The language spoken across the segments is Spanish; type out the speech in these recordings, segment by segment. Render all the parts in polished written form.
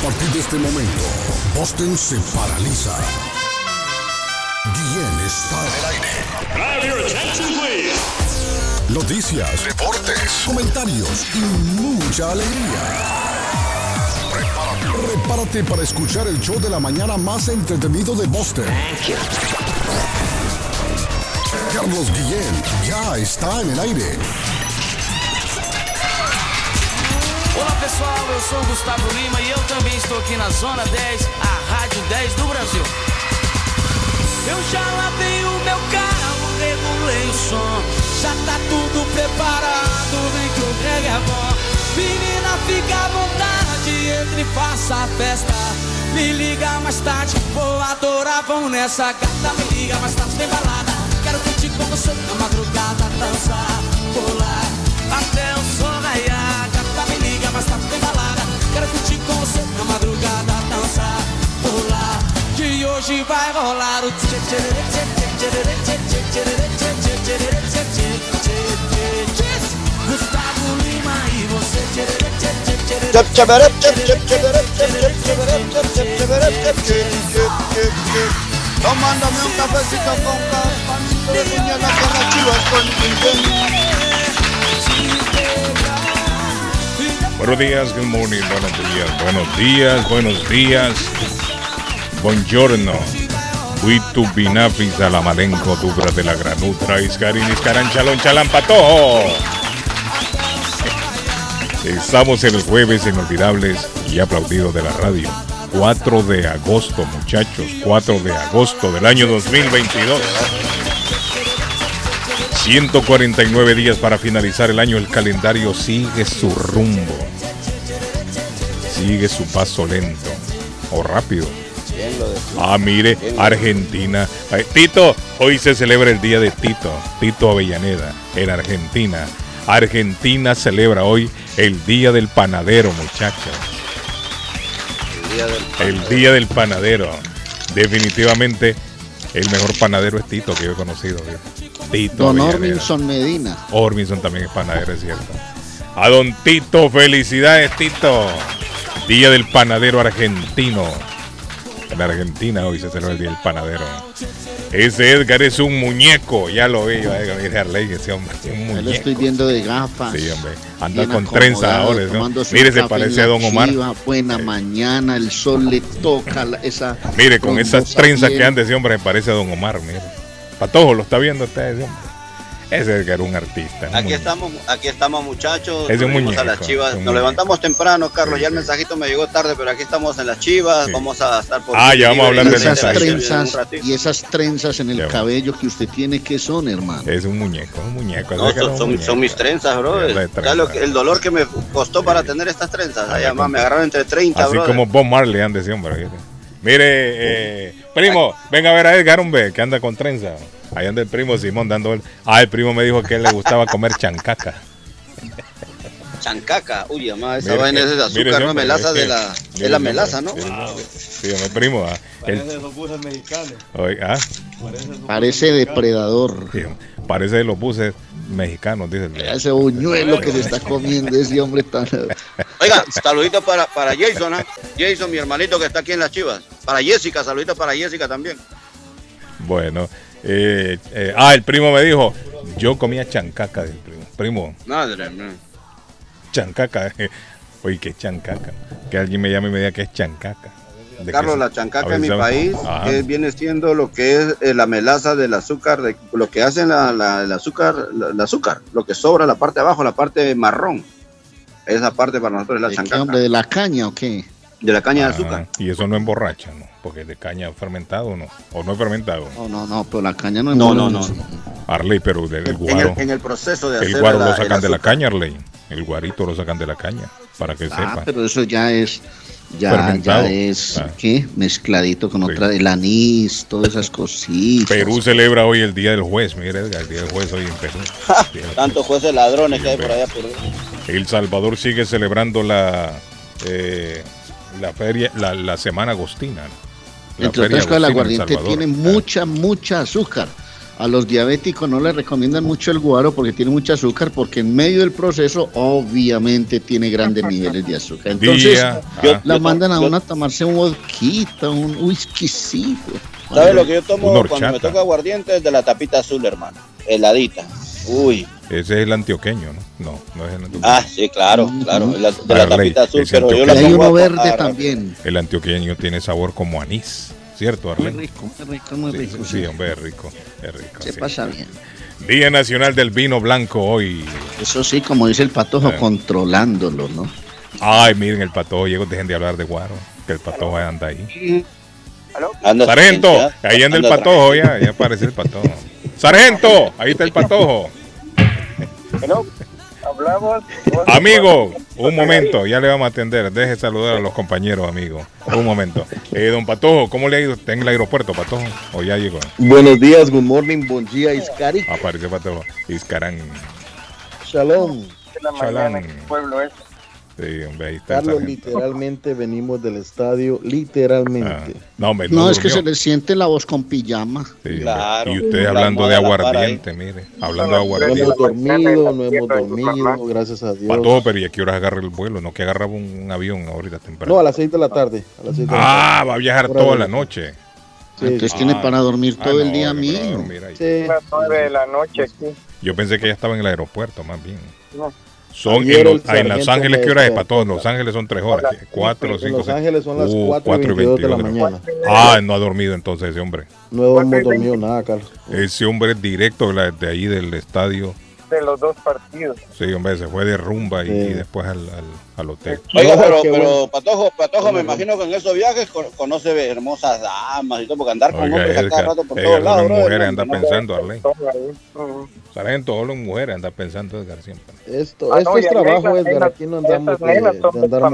partir de este momento, Boston se paraliza. Guillén está en el aire. Have your attention, please. Noticias, deportes, comentarios y mucha alegría. Prepárate para escuchar el show de la mañana más entretenido de Boston. Carlos Guillén já está en el aire. Olá pessoal, eu sou o Gustavo Lima e eu também estou aqui na Zona 10, a Rádio 10 do Brasil. Eu já lavei o meu carro, regulei o som, já tá tudo preparado, vem que o reggae é bom. Menina, fica à vontade, entre e faça a festa. Me liga mais tarde, vou adorar, vamos nessa gata. Me liga mais tarde, tem balada. Quero curtir com você na madrugada, dançar, pular, até o sol raiar. Gata, me liga mais tarde, tem balada. Quero curtir com você na madrugada, dançar, pular. Que hoje vai rolar o tchê tchê tchê tchê tchê tchê tchê tchê. Gustavo Lima e você tchê tchê tchê tchê tchê tchê tchê. Tomándome un cafecito con panito de puñalada con las chivas con Buenos días, good morning, buenos días. Buongiorno. Huitu binafis a la malenco dubra de la granutra iscarin iscaran chalón chalampatojo. Estamos en los jueves inolvidables y aplaudidos de la radio. 4 de agosto, muchachos, 4 de agosto del año 2022. 149 días para finalizar el año. El calendario sigue su rumbo, sigue su paso lento o rápido. Mire, Argentina. Tito, hoy se celebra el día de Tito Avellaneda en Argentina. Argentina celebra hoy el día del panadero, muchachos. El día del panadero. Definitivamente el mejor panadero es Tito que yo he conocido. Tito Don Avellaneda. Orminson Medina. Orminson también es panadero, es cierto. A don Tito, felicidades, Tito. Día del panadero argentino. En Argentina hoy se celebra el día del panadero. Ese Edgar es un muñeco, ya lo vi. Mire, Arley, ese hombre es un muñeco. Lo estoy viendo de gafas. Sí, hombre. Anda con trenzas ahora, ¿no? Mire, se parece a Don Omar. Buena mañana, el sol le toca esa. Mire, con esas trenzas que anda ese hombre, se parece a Don Omar, mire. Patojo, lo está viendo usted, ese hombre. Ese Edgar es un artista. Aquí estamos muchachos. Es un muñeco. A las Chivas. Nos levantamos temprano, Carlos. Ya el mensajito me llegó tarde, pero aquí estamos en las Chivas. Sí. Vamos a estar por. Ya vamos a hablar de esas trenzas y esas trenzas en el cabello que usted tiene, ¿qué son, hermano? Es un muñeco. No, son mis trenzas, bro. El dolor que me costó para tener estas trenzas. Además, me agarraron entre 30, así bro. Como Bob Marley anda ese hombre. Mire, primo, venga a ver a Edgar, hombre, que anda con trenza. Ahí anda el primo Simón dando el primo me dijo que a él le gustaba comer chancaca. Chancaca, uy, mamá, esa vaina es de azúcar, no melaza de la melaza, ¿no? Sí, mi primo. Parece de los buses mexicanos. Parece depredador. Sí, parece de los buses mexicanos, dice. Ese buñuelo que se está comiendo ese hombre tan. Oiga, saludito para Jason, ¿eh? Jason, mi hermanito que está aquí en las Chivas. Para Jessica, saludito para Jessica también. Bueno, el primo me dijo, yo comía chancaca del primo. Madre mía. Chancaca, oye, ¿qué chancaca? Que alguien me llame y me diga que es chancaca. Carlos, la chancaca en mi país viene siendo lo que es la melaza del azúcar, lo que hacen el azúcar, lo que sobra, la parte de abajo, la parte marrón. Esa parte para nosotros es la chancaca. ¿Qué, hombre, de la caña o qué? De la caña de azúcar. Y eso no emborracha, ¿no? Porque de caña fermentado, ¿no? ¿O no es fermentado? No, pero la caña no es No. Arley, pero del guaro. En el proceso de hacer el guaro lo sacan de la caña, Arley. El guarito lo sacan de la caña, para que sepa. Pero eso ya es ¿qué? Mezcladito con otra, el anís, todas esas cositas. Perú celebra hoy el Día del Juez, mire, el Día del Juez hoy en Perú. Tantos jueces ladrones que hay por allá. El Salvador sigue celebrando la feria, la Semana Agostina. Entre otras cosas, el aguardiente tiene mucha azúcar. A los diabéticos no les recomiendan mucho el guaro porque tiene mucho azúcar, porque en medio del proceso obviamente tiene grandes niveles de azúcar. Entonces la mandan a uno a tomarse un vodka, un whiskycito. ¿Sabes lo que yo tomo cuando me toca aguardiente? Es de la tapita azul, hermano. Heladita. Uy. Ese es el antioqueño, ¿no? No es el antioqueño. Ah, sí, claro. De la tapita azul, pero yo la hay uno verde también. El antioqueño tiene sabor como anís, ¿cierto, Arlen? Muy rico. Sí, hombre, es rico. Se pasa bien. Día Nacional del Vino Blanco hoy. Eso sí, como dice el Patojo, controlándolo, ¿no? Ay, miren, el Patojo, dejen de hablar de guaro, que el Patojo anda ahí. ¿Aló? Sargento, ahí anda el Patojo, ya aparece el Patojo. Sargento, ahí está el Patojo. Hello, hablamos. Amigo, un momento, ya le vamos a atender. Deje saludar a los compañeros, amigo. Un momento. Don Patojo, ¿cómo le ha ido? ¿Está en el aeropuerto, Patojo? ¿O ya llegó? Buenos días, good morning, bon día, Iscari. Apareció Patojo. Iscarán. Shalom. Shalom. Pueblo es. Sí, hombre, ahí está. Carlos, literalmente venimos del estadio, literalmente. No, es que se le siente la voz con pijama. Sí, claro. Y usted hablando de aguardiente, mire. Hablando de aguardiente. No hemos dormido, gracias a Dios. Patojo, pero ¿y a qué horas agarra el vuelo? No, que agarra un avión ahorita temprano. No, a las 6 de la tarde. Va a viajar toda la noche. Sí, entonces tiene para dormir todo el día mío. Sí. Las 9 de la noche aquí. Yo pensé que ya estaba en el aeropuerto, más bien. No. Son en Los Ángeles, ¿qué hora es para todos? Los Ángeles son 3 horas, 4 o 5. En Los Ángeles son las 4:22 de la mañana. No ha dormido entonces ese hombre. No hemos dormido nada, Carlos. Ese hombre es directo de ahí del estadio. De los dos partidos. Sí, hombre, se fue de rumba y después al hotel. Oiga, pero Patojo, me imagino que en esos viajes conoce hermosas damas y todo, porque andar con hombres a cada rato por todos lados. Mujeres anda pensando, Arlene. Sargento, solo en mujeres anda pensando, Edgar, siempre. Esto es trabajo, Edgar. Aquí no andamos de andar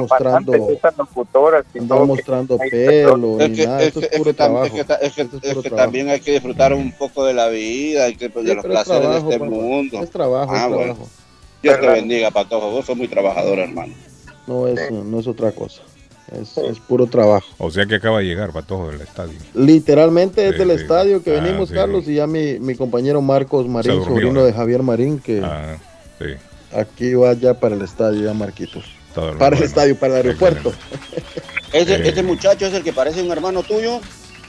mostrando pelo ni nada. Esto es puro trabajo. Es que también hay que disfrutar un poco de la vida y de los placeres de este mundo. Es trabajo. Bueno. Dios te bendiga, Patojo. Vos sos muy trabajador, hermano. No es otra cosa. Es puro trabajo. O sea que acaba de llegar Patojo del estadio. Literalmente es del estadio que venimos, Carlos, y ya mi compañero Marcos Marín, sobrino de Javier Marín, que aquí va ya para el estadio, ya Marquitos. Para el estadio, para el aeropuerto. ¿Ese muchacho es el que parece un hermano tuyo?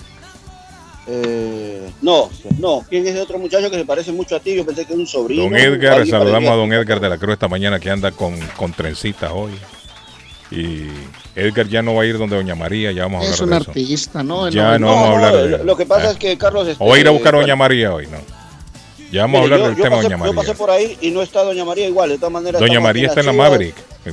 No. ¿Quién es ese otro muchacho que se parece mucho a ti? Yo pensé que es un sobrino. Don Edgar, saludamos a don Edgar de la Cruz esta mañana, que anda con trencitas hoy. Y Edgar ya no va a ir donde doña María, ya vamos a hablar de eso. Es un artista, ¿no? Ya no vamos a hablar de eso. Lo que pasa es que Carlos... O va a ir a buscar a doña María hoy, ¿no? Ya vamos a hablar del tema de doña María. Yo pasé por ahí y no está doña María igual, de todas maneras... Doña María está en la Maverick,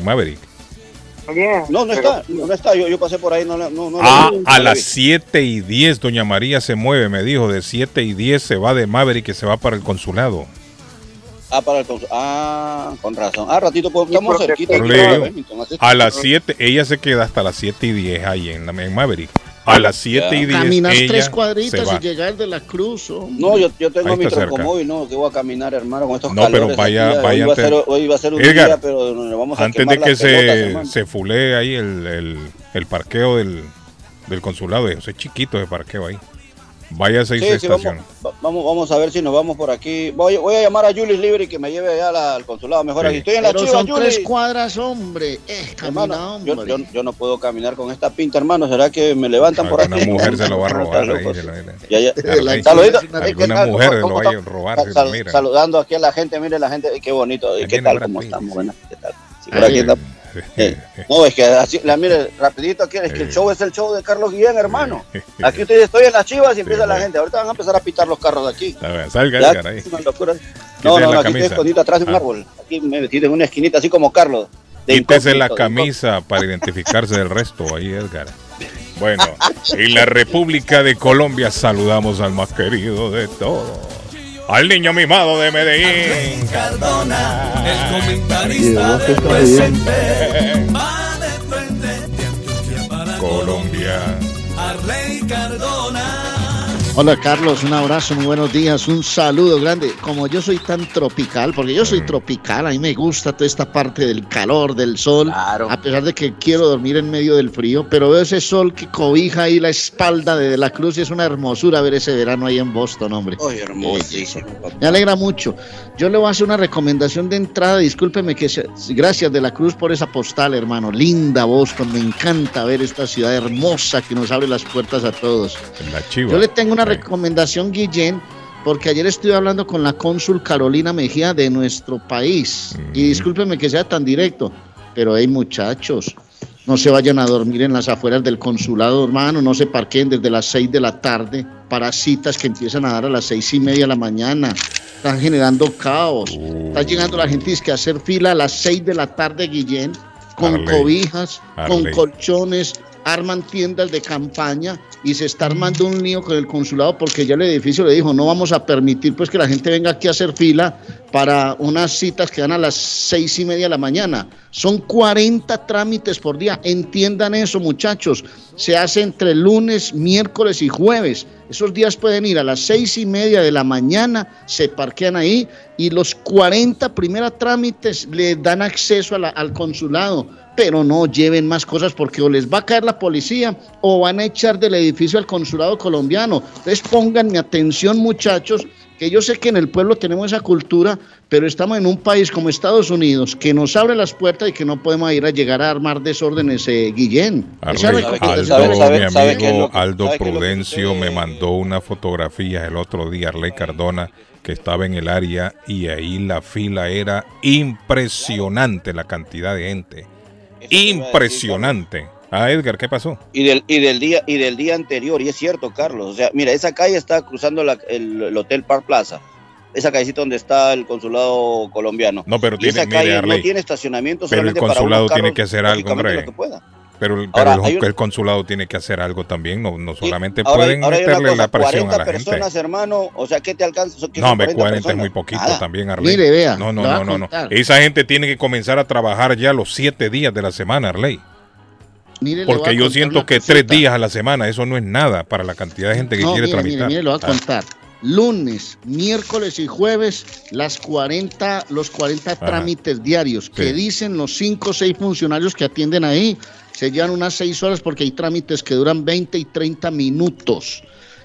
No está, yo pasé por ahí, no a las 7:10 doña María se mueve, me dijo, de 7:10 se va de Maverick, que se va para el consulado. Para el consulado, con razón. Ratito, pues, estamos cerquita. A las 7, ella se queda hasta las 7:10 ahí en Maverick. A las 7:10 caminar ella 3 cuadritas y llegar de la Cruz. No, yo tengo mi troncomóvil, no, que voy a caminar, hermano, con estos calores. No, pero vaya hoy va a ser un Edgar, día, pero nos vamos a antes de que se fulee ahí el parqueo del consulado, eso es chiquito ese parqueo ahí. Vaya a esa estación. Vamos a ver si nos vamos por aquí. Voy a llamar a Julis Libre que me lleve allá al consulado. Mejor aquí estoy en la Chivas, son Julis. 3 cuadras, hombre. Hermano, yo no puedo caminar con esta pinta, hermano. ¿Será que me levantan por aquí? Una mujer se lo va a robar. Saluditos. Alguna mujer lo va a robar. Saludando aquí a la gente. Mire la gente. Qué bonito. ¿Qué tal? ¿Cómo estamos? Buenas. ¿Qué tal? Por aquí está. No, es que así, mire, rapidito aquí, es que el show es el show de Carlos Guillén, hermano. Aquí estoy en las Chivas y empieza la gente. Ahorita van a empezar a pitar los carros de aquí. Salga Edgar ahí. No, aquí estoy escondido atrás de un árbol. Aquí me metí en una esquinita así como Carlos. Quítese la camisa para identificarse del resto ahí, Edgar. Bueno, en la República de Colombia saludamos al más querido de todos, al niño mimado de Medellín, Cardona, el comentarista presente, va de frente de Antioquia para Colombia. Arley Cardona, Hola Carlos, un abrazo, muy buenos días, un saludo grande. Como yo soy tan tropical, porque yo soy tropical, a mí me gusta toda esta parte del calor, del sol, a pesar de que quiero dormir en medio del frío, pero veo ese sol que cobija ahí la espalda de la Cruz y es una hermosura ver ese verano ahí en Boston, hombre. Ay, hermosísimo. Me alegra mucho. Yo le voy a hacer una recomendación de entrada, discúlpeme gracias de la Cruz por esa postal, hermano. Linda Boston, me encanta ver esta ciudad hermosa que nos abre las puertas a todos. Yo le tengo una recomendación, Guillén, porque ayer estuve hablando con la cónsul Carolina Mejía de nuestro país. Y discúlpeme que sea tan directo, pero hey, muchachos, no se vayan a dormir en las afueras del consulado, hermano, no se parqueen desde las 6 de la tarde para citas que empiezan a dar a las 6:30 de la mañana. Están generando caos. Está llegando la gente a hacer fila a las 6 de la tarde, Guillén, con cobijas, con colchones, arman tiendas de campaña y se está armando un lío con el consulado porque ya el edificio le dijo, no vamos a permitir pues que la gente venga aquí a hacer fila para unas citas que dan a las 6:30 de la mañana. Son 40 trámites por día, entiendan eso, muchachos. Se hace entre lunes, miércoles y jueves. Esos días pueden ir a las 6:30 de la mañana, se parquean ahí y los 40 primeros trámites le dan acceso al consulado. Pero no lleven más cosas porque o les va a caer la policía o van a echar del edificio al consulado colombiano. Entonces pónganme atención, muchachos, que yo sé que en el pueblo tenemos esa cultura, pero estamos en un país como Estados Unidos que nos abre las puertas y que no podemos llegar a armar desórdenes, Guillén. Mi amigo Aldo Prudencio me mandó una fotografía el otro día, Arley Cardona, que estaba en el área y ahí la fila era impresionante, la cantidad de gente. Impresionante. Edgar, ¿qué pasó? Y del día anterior, y es cierto, Carlos, o sea, mira, esa calle está cruzando el Hotel Park Plaza, esa callecita donde está el consulado colombiano. No, pero esa calle no tiene estacionamiento, pero el consulado tiene que hacer algo, hombre. Pero el consulado tiene que hacer algo también, no solamente pueden meterle la presión a la gente. 40 personas, hermano, o sea, ¿qué te alcanza? No, 40 es muy poquito también, Arley. Mire, vea. No. Esa gente tiene que comenzar a trabajar ya los 7 días de la semana, Arley. Porque yo siento que 3 días a la semana, eso no es nada para la cantidad de gente que quiere tramitar. Mire, lo voy a contar. Lunes, miércoles y jueves, los 40 trámites diarios que dicen los 5 o 6 funcionarios que atienden ahí. Se llevan unas 6 horas porque hay trámites que duran 20 y 30 minutos.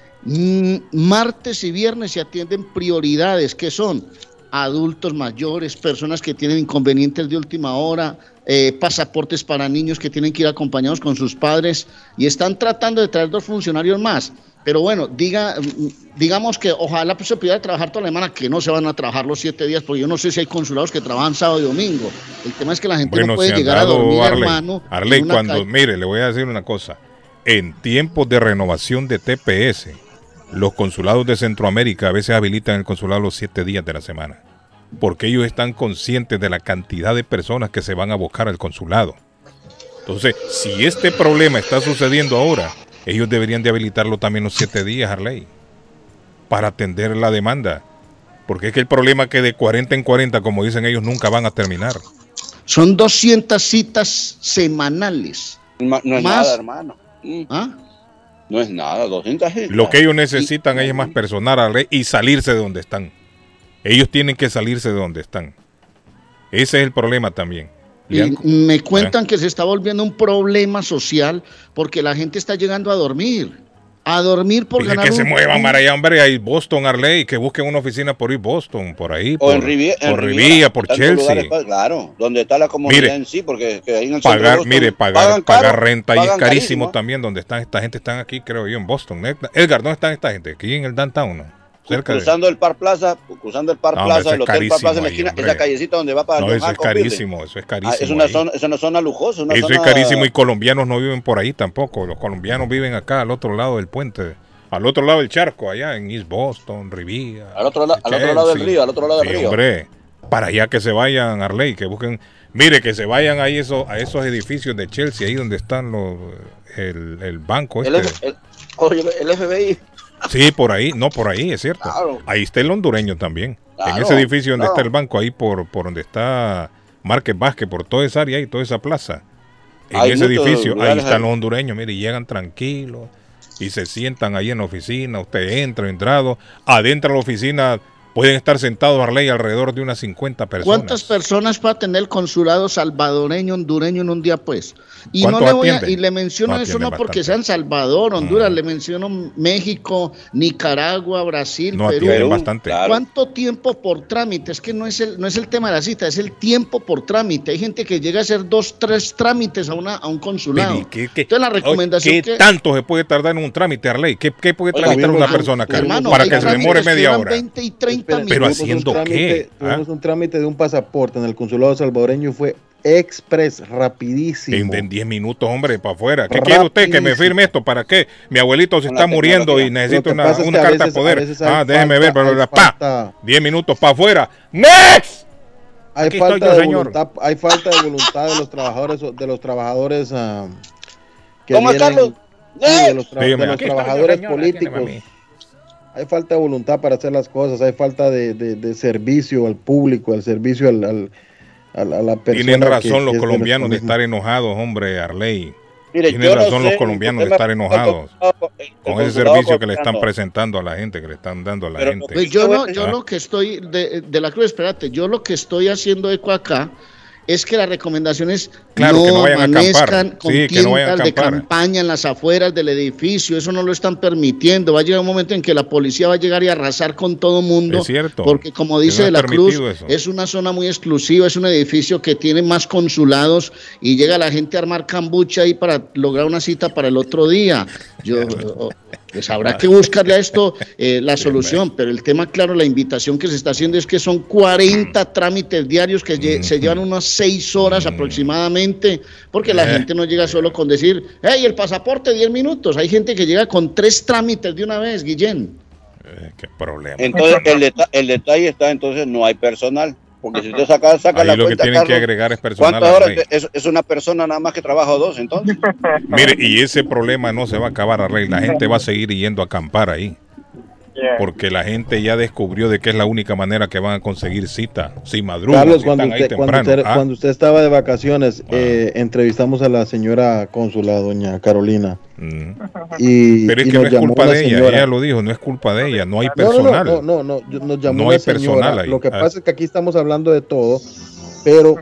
Martes y viernes se atienden prioridades, que son adultos mayores, personas que tienen inconvenientes de última hora, pasaportes para niños que tienen que ir acompañados con sus padres y están tratando de traer 2 funcionarios más. Pero bueno, digamos que ojalá pues, se pudiera trabajar toda la semana, que no se van a trabajar los 7 días, porque yo no sé si hay consulados que trabajan sábado y domingo. El tema es que la gente no puede llegar a dormir, hermano. Arley, mire, le voy a decir una cosa. En tiempos de renovación de TPS, los consulados de Centroamérica a veces habilitan el consulado los 7 días de la semana, porque ellos están conscientes de la cantidad de personas que se van a buscar al consulado. Entonces, si este problema está sucediendo ahora, ellos deberían de habilitarlo también los 7 días, Arley, para atender la demanda. Porque es que el problema es que de 40 en 40, como dicen ellos, nunca van a terminar. Son 200 citas semanales. No es nada, hermano. No es nada, 200 citas. Lo que ellos necesitan es más personal, Arley, y salirse de donde están. Ellos tienen que salirse de donde están. Ese es el problema también. Y me cuentan que se está volviendo un problema social porque la gente está llegando a dormir por ganar. Que se muevan para allá, hombre, ahí Boston, Arley, que busquen una oficina por ahí, Boston, por ahí, por Riviera, por Chelsea. Lugares, claro, donde está la comunidad en sí, porque ahí en el pagar renta y es carísimo también donde están esta gente, están aquí, creo yo, en Boston. Edgar, ¿dónde están esta gente? Aquí en el downtown, ¿no? Cruzando el Park Plaza, el Hotel Park Plaza en la esquina, esa callecita donde va para No, eso es carísimo. Es una zona lujosa. Es carísimo y colombianos no viven por ahí tampoco. Los colombianos viven acá, al otro lado del puente, al otro lado del charco, allá en East Boston, Riviera. Al otro lado del río, hombre, para allá que se vayan, Arley, que busquen, mire, que se vayan ahí a esos edificios de Chelsea, ahí donde están el banco el FBI. Sí, por ahí, es cierto. Claro. Ahí está el hondureño también. Claro, en ese edificio donde está el banco, ahí por donde está Márquez Vázquez, por toda esa área y toda esa plaza. En ese edificio, ahí están los hondureños, mire, y llegan tranquilos. y se sientan ahí en la oficina, usted entrado, adentro de la oficina pueden estar sentados, Arley, alrededor de unas 50 personas. ¿Cuántas personas va a tener el consulado salvadoreño, hondureño en un día, pues? Y no le menciono eso no porque sean Salvador, Honduras, le menciono México, Nicaragua, Brasil, Perú. Bastante. ¿Cuánto tiempo por trámite? Es que no es el tema de la cita, es el tiempo por trámite. Hay gente que llega a hacer 2, 3 trámites a un consulado. Entonces la recomendación ¿Qué tanto se puede tardar en un trámite, Arley? ¿Qué puede tramitar una persona acá? Para que se demore media hora. 20 y 30 minutos. Pero haciendo qué? Tuvimos un trámite de un pasaporte en el consulado salvadoreño y fue express, rapidísimo. En 10 minutos, hombre, para afuera. ¿Qué quiere usted? Que me firme esto. ¿Para qué? Mi abuelito se está muriendo y necesito una carta de poder. Déjeme ver, pero 10 minutos para afuera. ¡Next! Hay falta de voluntad de los trabajadores que vienen, de los trabajadores políticos. Hay falta de voluntad para hacer las cosas, hay falta de servicio al público, al servicio a la persona. Tienen razón los colombianos de estar enojados, hombre, Arley. Tienen razón los colombianos de estar enojados con ese servicio que le están presentando a la gente, que le están dando a la gente. Pues yo lo que estoy, de la Cruz, espérate, yo lo que estoy haciendo eco acá es que la recomendación es que no vayan a acampar. Con tiendas de campaña en las afueras del edificio, eso no lo están permitiendo. Va a llegar un momento en que la policía va a llegar y arrasar con todo mundo. Es cierto. Porque como dice De la Cruz, es una zona muy exclusiva, es un edificio que tiene más consulados y llega la gente a armar cambucha ahí para lograr una cita para el otro día. Pues habrá que buscarle a esto la solución, pero el tema, claro, la invitación que se está haciendo es que son 40 trámites diarios que se llevan unas 6 horas aproximadamente, porque la gente no llega solo con decir, hey, el pasaporte 10 minutos, hay gente que llega con 3 trámites de una vez, Guillén. Qué problema. Entonces el detalle está, entonces no hay personal. Porque si usted saca ahí la lo cuenta, que tienen que agregar es personal. ¿Cuántas horas? Es una persona nada más que trabaja 2, entonces. Mire, y ese problema no se va a acabar, Arley. La gente va a seguir yendo a acampar ahí. Porque la gente ya descubrió de que es la única manera que van a conseguir cita. Si madrugan, Carlos, cuando usted estaba de vacaciones, entrevistamos a la señora cónsula, doña Carolina. Pero es que no es culpa de ella lo dijo, no es culpa de ella, no hay personal. No, nos llamó una señora. Lo que pasa es que aquí estamos hablando de todo, pero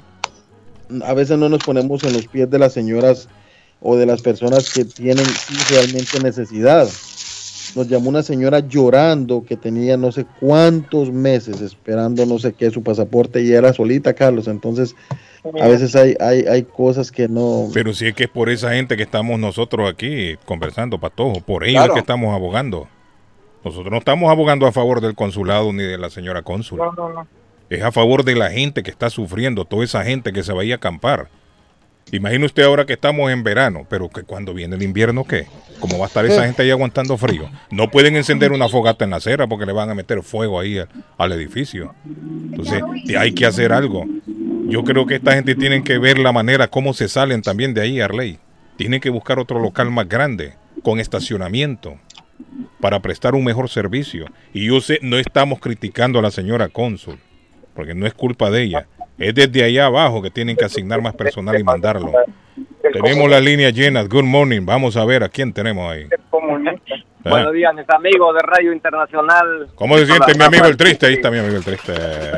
a veces no nos ponemos en los pies de las señoras o de las personas que tienen realmente necesidad. Nos llamó una señora llorando que tenía no sé cuántos meses esperando no sé qué su pasaporte y era solita, Carlos. Entonces a veces hay cosas que no. Pero si es que es por esa gente que estamos nosotros aquí conversando, Patojo, por ellos es que estamos abogando. Nosotros no estamos abogando a favor del consulado ni de la señora cónsul. No. Es a favor de la gente que está sufriendo, toda esa gente que se va a ir a acampar. Imagine usted ahora que estamos en verano, pero que cuando viene el invierno, ¿qué? ¿Cómo va a estar esa gente ahí aguantando frío? No pueden encender una fogata en la acera porque le van a meter fuego ahí al edificio. Entonces, hay que hacer algo. Yo creo que esta gente tiene que ver la manera cómo se salen también de ahí, Arley. Tienen que buscar otro local más grande, con estacionamiento, para prestar un mejor servicio. Y yo sé, no estamos criticando a la señora cónsul, porque no es culpa de ella. Es desde allá abajo que tienen que asignar más personal y mandarlo. Tenemos las líneas llenas. Good morning. Vamos a ver a quién tenemos ahí. Buenos días, mis amigos de Radio Internacional. ¿Cómo se siente mi amigo el triste? Ahí está mi amigo el triste.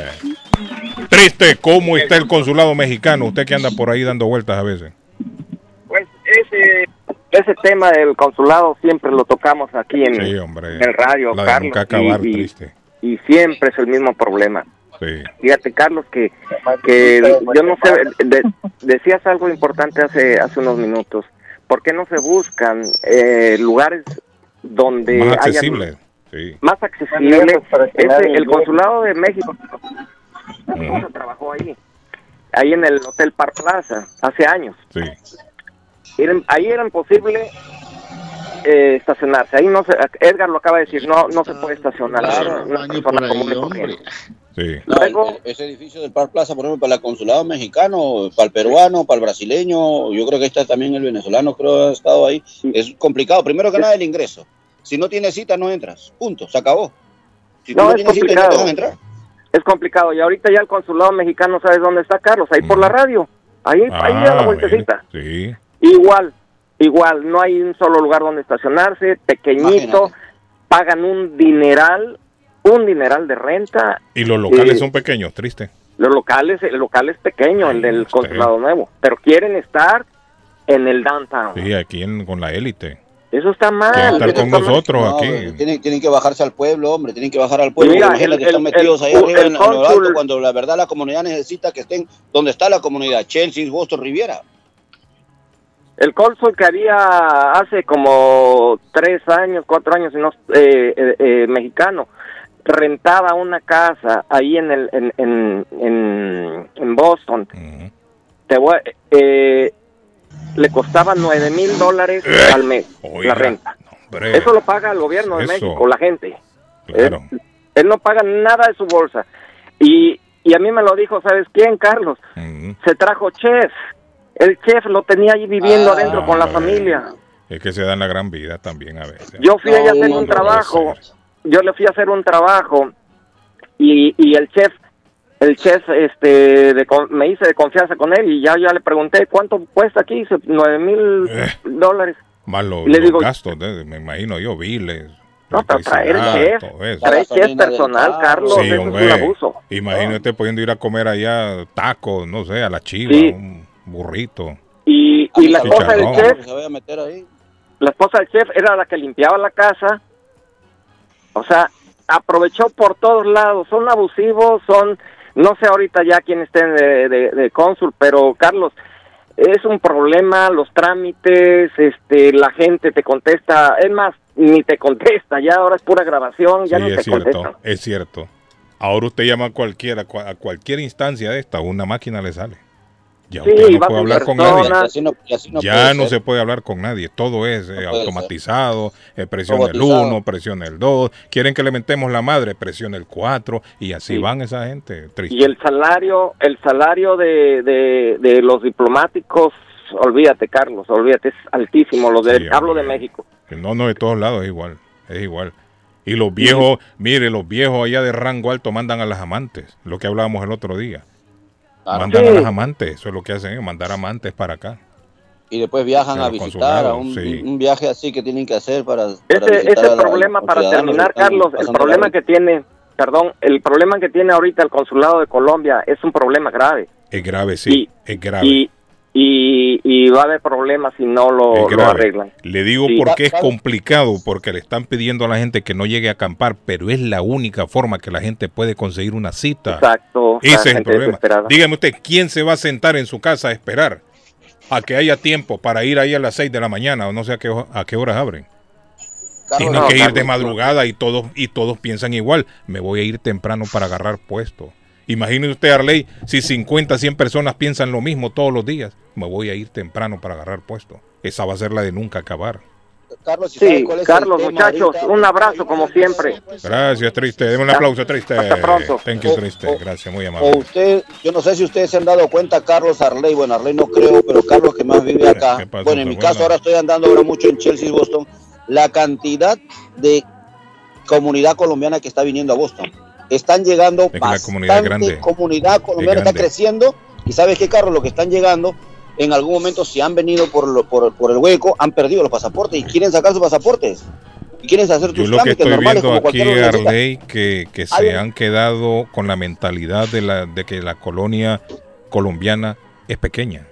Triste, ¿cómo está el consulado mexicano? Usted que anda por ahí dando vueltas a veces. Pues ese tema del consulado siempre lo tocamos aquí en el radio, Carlos. Triste. Y siempre es el mismo problema. Sí. Fíjate, Carlos, que yo no sé, decías algo importante hace unos minutos. ¿Por qué no se buscan lugares donde más accesible? Más accesible. El consulado de México trabajó ahí en el Hotel Park Plaza hace años. Sí. Ahí era imposible estacionarse. Ahí no se, Edgar lo acaba de decir, no se puede estacionar. Claro, sí. Luego, ese edificio del Park Plaza, por ejemplo, para el consulado mexicano, para el peruano, para el brasileño, yo creo que está también el venezolano, creo que ha estado ahí. Es complicado. Primero que nada, el ingreso. Si no tienes cita, no entras. Punto. Se acabó. Si tú no tienes cita, no te dejan entrar. Es complicado. Y ahorita ya el consulado mexicano, ¿sabes dónde está, Carlos? Ahí por la radio. Ahí a la vueltecita. Sí. Igual igual, no hay un solo lugar donde estacionarse, pequeñito, pagan un dineral de renta. Y los locales son pequeños, triste. El local es pequeño, el del Consulado Nuevo, pero quieren estar en el downtown. Sí, aquí con la élite. Eso está mal. Quieren estar con nosotros aquí. Tienen que bajarse al pueblo, hombre, tienen que bajar al pueblo. Mira, que están metidos ahí arriba en lo alto, cuando la verdad la comunidad necesita que estén donde está la comunidad, Chelsea, Boston, Riviera. El cónsul que había hace como 4 años, mexicano, rentaba una casa ahí en Boston. Le costaba $9,000 al mes. Oiga, la renta. Hombre, eso lo paga el gobierno de México, la gente. Claro. Él no paga nada de su bolsa. Y a mí me lo dijo, ¿sabes quién, Carlos? Se trajo chef. El chef lo tenía ahí viviendo adentro con la familia. Es que se dan la gran vida también a veces. Yo fui a hacer un trabajo. Yo le fui a hacer un trabajo y el chef me hice de confianza con él y ya le pregunté cuánto cuesta aquí, dice $9,000. Más los gastos, me imagino yo, biles. No, pero traer chef personal, Carlos, sí, eso es un abuso. Imagínate pudiendo ir a comer allá tacos, no sé, a la chiva, un burrito. Y la esposa del chef, la esposa del chef era la que limpiaba la casa. O sea, aprovechó por todos lados. Son abusivos, no sé ahorita ya quién estén de cónsul, pero Carlos, es un problema los trámites, la gente te contesta, es más, ni te contesta, ya ahora es pura grabación, ya no te contesta. Es cierto. Ahora usted llama a cualquier instancia de esta, una máquina le sale. Ya usted no puede hablar con nadie. Ya no se puede hablar con nadie. Todo es automatizado. Presiona el 1, presiona el 2. Quieren que le mentemos la madre, presiona el 4. Y así van esa gente. Triste. Y el salario de los diplomáticos, olvídate, Carlos, olvídate, es altísimo. Hablo de México. No, de todos lados es igual. Y los viejos, los viejos allá de rango alto mandan a las amantes. Lo que hablábamos el otro día. Mandan a las amantes, eso es lo que hacen, mandar amantes para acá. Y después viajan a visitar, a un viaje así que tienen que hacer para ese problema, para terminar, Carlos, el problema que tiene ahorita el consulado de Colombia es un problema grave. Es grave, sí, es grave. Y va a haber problemas si no lo arreglan. Le digo porque es complicado, porque le están pidiendo a la gente que no llegue a acampar, pero es la única forma que la gente puede conseguir una cita. Exacto. Ese es el problema. Dígame usted, ¿quién se va a sentar en su casa a esperar a que haya tiempo para ir ahí a las 6 de la mañana o no sé a qué horas abren? Tienen que ir de madrugada y todos piensan igual. Me voy a ir temprano para agarrar puesto. Imagínese usted, Arley, si 50, 100 personas piensan lo mismo todos los días, me voy a ir temprano para agarrar puesto. Esa va a ser la de nunca acabar. Carlos, Carlos, muchachos, un abrazo como siempre. Gracias, Triste. Deme un aplauso, Triste. Hasta pronto. Thank you, Triste. Gracias, muy amable. Yo no sé si ustedes se han dado cuenta, Carlos, Arley, bueno, Arley no creo, pero Carlos que más vive acá. Bueno, en mi caso ahora estoy andando mucho en Chelsea, Boston. La cantidad de comunidad colombiana que está viniendo a Boston. Están llegando bastante, comunidad colombiana está creciendo, y ¿sabes qué, Carlos? Lo que están llegando, en algún momento si han venido por el hueco, han perdido los pasaportes y quieren sacar sus pasaportes y quieren hacer sus trámites normales como cualquier otro. Yo lo que estoy viendo aquí, que se han quedado con la mentalidad de que la colonia colombiana es pequeña.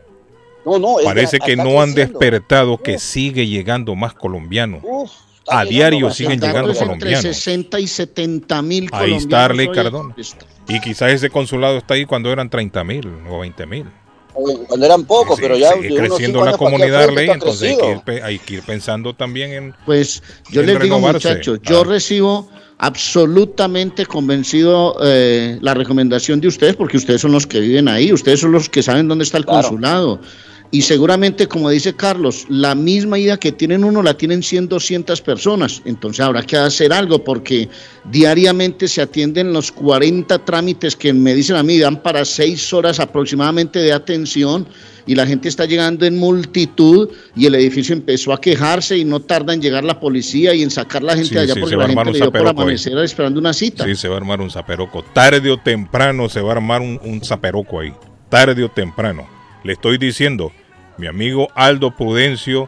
Parece que no han despertado que sigue llegando más colombianos. A diario siguen llegando colombianos. Entre 60 y 70,000 colombianos. Ahí está Arley Cardona. Y quizás ese consulado está ahí cuando eran 30,000 o 20,000. Cuando eran pocos, pero ya sigue creciendo una comunidad, Arley, entonces hay que ir pensando también en Pues yo les digo, muchachos, yo recibo absolutamente convencido la recomendación de ustedes, porque ustedes son los que viven ahí, ustedes son los que saben dónde está el consulado. Y seguramente, como dice Carlos, la misma idea que tienen uno la tienen 100, 200 personas. Entonces habrá que hacer algo, porque diariamente se atienden los 40 trámites que me dicen a mí, dan para 6 horas aproximadamente de atención, y la gente está llegando en multitud, y el edificio empezó a quejarse y no tarda en llegar la policía y en sacar la gente de allá, porque la gente le dio por amanecer esperando una cita. Sí, se va a armar un zaperoco. Tarde o temprano se va a armar un zaperoco ahí. Tarde o temprano. Le estoy diciendo, mi amigo Aldo Prudencio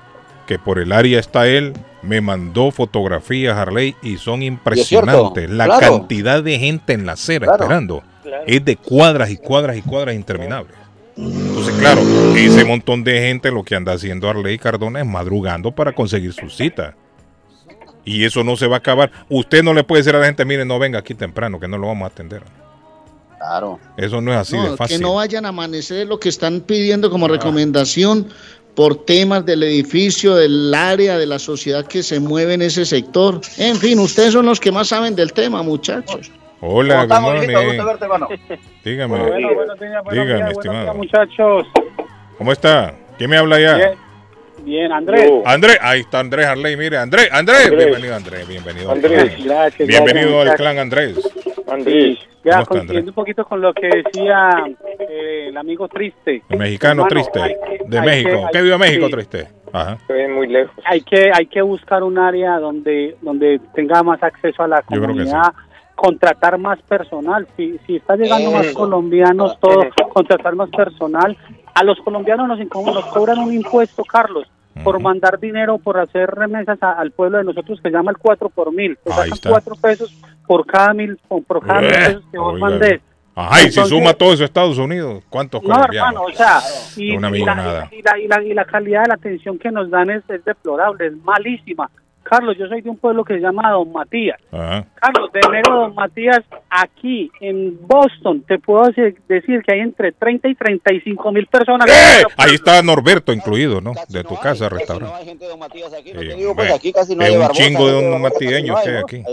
que por el área está él, me mandó fotografías, Harley, y son impresionantes. La cantidad de gente en la acera esperando es de cuadras y cuadras y cuadras interminables. Entonces, claro, ese montón de gente lo que anda haciendo Arley Cardona es madrugando para conseguir su cita. Y eso no se va a acabar. Usted no le puede decir a la gente, mire, no venga aquí temprano, que no lo vamos a atender. Claro. Eso no es así de fácil. Que no vayan a amanecer lo que están pidiendo como recomendación por temas del edificio, del área, de la sociedad que se mueve en ese sector. En fin, ustedes son los que más saben del tema, muchachos. Hola, good morning. Verte, hermano. Dígame. Buenos días, estimado. Muchachos. ¿Cómo está? ¿Quién me habla ya? Bien, Andrés. Andrés, ahí está Andrés Harley, mire, Andrés. Bienvenido, Andrés, bienvenido. Gracias. Bienvenido al clan Andrés. Andrés. Ya, coincidiendo un poquito con lo que decía el amigo Triste. El mexicano Triste, de México. ¿Qué vive México, Triste? Ajá. Estoy muy lejos. Hay que buscar un área donde tenga más acceso a la comunidad. Contratar más personal, si está llegando más colombianos, contratar más personal. A los colombianos nos cobran un impuesto, Carlos, por mandar dinero, por hacer remesas al pueblo de nosotros, que se llama el 4 por 1000. Te sacan 4 pesos por cada 1000 pesos que vos mandes. Ajá, y si suma todo eso Estados Unidos, ¿cuántos colombianos? No, hermano, o sea, una millonada. Y la calidad de la atención que nos dan es deplorable, es malísima. Carlos, yo soy de un pueblo que se llama Don Matías. Ajá. Carlos, de mero Don Matías, aquí en Boston, te puedo decir que hay entre 30 y 35 mil personas. Ahí está Norberto incluido, ¿no? De tu casa, restaurante. No hay gente de Don Matías aquí, no te digo, pues aquí casi no hay un chingo de Don Matieños que hay aquí.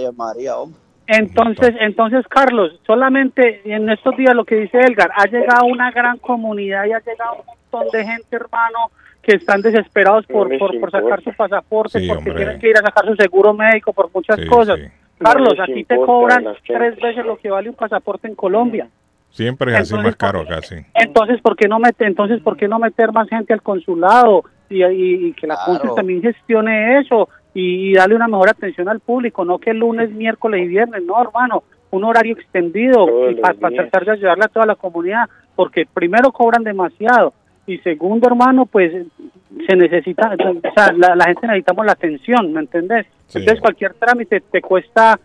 Entonces, Carlos, solamente en estos días lo que dice Edgar, ha llegado una gran comunidad y ha llegado un montón de gente, hermano, que están desesperados por sacar su pasaporte, porque tienen que ir a sacar su seguro médico, por muchas cosas. Carlos, aquí te cobran 3 veces lo que vale un pasaporte en Colombia. Siempre es así más caro acá, sí. Entonces, ¿por qué no meter más gente al consulado y que la Consul también gestione eso y darle una mejor atención al público? No que lunes, miércoles y viernes, no, hermano, un horario extendido para tratar de ayudarle a toda la comunidad, porque primero cobran demasiado. Y segundo, hermano, pues se necesita, o sea, la gente necesitamos la atención, ¿me entendés? Sí. Entonces cualquier trámite te cuesta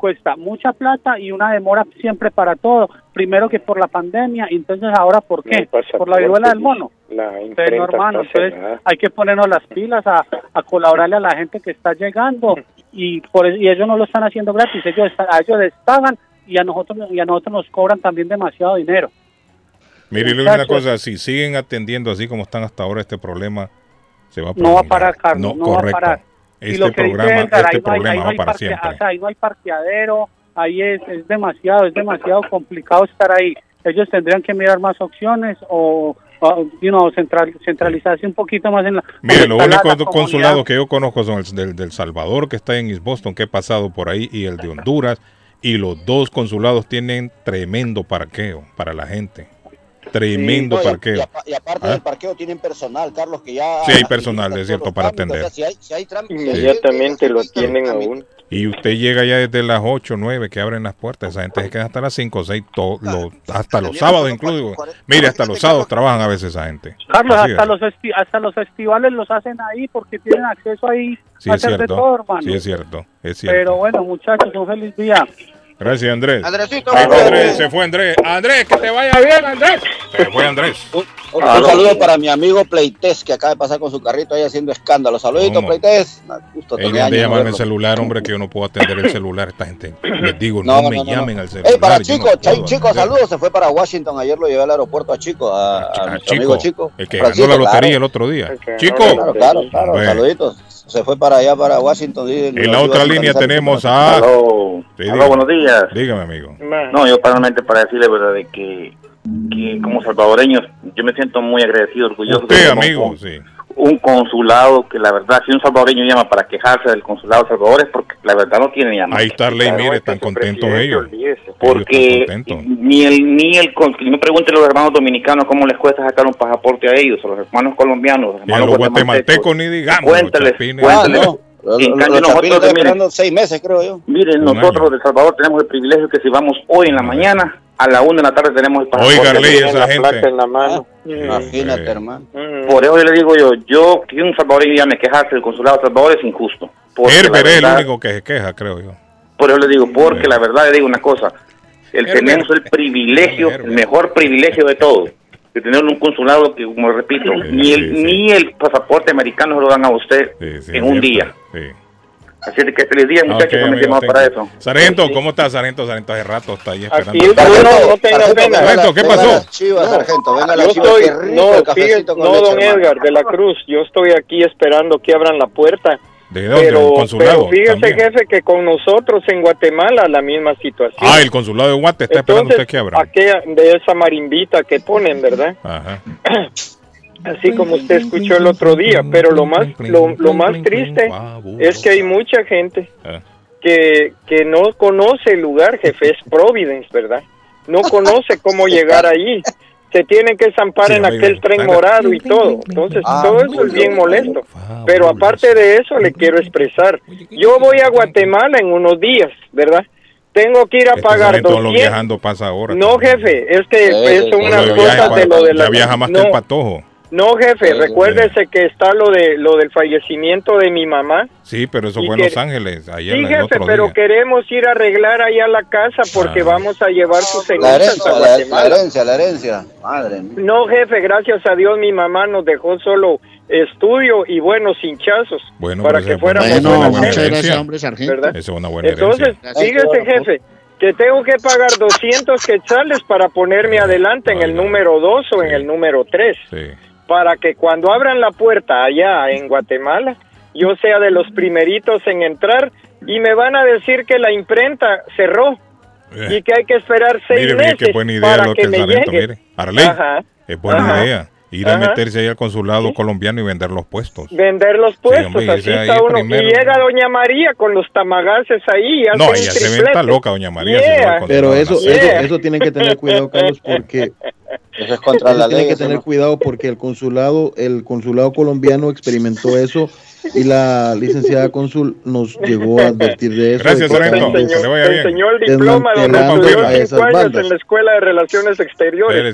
mucha plata y una demora siempre para todo. Primero que por la pandemia, entonces ahora ¿por qué? Por la viruela del mono. Pero, hermano, entonces hay que ponernos las pilas a colaborarle a la gente que está llegando y ellos no lo están haciendo gratis, ellos les pagan y a nosotros nos cobran también demasiado dinero. Mire, una cosa, si siguen atendiendo así como están hasta ahora, este problema se va a prolongar. No va a parar, Carlos, no va a parar. Este problema va para siempre. O sea, ahí no hay parqueadero, ahí es demasiado complicado estar ahí. Ellos tendrían que mirar más opciones o centralizarse un poquito más en la... Mire, los únicos consulados que yo conozco son el del Salvador, que está en East Boston, que he pasado por ahí, y el de Honduras, y los dos consulados tienen tremendo parqueo para la gente. Tremendo parqueo. Y aparte del parqueo tienen personal, Carlos, que ya... Sí, hay personal, es cierto, para atender. O sea, si hay trámites, inmediatamente lo atienden a uno. Y usted llega ya desde las 8, 9 que abren las puertas. Esa gente se queda hasta las 5, 6, hasta los sábados incluso. Mire, hasta los sábados trabajan a veces esa gente. Carlos, hasta los festivales los hacen ahí porque tienen acceso ahí a hacer de todo, hermano. Sí, es cierto. Pero bueno, muchachos, un feliz día. Gracias, Andrés. Andresito, se fue Andrés. Andrés, que te vaya bien, Andrés. Se fue Andrés. Un saludo para mi amigo Pleites, que acaba de pasar con su carrito ahí haciendo escándalo. Saluditos, Pleites. Ella de llamarme el celular, hombre, que yo no puedo atender el celular. Esta gente, les digo, no me llamen al celular. Para Chico, Chico, saludos. Se fue para Washington. Ayer lo llevé al aeropuerto a Chico, a nuestro amigo Chico. El que ganó la lotería el otro día. Chico. Claro. Saluditos. Se fue para allá, para Washington. En la otra línea tenemos a... Aló, buenos días. Dígame, amigo. No, yo solamente para decirle, verdad, de que como salvadoreños, yo me siento muy agradecido, orgulloso. Usted, amigo, sí. Un consulado que la verdad, si un salvadoreño llama para quejarse del consulado de Salvador es porque la verdad no tiene llamada. Ahí está Ley, mire, están contentos ellos. Porque ni el me pregunten los hermanos dominicanos cómo les cuesta sacar un pasaporte a ellos, a los hermanos colombianos, y a los guatemaltecos ni digamos. Cuéntales. En cambio nosotros, 6 meses, creo yo. Miren, nosotros de El Salvador tenemos el privilegio que si vamos hoy en la mañana a la 1 de la tarde tenemos el pasaporte. Oiga, esa gente. En la mano. Imagínate, hermano. Por eso le digo yo que un salvadoreño ya me quejarse del consulado de Salvador es injusto. Herbert es el único que se queja, creo yo. Por eso le digo, porque la verdad le digo una cosa, tenemos el privilegio, el mejor privilegio de todos, de tener un consulado que, como repito, ni el pasaporte americano se lo dan a usted en un día. Así que feliz día, muchachos, para eso. Sargento, ¿cómo está, Sargento? Sargento hace rato está ahí esperando. Aquí no tenga pena. Sargento, ¿qué pasó? Sargento, venga la yo chiva, estoy, don Edgar de la Cruz, yo estoy aquí esperando que abran la puerta. ¿De dónde? ¿El consulado? Pero fíjese, también, jefe, que con nosotros en Guatemala la misma situación. El consulado de Guate está esperando usted que abra. Aquella de esa marimbita que ponen, ¿verdad? Ajá. Así como usted escuchó el otro día, pero lo más triste es que hay mucha gente que no conoce el lugar, jefe, es Providence, ¿verdad? No conoce cómo llegar allí. Se tienen que zampar en aquel tren morado y todo. Entonces, todo eso es bien molesto. Pero aparte de eso, le quiero expresar. Yo voy a Guatemala en unos días, ¿verdad? Tengo que ir a pagar 200. Viajando pasa ahora. No, jefe, es que es una cosa de lo de la... Ya viaja más que el patojo. No, jefe, recuérdese que está lo del fallecimiento de mi mamá. Sí, pero eso fue en Los Ángeles, ayer. Sí, jefe, pero queremos ir a arreglar allá la casa porque vamos a llevar sus cenizas a Guatemala. La herencia, madre mía. No, jefe, gracias a Dios mi mamá nos dejó solo estudio y buenos hinchazos para que fuéramos muchas gracias, hombre, sargento. ¿Verdad? Eso es una buena herencia. Entonces, fíjese, jefe, que tengo que pagar 200 quetzales para ponerme adelante en el número 2 o en el número 3. Sí. Para que cuando abran la puerta allá en Guatemala, yo sea de los primeritos en entrar y me van a decir que la imprenta cerró y que hay que esperar 6 meses qué buena idea para que me Sargento, llegue. Arley, es buena idea. Ir a meterse ahí al consulado colombiano y vender los puestos. Vender los puestos, así está uno. Primero. Y llega doña María con los tamagaces ahí. No, ella se ve tan loca, doña María. Pero eso tienen que tener cuidado, Carlos, porque... Eso es contra la ley. Tienen que tener cuidado porque el consulado colombiano experimentó eso y la licenciada cónsul nos llegó a advertir de eso. Gracias, Sargento. Me enseñó el diploma donde estudió 5 años en la Escuela de Relaciones Exteriores.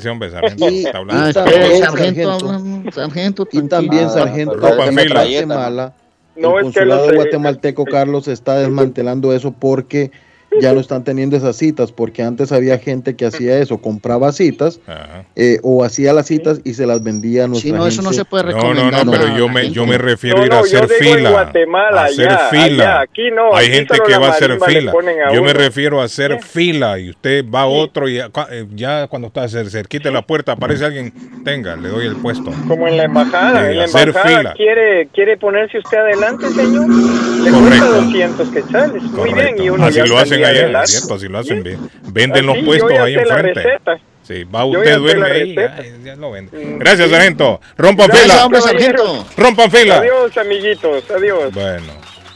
Sargento, y también, Sargento, Guatemala, el consulado guatemalteco, Carlos, está desmantelando eso porque ya no están teniendo esas citas, porque antes había gente que hacía eso, compraba citas o hacía las citas y se las vendía a nuestra gente. Eso no se puede recomendar. No, pero yo me refiero a ir a hacer fila. Guatemala, hacer fila. Aquí no, hay gente que va a hacer fila. Yo me refiero a hacer fila y usted va a otro y ya cuando está cerquita de la puerta aparece alguien, le doy el puesto. Como en la embajada, fila. ¿Quiere ponerse usted adelante, señor? Le cuesta 200 quetzales. Muy bien, y uno así lo hacen allá, ¿cierto? Así lo hacen bien. Venden los puestos ahí enfrente. Sí, va usted, duerme ahí, ya lo vende. Gracias, sargento. Rompan fila. Hombre, sargento. Rompan fila. Adiós, amiguitos. Adiós. Bueno.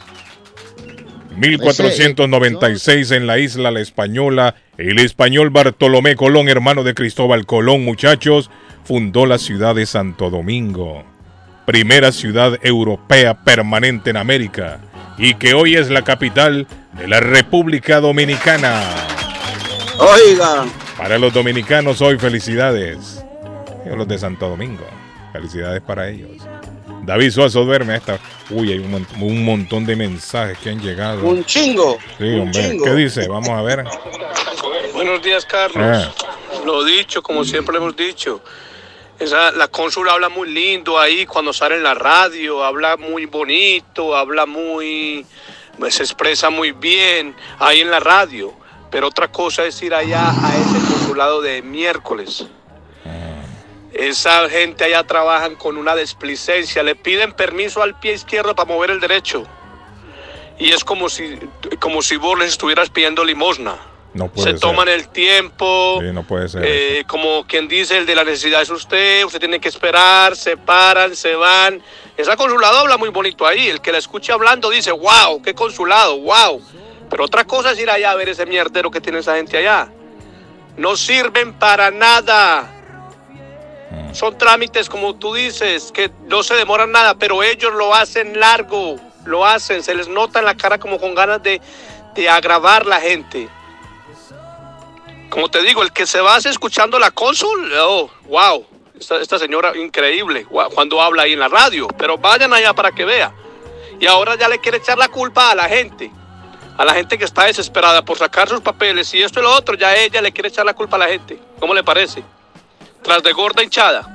1496 en la isla La Española. El español Bartolomé Colón, hermano de Cristóbal Colón, muchachos, fundó la ciudad de Santo Domingo, primera ciudad europea permanente en América, y que hoy es la capital de la República Dominicana. Oiga. Para los dominicanos hoy, felicidades. Y los de Santo Domingo, felicidades para ellos. David Suazo duerme a esta. Uy, hay un montón de mensajes que han llegado. Un chingo. Sí, hombre. ¿Qué dice? Vamos a ver. Buenos días, Carlos. Lo dicho, como siempre hemos dicho. La cónsul habla muy lindo ahí cuando sale en la radio, habla muy bonito, se expresa muy bien ahí en la radio. Pero otra cosa es ir allá a ese consulado de miércoles. Esa gente allá trabajan con una desplicencia, le piden permiso al pie izquierdo para mover el derecho. Y es como si vos les estuvieras pidiendo limosna. No puede ser. Toman el tiempo. Sí, no puede ser. Como quien dice, el de la necesidad es usted tiene que esperar, se paran, se van. Esa consulado habla muy bonito ahí. El que la escucha hablando dice, wow, qué consulado, wow. Pero otra cosa es ir allá a ver ese mierdero que tiene esa gente allá. No sirven para nada. Son trámites, como tú dices, que no se demoran nada, pero ellos lo hacen largo, se les nota en la cara como con ganas de agravar la gente. como te digo, el que se va escuchando la cónsul, oh, wow, esta señora increíble, wow, cuando habla ahí en la radio, pero vayan allá para que vea. Y ahora ya le quiere echar la culpa a la gente que está desesperada por sacar sus papeles y esto y lo otro, ya ella le quiere echar la culpa a la gente. ¿Cómo le parece? Tras de gorda hinchada.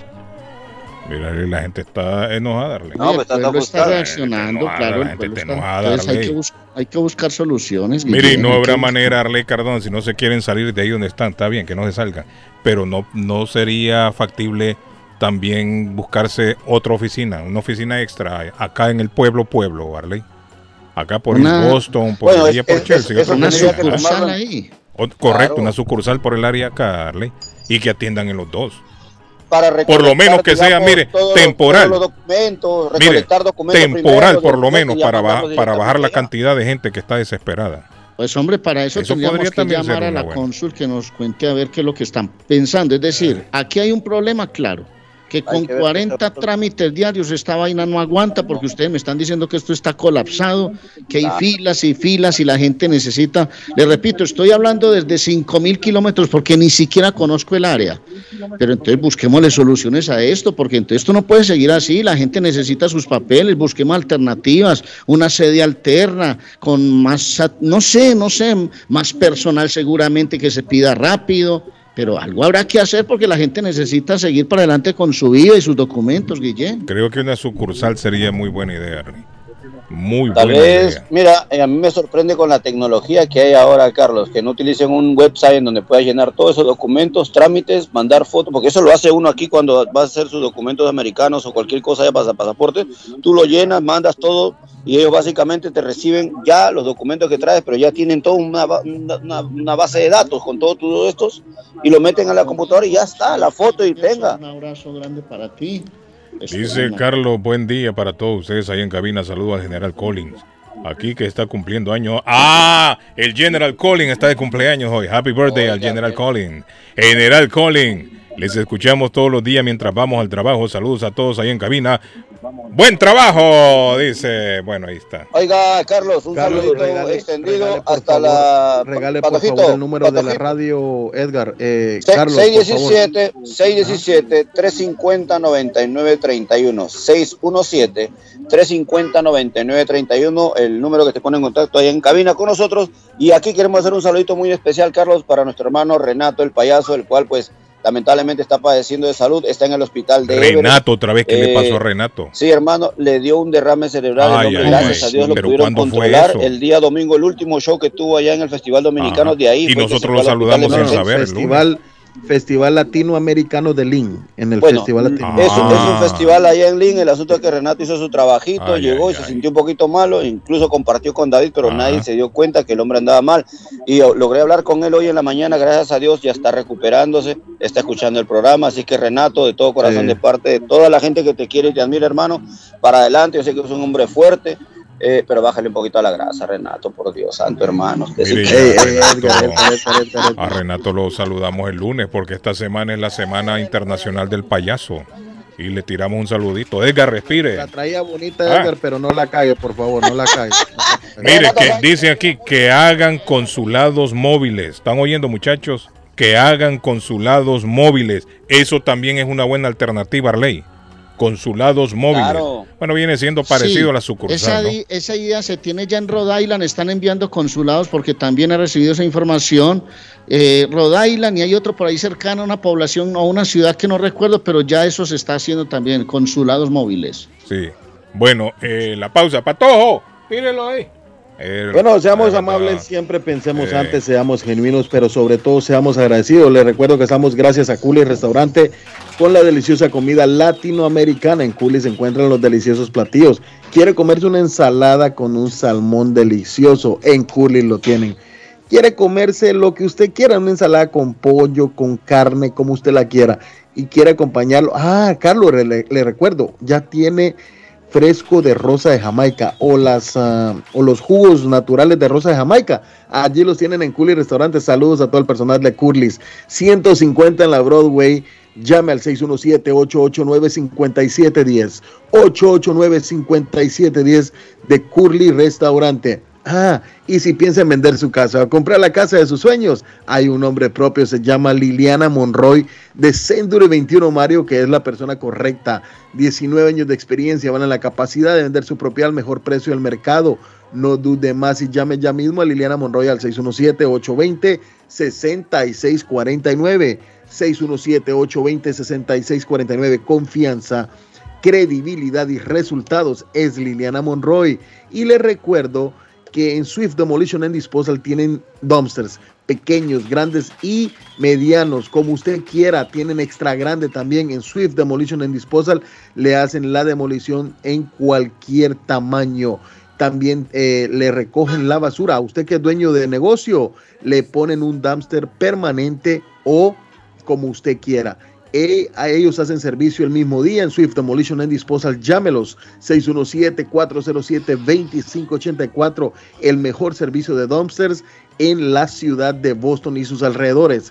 Mira, la gente está enojada. No, el pueblo está reaccionando, claro. La gente está enojada. Hay que buscar soluciones. Mire, no habrá manera, Arley Cardón, si no se quieren salir de ahí donde están, está bien, que no se salgan. Pero no sería factible también buscarse otra oficina, una oficina extra acá en el pueblo, Arley. Acá por Boston, por Chelsea. Una sucursal ahí. Correcto, claro. Una sucursal por el área acá, Arley. Y que atiendan en los dos. Por lo menos que sea, mire, temporal. Mire, temporal por lo menos para bajar la cantidad de gente que está desesperada. Pues hombre, para eso tendríamos que llamar a la cónsul que nos cuente a ver qué es lo que están pensando. Es decir, aquí hay un problema claro, que con 40 trámites diarios esta vaina no aguanta, porque ustedes me están diciendo que esto está colapsado, que hay filas y filas y la gente necesita. Les repito, estoy hablando desde 5.000 kilómetros porque ni siquiera conozco el área, pero entonces busquémosle soluciones a esto, porque entonces esto no puede seguir así. La gente necesita sus papeles, busquemos alternativas, una sede alterna con más, no sé, más personal seguramente que se pida rápido. Pero algo habrá que hacer porque la gente necesita seguir para adelante con su vida y sus documentos, Guillén. Creo que una sucursal sería muy buena idea, Arley. Muy Tal buena vez, idea. Mira, a mí me sorprende con la tecnología que hay ahora, Carlos, que no utilicen un website en donde puedas llenar todos esos documentos, trámites, mandar fotos, porque eso lo hace uno aquí cuando vas a hacer sus documentos americanos o cualquier cosa ya para pasaporte. Tú lo llenas, mandas todo y ellos básicamente te reciben ya los documentos que traes, pero ya tienen toda una base de datos con todos estos y lo meten a la computadora y ya está, la foto y tenga. Un abrazo grande para ti. Dice Carlos, buen día para todos ustedes ahí en cabina. Saludos al General Collins, aquí que está cumpliendo años. El General Collins está de cumpleaños hoy. Happy birthday al General Collins. General Collins, les escuchamos todos los días mientras vamos al trabajo. Saludos a todos ahí en cabina. Buen trabajo, dice. Bueno, ahí está. Oiga, Carlos, un saludito extendido hasta la... Regale, por favor, el número de la radio, Edgar. Carlos, 617-350-9931. 617-350-9931, el número que te pone en contacto ahí en cabina con nosotros. Y aquí queremos hacer un saludito muy especial, Carlos, para nuestro hermano Renato, el payaso, el cual, pues, lamentablemente está padeciendo de salud, está en el hospital de Renato, Everett. Otra vez, ¿qué le pasó a Renato? Sí, hermano, le dio un derrame cerebral. Gracias a Dios lo pudieron controlar. El día domingo, el último show que tuvo allá en el Festival Dominicano, de ahí. Y nosotros lo saludamos sin saber. Festival Latinoamericano de Lin, en el Festival Latinoamericano. Es un festival allá en Lin. El asunto es que Renato hizo su trabajito, llegó y se sintió un poquito malo, incluso compartió con David, pero nadie se dio cuenta que el hombre andaba mal. Y logré hablar con él hoy en la mañana, gracias a Dios, ya está recuperándose, está escuchando el programa. Así que Renato, de todo corazón, de parte de toda la gente que te quiere y te admira, hermano, para adelante. Yo sé que es un hombre fuerte. Pero bájale un poquito a la grasa, Renato, por Dios santo, hermano. A Renato lo saludamos el lunes porque esta semana es la Semana Internacional del Payaso y le tiramos un saludito. Edgar, respire. La traía bonita, Edgar, pero no la cague, por favor, no la cague. Mire, que dice aquí que hagan consulados móviles. ¿Están oyendo, muchachos? Que hagan consulados móviles. Eso también es una buena alternativa, Arley. Consulados móviles. Claro. Bueno, viene siendo parecido a la sucursal, ¿no? Esa idea se tiene ya en Rhode Island, están enviando consulados porque también he recibido esa información. Rhode Island y hay otro por ahí cercano a una población o una ciudad que no recuerdo, pero ya eso se está haciendo también, consulados móviles. Sí. Bueno, la pausa. Patojo, pídelo ahí. Bueno, seamos amables, siempre pensemos antes, seamos genuinos, pero sobre todo seamos agradecidos. Les recuerdo que estamos gracias a Cooley Restaurante con la deliciosa comida latinoamericana. En Cooley se encuentran los deliciosos platillos. ¿Quiere comerse una ensalada con un salmón delicioso? En Cooley lo tienen. ¿Quiere comerse lo que usted quiera? Una ensalada con pollo, con carne, como usted la quiera. Y quiere acompañarlo. Carlos, le recuerdo, ya tiene fresco de rosa de Jamaica o los jugos naturales de rosa de Jamaica. Allí los tienen en Cooley Restaurante. Saludos a todo el personal de Curly's. 150 en la Broadway. Llame al 617-889-5710. 889-5710 de Cooley Restaurante. Y si piensa en vender su casa o comprar la casa de sus sueños, hay un nombre propio, se llama Liliana Monroy de Century 21 Mario, que es la persona correcta. 19 años de experiencia, van a la capacidad de vender su propiedad al mejor precio del mercado. No dude más y llame ya mismo a Liliana Monroy al 617-820-6649. 617-820-6649. Confianza, credibilidad y resultados es Liliana Monroy. Y le recuerdo que en Swift Demolition and Disposal tienen dumpsters pequeños, grandes y medianos, como usted quiera. Tienen extra grande también. En Swift Demolition and Disposal le hacen la demolición en cualquier tamaño. También le recogen la basura. A usted que es dueño de negocio, le ponen un dumpster permanente o como usted quiera. A ellos hacen servicio el mismo día en Swift Demolition and Disposal. Llámelos 617-407-2584, el mejor servicio de dumpsters en la ciudad de Boston y sus alrededores.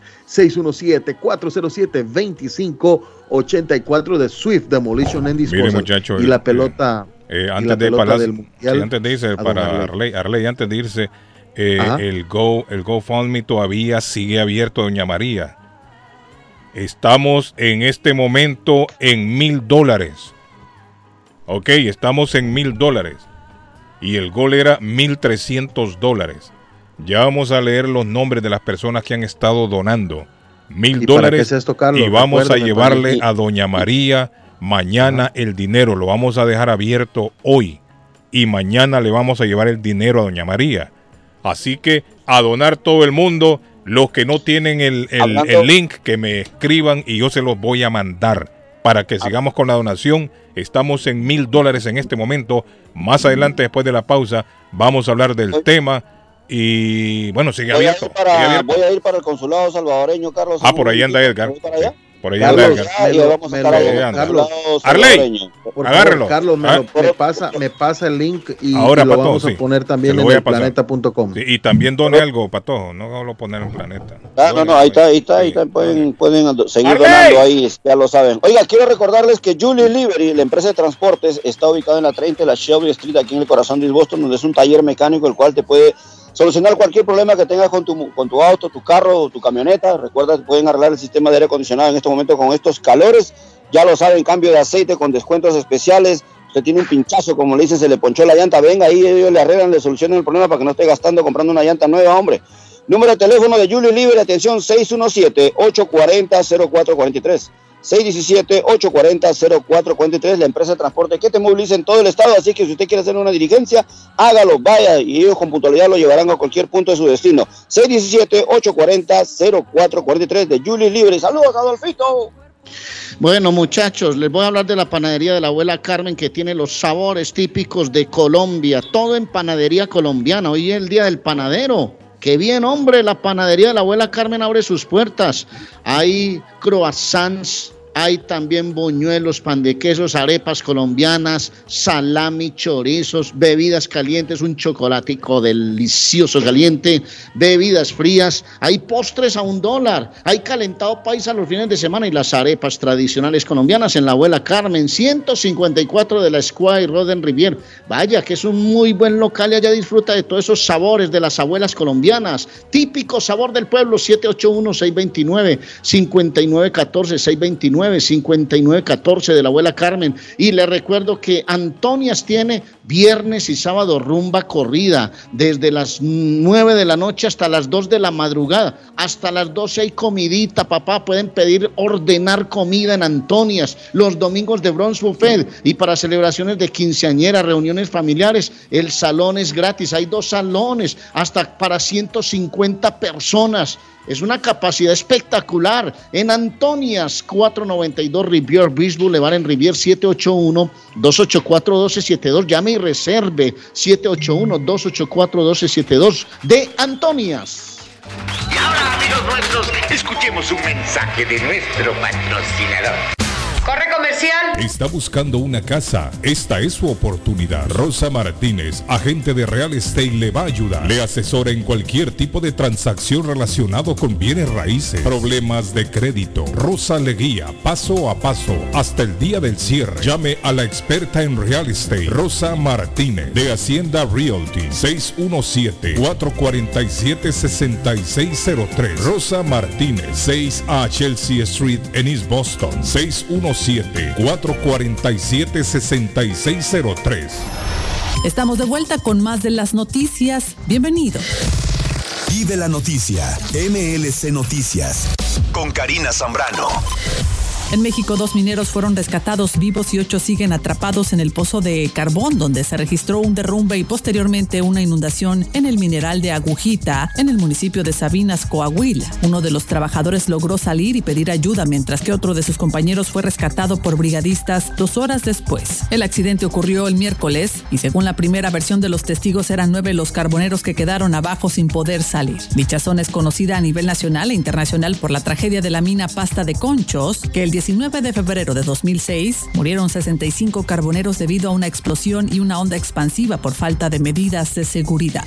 617-407-2584 de Swift Demolition and Disposal. Mire, muchacho, y la pelota antes de irse para Arley, antes de irse, el GoFundMe todavía sigue abierto, doña María. Estamos en este momento en $1,000. Ok, estamos en $1,000. Y el gol era $1,300. Ya vamos a leer los nombres de las personas que han estado donando $1,000. Y vamos a llevarle a doña María mañana el dinero. Lo vamos a dejar abierto hoy. Y mañana le vamos a llevar el dinero a doña María. Así que a donar todo el mundo. Los que no tienen el link, que me escriban y yo se los voy a mandar para que sigamos con la donación. Estamos en $1,000 en este momento. Más adelante, después de la pausa, vamos a hablar del tema. Y bueno, sigue abierto. Voy a ir para el consulado salvadoreño, Carlos. Por ahí anda Edgar. Por ahí Carlos, Arley, agárrelo. Carlos, me pasa el link y lo vamos a poner también en elplaneta.com. Sí, y también done algo, Patojo, no lo poner en Planeta. Ahí está, pueden seguir donando ahí, ya lo saben. Oiga, quiero recordarles que Julie Livery, la empresa de transportes, está ubicada en la 30 de la Shelby Street, aquí en el corazón de Boston, donde es un taller mecánico el cual te puede solucionar cualquier problema que tengas con tu auto, tu carro o tu camioneta. Recuerda que pueden arreglar el sistema de aire acondicionado en este momento con estos calores. Ya lo saben, cambio de aceite con descuentos especiales. Usted tiene un pinchazo, como le dicen, se le ponchó la llanta. Venga, ahí ellos le arreglan, le solucionan el problema para que no esté gastando comprando una llanta nueva, hombre. Número de teléfono de Julie Libre, atención, 617-840-0443. 617-840-0443, la empresa de transporte que te moviliza en todo el estado. Así que si usted quiere hacer una diligencia, hágalo, vaya, y ellos con puntualidad lo llevarán a cualquier punto de su destino. 617-840-0443 de Julie Libre. Saludos, Adolfito. Bueno, muchachos, les voy a hablar de la panadería de la abuela Carmen, que tiene los sabores típicos de Colombia, todo en panadería colombiana. Hoy es el día del panadero. Qué bien, hombre, la panadería de la abuela Carmen abre sus puertas. Hay croissants, hay también buñuelos, pan de quesos, arepas colombianas, salami, chorizos, bebidas calientes, un chocolatico delicioso caliente, bebidas frías, hay postres a $1, hay calentado paisa los fines de semana y las arepas tradicionales colombianas en la abuela Carmen, 154 de la Square Roden Rivier. Vaya, que es un muy buen local y allá disfruta de todos esos sabores de las abuelas colombianas. Típico sabor del pueblo, 781-629-5914, 629-5914 de la abuela Carmen. Y le recuerdo que Antonias tiene viernes y sábado rumba corrida, desde las 9 de la noche hasta las 2 de la madrugada, hasta las 12 hay comidita, papá, pueden pedir, ordenar comida en Antonias, los domingos de brunch buffet, y para celebraciones de quinceañera, reuniones familiares, el salón es gratis, hay 2 salones, hasta para 150 personas. Es una capacidad espectacular. En Antonias, 492 Rivier Beach Boulevard en Rivier, 781-284-1272. Llame y reserve, 781-284-1272 de Antonias. Y ahora, amigos nuestros, escuchemos un mensaje de nuestro patrocinador. Corre comercial. ¿Está buscando una casa? Esta es su oportunidad. Rosa Martínez, agente de Real Estate, le va a ayudar. Le asesora en cualquier tipo de transacción relacionado con bienes raíces, problemas de crédito. Rosa le guía paso a paso hasta el día del cierre. Llame a la experta en Real Estate, Rosa Martínez, de Hacienda Realty, 617-447-6603. Rosa Martínez, 6 a Chelsea Street en East Boston, 617-447-6603. Estamos de vuelta con más de las noticias. Bienvenido. Vive la noticia, MLC Noticias, con Karina Zambrano. En México, 2 mineros fueron rescatados vivos y 8 siguen atrapados en el pozo de carbón, donde se registró un derrumbe y posteriormente una inundación en el mineral de Agujita, en el municipio de Sabinas, Coahuila. Uno de los trabajadores logró salir y pedir ayuda, mientras que otro de sus compañeros fue rescatado por brigadistas 2 horas después. El accidente ocurrió el miércoles y según la primera versión de los testigos eran 9 los carboneros que quedaron abajo sin poder salir. Dicha zona es conocida a nivel nacional e internacional por la tragedia de la mina Pasta de Conchos, que el 19 de febrero de 2006 murieron 65 carboneros debido a una explosión y una onda expansiva por falta de medidas de seguridad.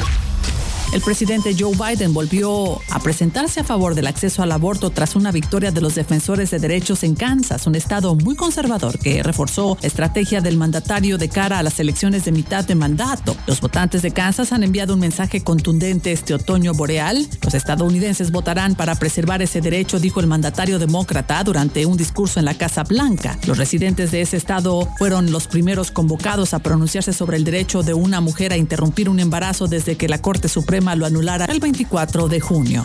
El presidente Joe Biden volvió a presentarse a favor del acceso al aborto tras una victoria de los defensores de derechos en Kansas, un estado muy conservador que reforzó la estrategia del mandatario de cara a las elecciones de mitad de mandato. Los votantes de Kansas han enviado un mensaje contundente este otoño boreal. Los estadounidenses votarán para preservar ese derecho, dijo el mandatario demócrata durante un discurso en la Casa Blanca. Los residentes de ese estado fueron los primeros convocados a pronunciarse sobre el derecho de una mujer a interrumpir un embarazo desde que la Corte Suprema lo anulara el 24 de junio.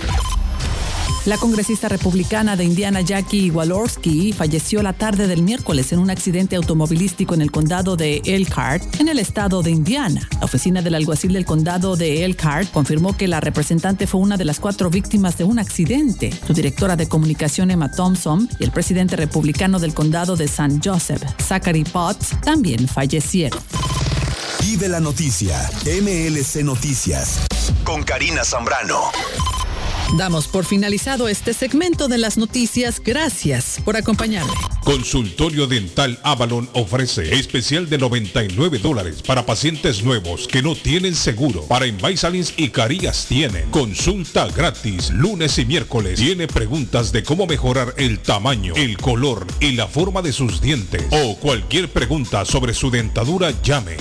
La congresista republicana de Indiana, Jackie Walorski, falleció la tarde del miércoles en un accidente automovilístico en el condado de Elkhart, en el estado de Indiana. La oficina del alguacil del condado de Elkhart confirmó que la representante fue una de las 4 víctimas de un accidente. Su directora de comunicación, Emma Thompson, y el presidente republicano del condado de St. Joseph, Zachary Potts, también fallecieron. Vive la noticia, MLC Noticias, con Karina Zambrano. Damos por finalizado este segmento de las noticias. Gracias por acompañarme. Consultorio Dental Avalon ofrece especial de $99 para pacientes nuevos que no tienen seguro. Para Invisalins y Carías tienen consulta gratis lunes y miércoles. Tiene preguntas de cómo mejorar el tamaño, el color y la forma de sus dientes o cualquier pregunta sobre su dentadura, llame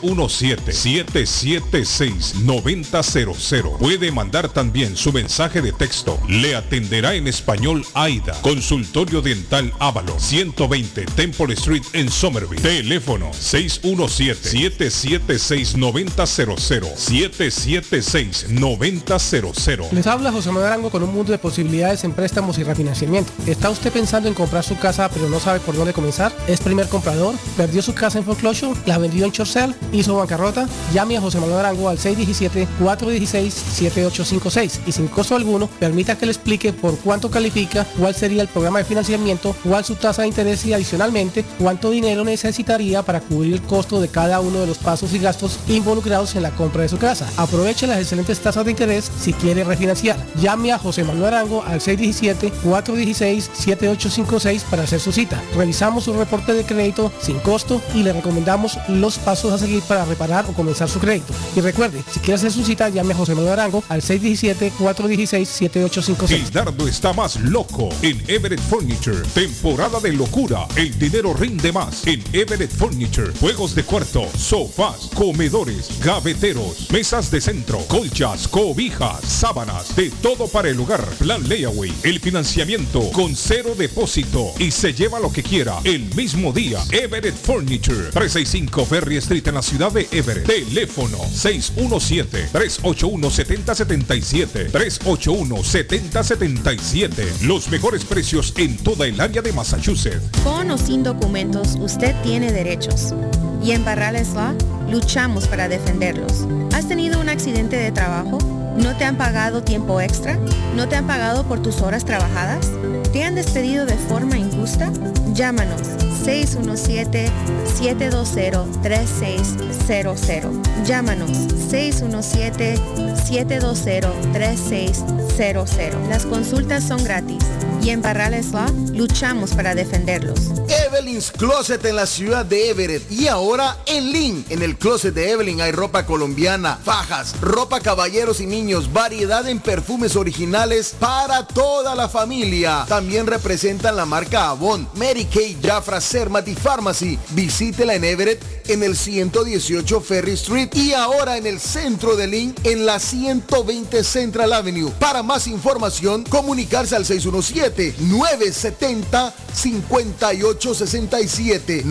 617-776-9000. Puede mandar también su mensaje de texto. Le atenderá en español Aida. Consultorio Dental Avalon, 120 Temple Street en Somerville. Teléfono 617-776-9000. 776-9000. Les habla José Manuel Arango con un mundo de posibilidades en préstamos y refinanciamiento. ¿Está usted pensando en comprar su casa pero no sabe por dónde comenzar? ¿Es primer comprador? ¿Perdió su casa en foreclosure? ¿La vendió en short sale? ¿Hizo bancarrota? Llame a José Manuel Arango al 617-416-7856 y sin costo alguno permita que le explique por cuánto califica, cuál sería el programa de financiamiento, cuál su tasa de interés y adicionalmente cuánto dinero necesitaría para cubrir el costo de cada uno de los pasos y gastos involucrados en la compra de su casa. Aproveche las excelentes tasas de interés si quiere refinanciar. Llame a José Manuel Arango al 617-416-7856 para hacer su cita. Revisamos su reporte de crédito sin costo y le recomendamos los pasos a seguir para reparar o comenzar su crédito. Y recuerde, si quiere hacer su cita, llame a José Manuel Arango al 617-416-7856. Gildardo está más loco en Everett Furniture. Temporada de locura. El dinero rinde más en Everett Furniture. Juegos de cuarto, sofás, comedores, gaveteros, mesas de centro, colchas, cobijas, sábanas, de todo para el hogar. Plan layaway. El financiamiento con 0 depósito y se lleva lo que quiera el mismo día. Everett Furniture. 365 Ferry Street en la ciudad de Everett. Teléfono 617-381-7077. 381-7077. Los mejores precios en toda el área de Massachusetts. Con o sin documentos, usted tiene derechos. Y en Barrales Law, luchamos para defenderlos. ¿Has tenido un accidente de trabajo? ¿No te han pagado tiempo extra? ¿No te han pagado por tus horas trabajadas? ¿Te han despedido de forma injusta? Llámanos 617-720-3600. Llámanos 617-720-3600. Las consultas son gratis. Y en Barrales Law, luchamos para defenderlos. Evelyn's Closet en la ciudad de Everett y ahora en Lynn. En el closet de Evelyn hay ropa colombiana, fajas, ropa caballeros y niños, variedad en perfumes originales para toda la familia. También representan la marca Avon, Mary Kay, Jafra, Cermati Pharmacy. Visítela en Everett en el 118 Ferry Street y ahora en el centro de Lynn en la 120 Central Avenue. Para más información, comunicarse al 617-970-5867.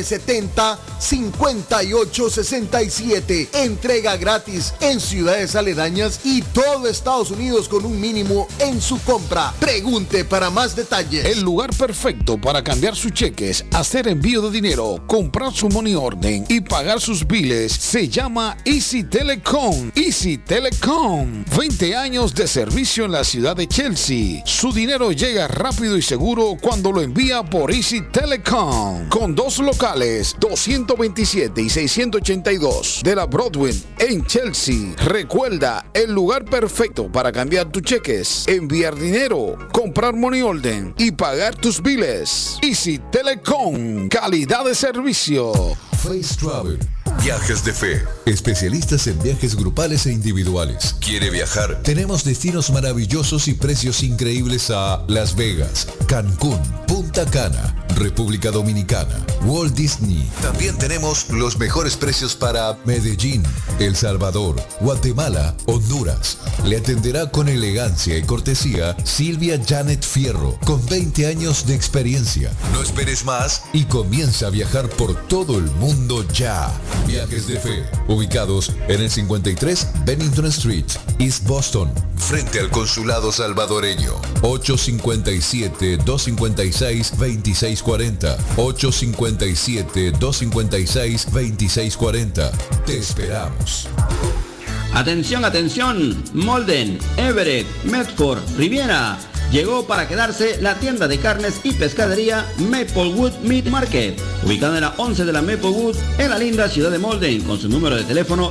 970-5867. Entrega gratis en ciudades aledañas y todo Estados Unidos con un mínimo en su compra. Pregunte para más detalles. El lugar perfecto para cambiar sus cheques, hacer envío de dinero, comprar su money order y pagar sus biles se llama Easy Telecom. Easy Telecom, 20 años de servicio en la ciudad de Chelsea. Su dinero llega rápido y seguro cuando lo envía por Easy Telecom. Con 2 locales, 227 y 682 de la Broadway en Chelsea. Recuerda, el lugar perfecto para cambiar tus cheques, enviar dinero, comprar money order y pagar tus biles. Easy Telecom, calidad de servicio. Face Travel. Viajes de Fe. Especialistas en viajes grupales e individuales. ¿Quiere viajar? Tenemos destinos maravillosos y precios increíbles a Las Vegas, Cancún, Punta Cana, República Dominicana, Walt Disney. También tenemos los mejores precios para Medellín, El Salvador, Guatemala, Honduras. Le atenderá con elegancia y cortesía Silvia Janet Fierro, con 20 años de experiencia. No esperes más y comienza a viajar por todo el mundo ya. Viajes de Fe, ubicados en el 53 Bennington Street, East Boston, frente al consulado salvadoreño. 857-256-2640. 857-256-2640. Te esperamos. Atención, atención, Malden, Everett, Medford, Riviera. Llegó para quedarse la tienda de carnes y pescadería Maplewood Meat Market, ubicada en la 11 de la Maplewood, en la linda ciudad de Malden, con su número de teléfono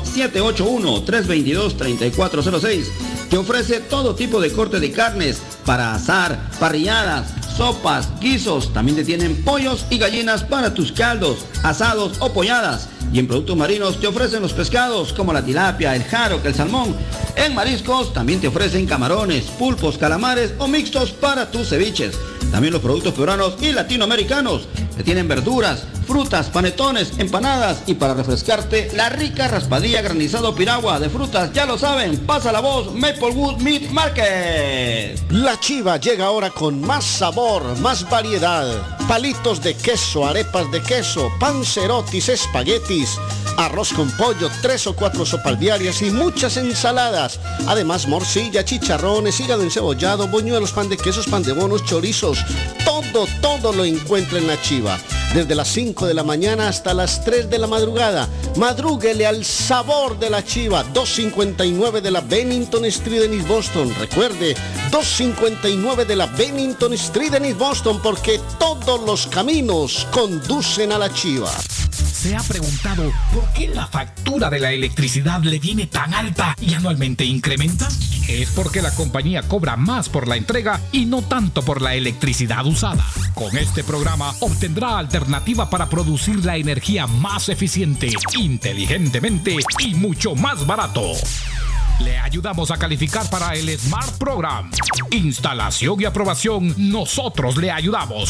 781-322-3406. Te ofrece todo tipo de corte de carnes para asar, parrilladas, sopas, guisos. También te tienen pollos y gallinas para tus caldos, asados o polladas. Y en productos marinos te ofrecen los pescados como la tilapia, el haddock, el salmón. En mariscos también te ofrecen camarones, pulpos, calamares o mixtos para tus ceviches. También los productos peruanos y latinoamericanos. Te tienen verduras, frutas, panetones, empanadas y para refrescarte la rica raspadilla granizado piragua de frutas. Ya lo saben, pasa la voz, Maplewood Meat Market. La Chiva llega ahora con más sabor, más variedad. Palitos de queso, arepas de queso, panzerotis, espaguetis, arroz con pollo, 3 o 4 sopas diarias y muchas ensaladas. Además, morcilla, chicharrones, hígado encebollado, boñuelos, pan de quesos, pan de bonos, chorizos. Todo lo encuentra en La Chiva. Desde las 5 de la mañana hasta las 3 de la madrugada. Madrúguele al sabor de La Chiva. 259 de la Bennington Street en East Boston. Recuerde, 259 de la Bennington Street en East Boston, porque todos los caminos conducen a La Chiva. ¿Se ha preguntado por qué la factura de la electricidad le viene tan alta y anualmente incrementa? Es porque la compañía cobra más por la entrega y no tanto por la electricidad usada. Con este programa obtendrá alternativa para producir la energía más eficiente, inteligentemente y mucho más barato. Le ayudamos a calificar para el Smart Program. Instalación y aprobación, nosotros le ayudamos.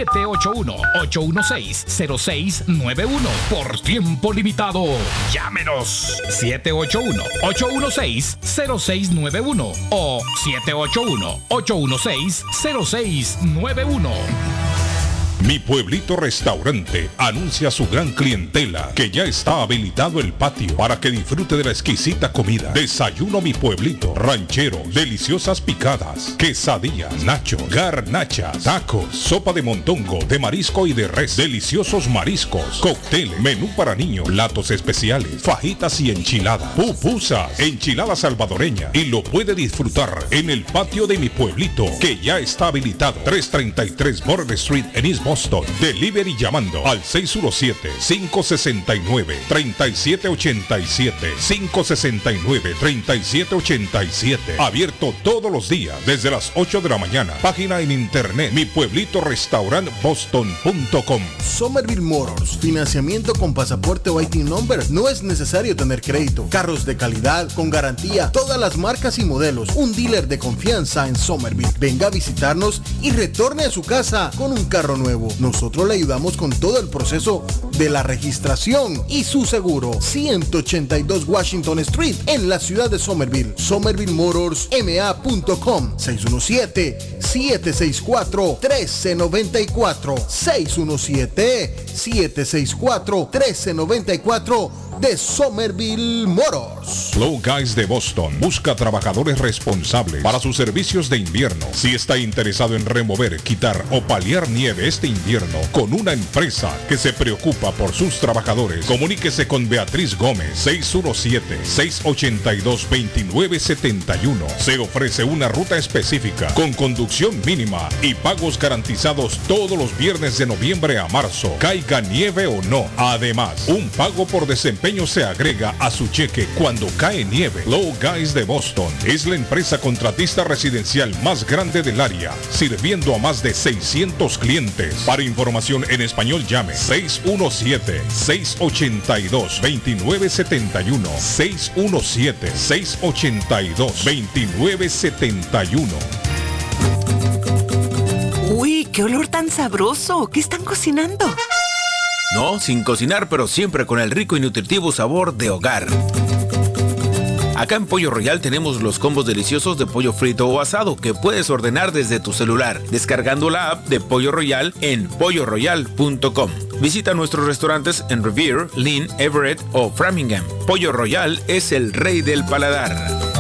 781-816-0691. Por tiempo limitado. Llámenos. 781-816-0691 o 781-816-0691. Mi Pueblito Restaurante anuncia a su gran clientela que ya está habilitado el patio para que disfrute de la exquisita comida. Desayuno Mi Pueblito, ranchero, deliciosas picadas, quesadillas, nachos, garnachas, tacos, sopa de montongo, de marisco y de res, deliciosos mariscos, cócteles, menú para niños, platos especiales, fajitas y enchiladas, pupusas, enchilada salvadoreña, y lo puede disfrutar en el patio de Mi Pueblito, que ya está habilitado. 333 Border Street en East Boston. Boston. Delivery llamando al 617-569-3787. 569-3787. Abierto todos los días desde las 8 de la mañana. Página en internet mipueblitorestaurantboston.com. Somerville Motors, financiamiento con pasaporte o IT number. No es necesario tener crédito. Carros de calidad, con garantía, todas las marcas y modelos. Un dealer de confianza en Somerville. Venga a visitarnos y retorne a su casa con un carro nuevo. Nosotros le ayudamos con todo el proceso de la registración y su seguro. 182 Washington Street en la ciudad de Somerville. SomervilleMotorsMA.com. 617-764-1394. 617-764-1394 de Somerville Motors. Low Guys de Boston busca trabajadores responsables para sus servicios de invierno. Si está interesado en remover, quitar o paliar nieve este invierno con una empresa que se preocupa por sus trabajadores, comuníquese con Beatriz Gómez. 617-682-2971. Se ofrece una ruta específica con conducción mínima y pagos garantizados todos los viernes de noviembre a marzo, caiga nieve o no. Además, un pago por desempeño se agrega a su cheque cuando cae nieve. Low Guys de Boston es la empresa contratista residencial más grande del área, sirviendo a más de 600 clientes. Para información en español llame 617-682-2971. 617-682-2971. Uy, qué olor tan sabroso. ¿Qué están cocinando? No, sin cocinar, pero siempre con el rico y nutritivo sabor de hogar. Acá en Pollo Royal tenemos los combos deliciosos de pollo frito o asado que puedes ordenar desde tu celular, descargando la app de Pollo Royal en polloroyal.com. Visita nuestros restaurantes en Revere, Lynn, Everett o Framingham. Pollo Royal es el rey del paladar.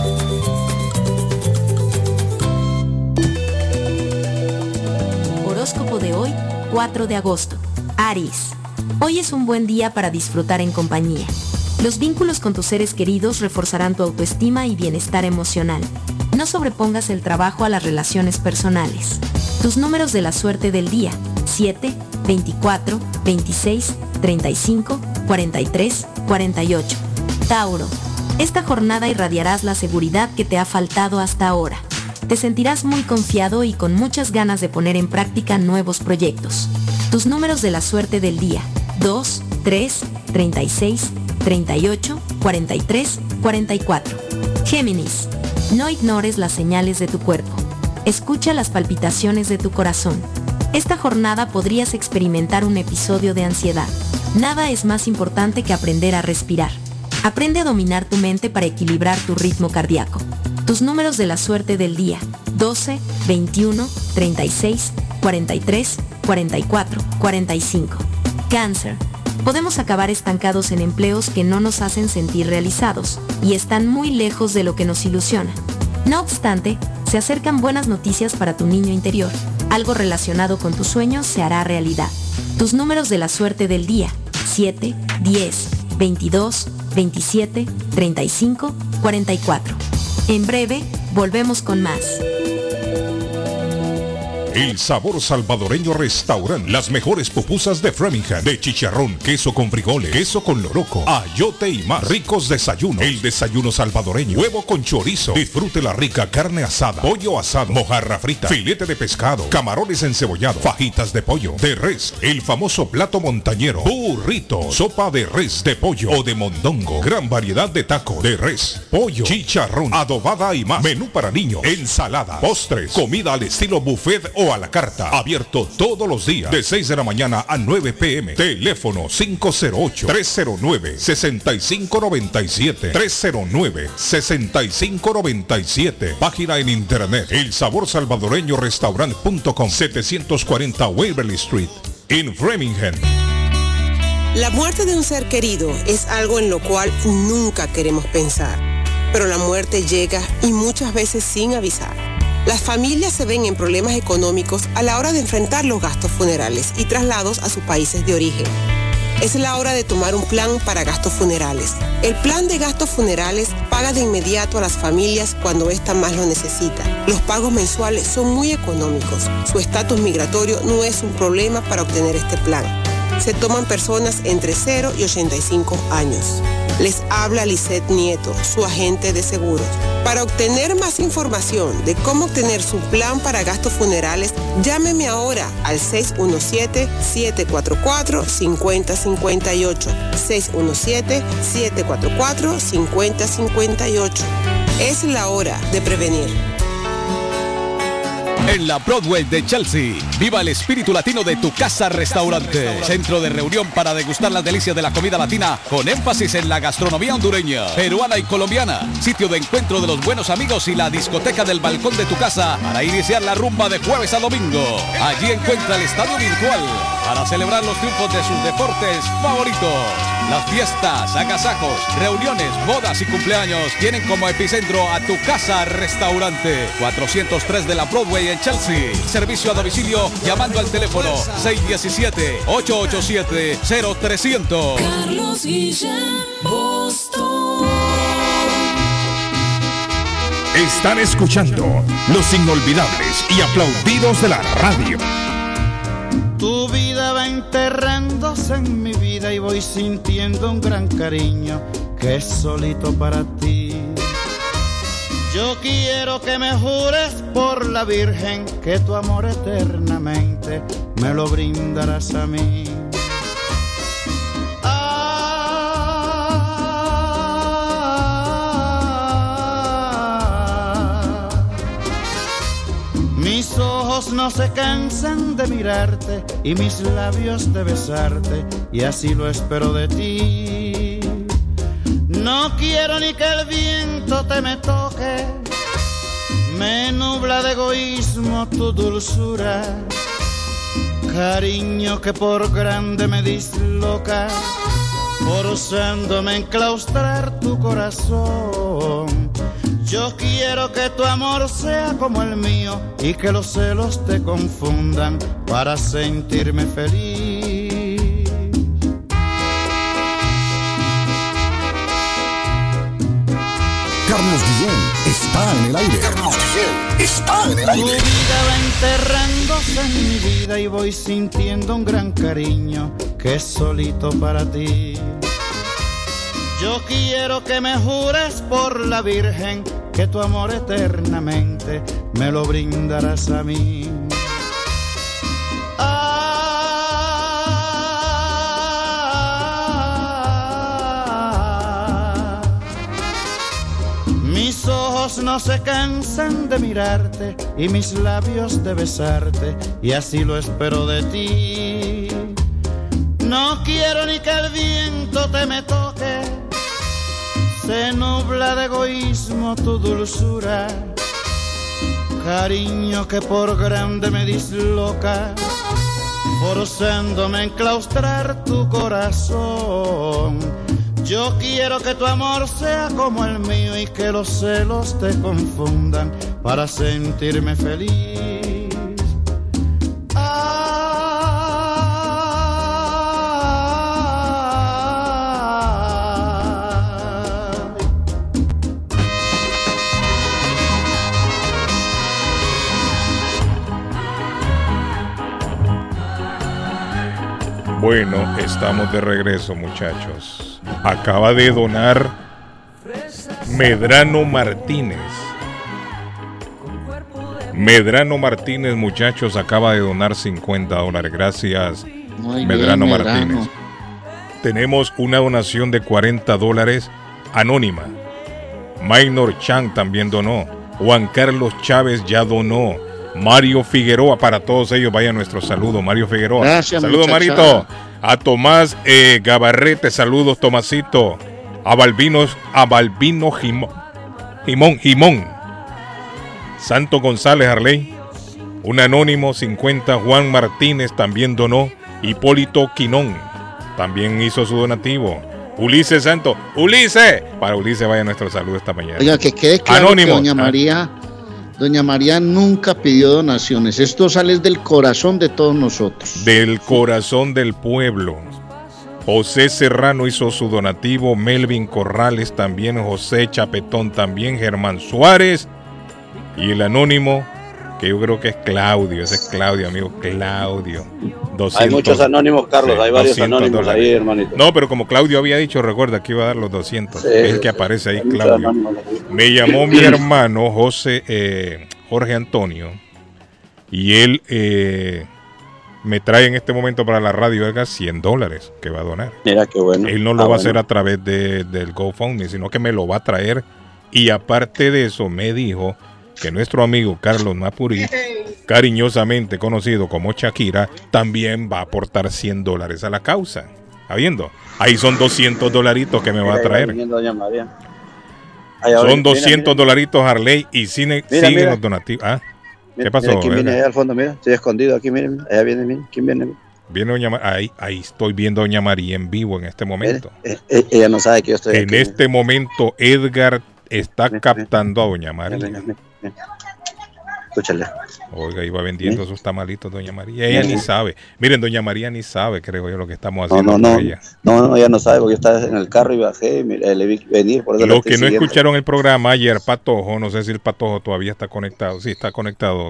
Horóscopo de hoy, 4 de agosto. Aries. Hoy es un buen día para disfrutar en compañía. Los vínculos con tus seres queridos reforzarán tu autoestima y bienestar emocional. No sobrepongas el trabajo a las relaciones personales. Tus números de la suerte del día: 7, 24, 26, 35, 43, 48. Tauro. Esta jornada irradiarás la seguridad que te ha faltado hasta ahora. Te sentirás muy confiado y con muchas ganas de poner en práctica nuevos proyectos. Tus números de la suerte del día: 2, 3, 36, 38, 43, 44. Géminis. No ignores las señales de tu cuerpo. Escucha las palpitaciones de tu corazón. Esta jornada podrías experimentar un episodio de ansiedad. Nada es más importante que aprender a respirar. Aprende a dominar tu mente para equilibrar tu ritmo cardíaco. Tus números de la suerte del día: 12, 21, 36, 43, 44, 45. Cáncer. Podemos acabar estancados en empleos que no nos hacen sentir realizados y están muy lejos de lo que nos ilusiona. No obstante, se acercan buenas noticias para tu niño interior. Algo relacionado con tus sueños se hará realidad. Tus números de la suerte del día: 7, 10, 22, 27, 35, 44. En breve, volvemos con más. El Sabor Salvadoreño Restaurant. Las mejores pupusas de Framingham, de chicharrón, queso con frijoles, queso con loroco, ayote y más. Ricos desayunos. El desayuno salvadoreño. Huevo con chorizo. Disfrute la rica carne asada, pollo asado, mojarra frita, filete de pescado, camarones encebollados, fajitas de pollo, de res, el famoso plato montañero, burrito, sopa de res, de pollo o de mondongo. Gran variedad de tacos de res, pollo, chicharrón, adobada y más. Menú para niños, ensalada, postres, comida al estilo buffet o a la carta. Abierto todos los días de 6 de la mañana a 9 p.m. Teléfono 508-309-6597. 309-6597. Página en internet elsaborsalvadoreñorestaurant.com. 740 Waverly Street en Framingham. La muerte de un ser querido es algo en lo cual nunca queremos pensar, pero la muerte llega y muchas veces sin avisar. Las familias se ven en problemas económicos a la hora de enfrentar los gastos funerales y traslados a sus países de origen. Es la hora de tomar un plan para gastos funerales. El plan de gastos funerales paga de inmediato a las familias cuando ésta más lo necesita. Los pagos mensuales son muy económicos. Su estatus migratorio no es un problema para obtener este plan. Se toman personas entre 0 y 85 años. Les habla Lisette Nieto, su agente de seguros. Para obtener más información de cómo obtener su plan para gastos funerales, llámeme ahora al 617-744-5058. 617-744-5058. Es la hora de prevenir. En la Broadway de Chelsea, viva el espíritu latino de Tu Casa Restaurante. Centro de reunión para degustar las delicias de la comida latina con énfasis en la gastronomía hondureña, peruana y colombiana. Sitio de encuentro de los buenos amigos y la discoteca del balcón de tu casa para iniciar la rumba de jueves a domingo. Allí encuentra el estadio virtual para celebrar los triunfos de sus deportes favoritos. Las fiestas, agasajos, reuniones, bodas y cumpleaños tienen como epicentro a Tu Casa Restaurante. 403 de la Broadway en Chelsea. Servicio a domicilio llamando al teléfono 617-887-0300. Carlos Guillén, Boston. Están escuchando los inolvidables y aplaudidos de la radio. Tu vida va enterrándose en mi vida y voy sintiendo un gran cariño que es solito para ti. Yo quiero que me jures por la Virgen que tu amor eternamente me lo brindarás a mí. Mis ojos no se cansan de mirarte y mis labios de besarte, y así lo espero de ti. No quiero ni que el viento te me toque, me nubla de egoísmo tu dulzura. Cariño que por grande me disloca, forzándome a enclaustrar tu corazón. Yo quiero que tu amor sea como el mío y que los celos te confundan para sentirme feliz. Carlos Guillén está en el aire. Carlos Guillén está en el aire. Tu vida va enterrándose en mi vida y voy sintiendo un gran cariño que es solito para ti. Yo quiero que me jures por la Virgen que tu amor eternamente me lo brindarás a mí. Mis ojos no se cansan de mirarte y mis labios de besarte, y así lo espero de ti. No quiero ni que el viento te me toque, se nubla de egoísmo tu dulzura. Cariño que por grande me disloca, forzándome a enclaustrar tu corazón. Yo quiero que tu amor sea como el mío y que los celos te confundan para sentirme feliz. Bueno, estamos de regreso, muchachos. Acaba de donar Medrano Martínez. Medrano Martínez, muchachos, acaba de donar $50. Gracias, Medrano Martínez. Tenemos una donación de $40 anónima. Maynor Chang también donó. Juan Carlos Chávez ya donó. Mario Figueroa, para todos ellos vaya nuestro saludo. Mario Figueroa, gracias, saludos, Marito. A Tomás Gabarrete, saludos, Tomasito. A Balbino Jimón. Santo González Arley, un anónimo 50. Juan Martínez también donó. Hipólito Quinón también hizo su donativo. Ulises Santo, Ulises, para Ulises vaya nuestro saludo esta mañana. Oiga, que quede claro anónimo, que Doña María nunca pidió donaciones. Esto sale del corazón de todos nosotros. Del corazón del pueblo. José Serrano hizo su donativo, Melvin Corrales también, José Chapetón también, Germán Suárez y el anónimo, que yo creo que es Claudio, ese es Claudio, amigo, Claudio. 200, hay muchos anónimos, Carlos, sí, hay varios anónimos $200. Ahí, hermanito. No, pero como Claudio había dicho, recuerda que iba a dar los 200, sí, es el que aparece ahí, Claudio. Me llamó mi hermano Jorge Antonio, y él me trae en este momento para la radio $100 que va a donar. Mira qué bueno. Él no lo va a hacer a través del GoFundMe, sino que me lo va a traer, y aparte de eso me dijo que nuestro amigo Carlos Mapurí, cariñosamente conocido como Shakira, también va a aportar $100 a la causa. ¿Está viendo? Ahí son $200 que me va a traer. Son $200 Harley y siguen los donativos. Ah, ¿qué pasó? Mira, ¿quién viene ahí al fondo? Mira, estoy escondido aquí, miren. Allá viene, miren. ¿Quién viene? Viene Doña María. Ahí estoy viendo a Doña María en vivo en este momento. Ella no sabe que yo estoy en aquí. En este momento Edgar está captando a Doña María. Escúchale. Oiga, iba vendiendo sus tamalitos Doña María. Ella ni sabe. Miren, Doña María ni sabe, creo yo, lo que estamos haciendo con ella. No, ella no sabe porque está en el carro y bajé y le vi venir. Por eso los que no escucharon el programa ayer, Patojo, no sé si el Patojo todavía está conectado. Sí, está conectado.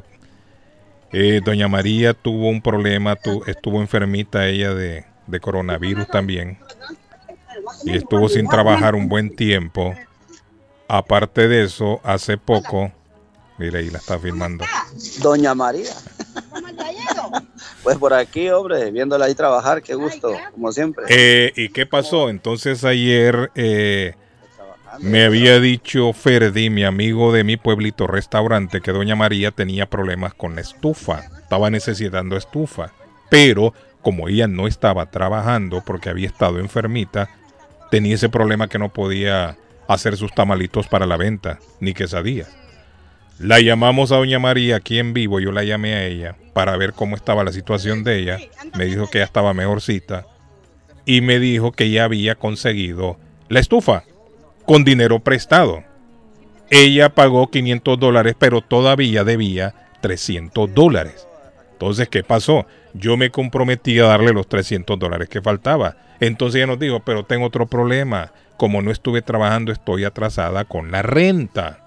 Doña María tuvo un problema, estuvo enfermita ella de coronavirus también. Y estuvo sin trabajar un buen tiempo. Aparte de eso, hace poco, mira, ahí la está filmando. Doña María. Pues por aquí, hombre, viéndola ahí trabajar, qué gusto, como siempre. ¿Y qué pasó? Entonces ayer me había dicho Ferdi, mi amigo de mi pueblito restaurante, que Doña María tenía problemas con la estufa, estaba necesitando estufa, pero como ella no estaba trabajando porque había estado enfermita, tenía ese problema que no podía hacer sus tamalitos para la venta, ni quesadillas. La llamamos a Doña María aquí en vivo, yo la llamé a ella para ver cómo estaba la situación de ella, me dijo que ya estaba mejorcita y me dijo que ya había conseguido la estufa con dinero prestado. Ella pagó $500, pero todavía debía $300. Entonces, ¿qué pasó? Yo me comprometí a darle los $300 que faltaba. Entonces ella nos dijo, pero tengo otro problema. Como no estuve trabajando, estoy atrasada con la renta.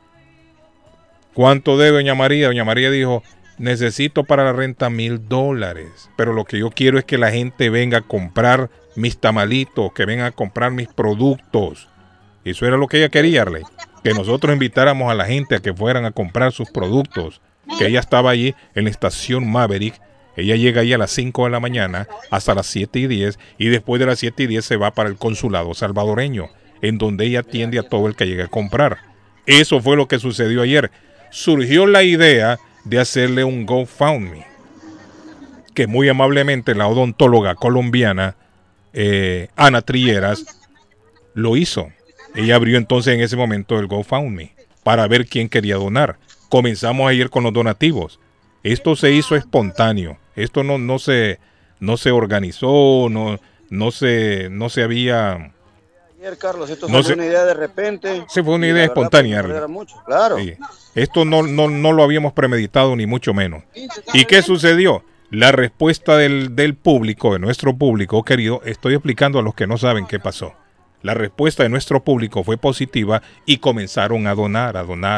¿Cuánto debe Doña María? Doña María dijo, necesito para la renta $1,000. Pero lo que yo quiero es que la gente venga a comprar mis tamalitos, que venga a comprar mis productos. Eso era lo que ella quería, Arley. Que nosotros invitáramos a la gente a que fueran a comprar sus productos. Que ella estaba allí en la estación Maverick. Ella llega ahí a las 5 de la mañana hasta las 7:10 y después de las 7:10 se va para el consulado salvadoreño, en donde ella atiende a todo el que llegue a comprar. Eso fue lo que sucedió ayer. Surgió la idea de hacerle un GoFundMe, que muy amablemente la odontóloga colombiana Ana Trilleras lo hizo. Ella abrió entonces en ese momento el GoFundMe para ver quién quería donar. Comenzamos ayer con los donativos. Esto se hizo espontáneo. Esto no se organizó, no se había. Ayer, Carlos, esto fue una idea de repente. Sí, fue una idea espontánea. Claro. Sí. Esto no lo habíamos premeditado ni mucho menos. ¿Y qué sucedió? La respuesta del público, de nuestro público querido, estoy explicando a los que no saben qué pasó. La respuesta de nuestro público fue positiva y comenzaron a donar.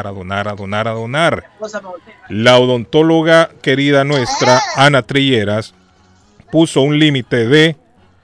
La odontóloga querida nuestra, Ana Trilleras, puso un límite de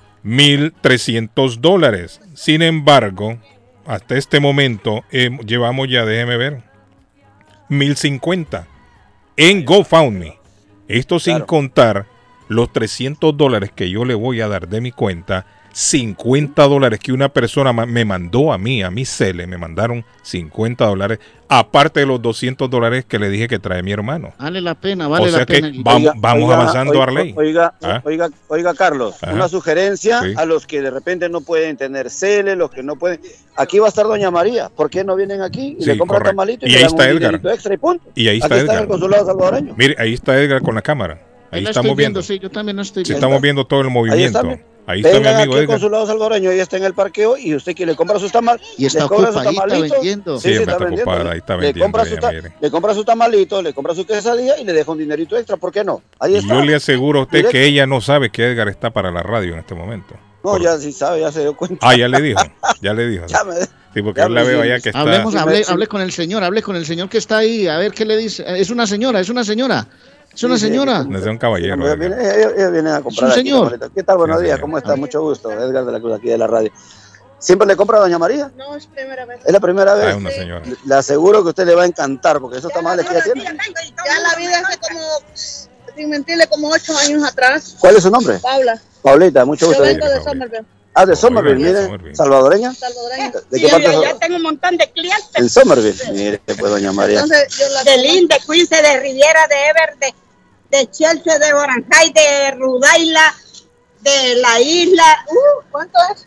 $1,300. Sin embargo, hasta este momento llevamos ya, déjeme ver, $1,050 en GoFundMe. Esto sin contar los $300 que yo le voy a dar de mi cuenta, $50 que una persona me mandó a mi cele, me mandaron $50, aparte de los $200 que le dije que trae mi hermano. Vale la pena, vale la pena. Vamos avanzando, Arley. Oiga, Carlos, una sugerencia a los que de repente no pueden tener cele, los que no pueden. Aquí va a estar Doña María. ¿Por qué no vienen aquí y le compran tamalito y ahí está Edgar? Extra y punto. Y ahí está Edgar. Está en el consulado salvadoreño. Mire, ahí está Edgar con la cámara. Ahí estamos viendo. Sí, yo también no estoy viendo. Estamos viendo todo el movimiento. Ahí está mi amigo aquí al consulado salvadoreño, ella está en el parqueo y usted que le compra sus tamales y está ocupadita vendiendo. Sí, está ocupada, ahí está vendiendo. Le compra su tamalito, le compra su quesadilla y le deja un dinerito extra, ¿por qué no? Ahí está. Yo le aseguro a usted que ella no sabe que Edgar está para la radio en este momento. No, ya sí sabe, ya se dio cuenta. Ah, ya le dijo. Sí, porque yo la veo allá que está. Hable con el señor que está ahí, a ver qué le dice. Es una señora. No es un caballero. Ella viene a comprar. Es un señor. ¿Qué tal? Buenos días, ¿cómo está? Mucho gusto. Edgar de la Cruz, aquí de la radio. ¿Siempre le compra a doña María? No, es primera vez. ¿Es la primera vez? Es una señora. Le aseguro que a usted le va a encantar, porque esos tamales que ella tiene. Ya la vida hace como, sin mentirle, como 8 años atrás. ¿Cuál es su nombre? Paula. Paulita, mucho gusto. Yo vengo de Somerville. Ah, de Somerville, mire. ¿Salvadoreña? ¿De qué parte? Ya tengo un montón de clientes. En Somerville. Mire, pues, doña María. De Lynn, de Quince, de Riviera, de Ever, de Chelsea, de Oranjay, de Rudaila, de la isla. ¿Cuánto es?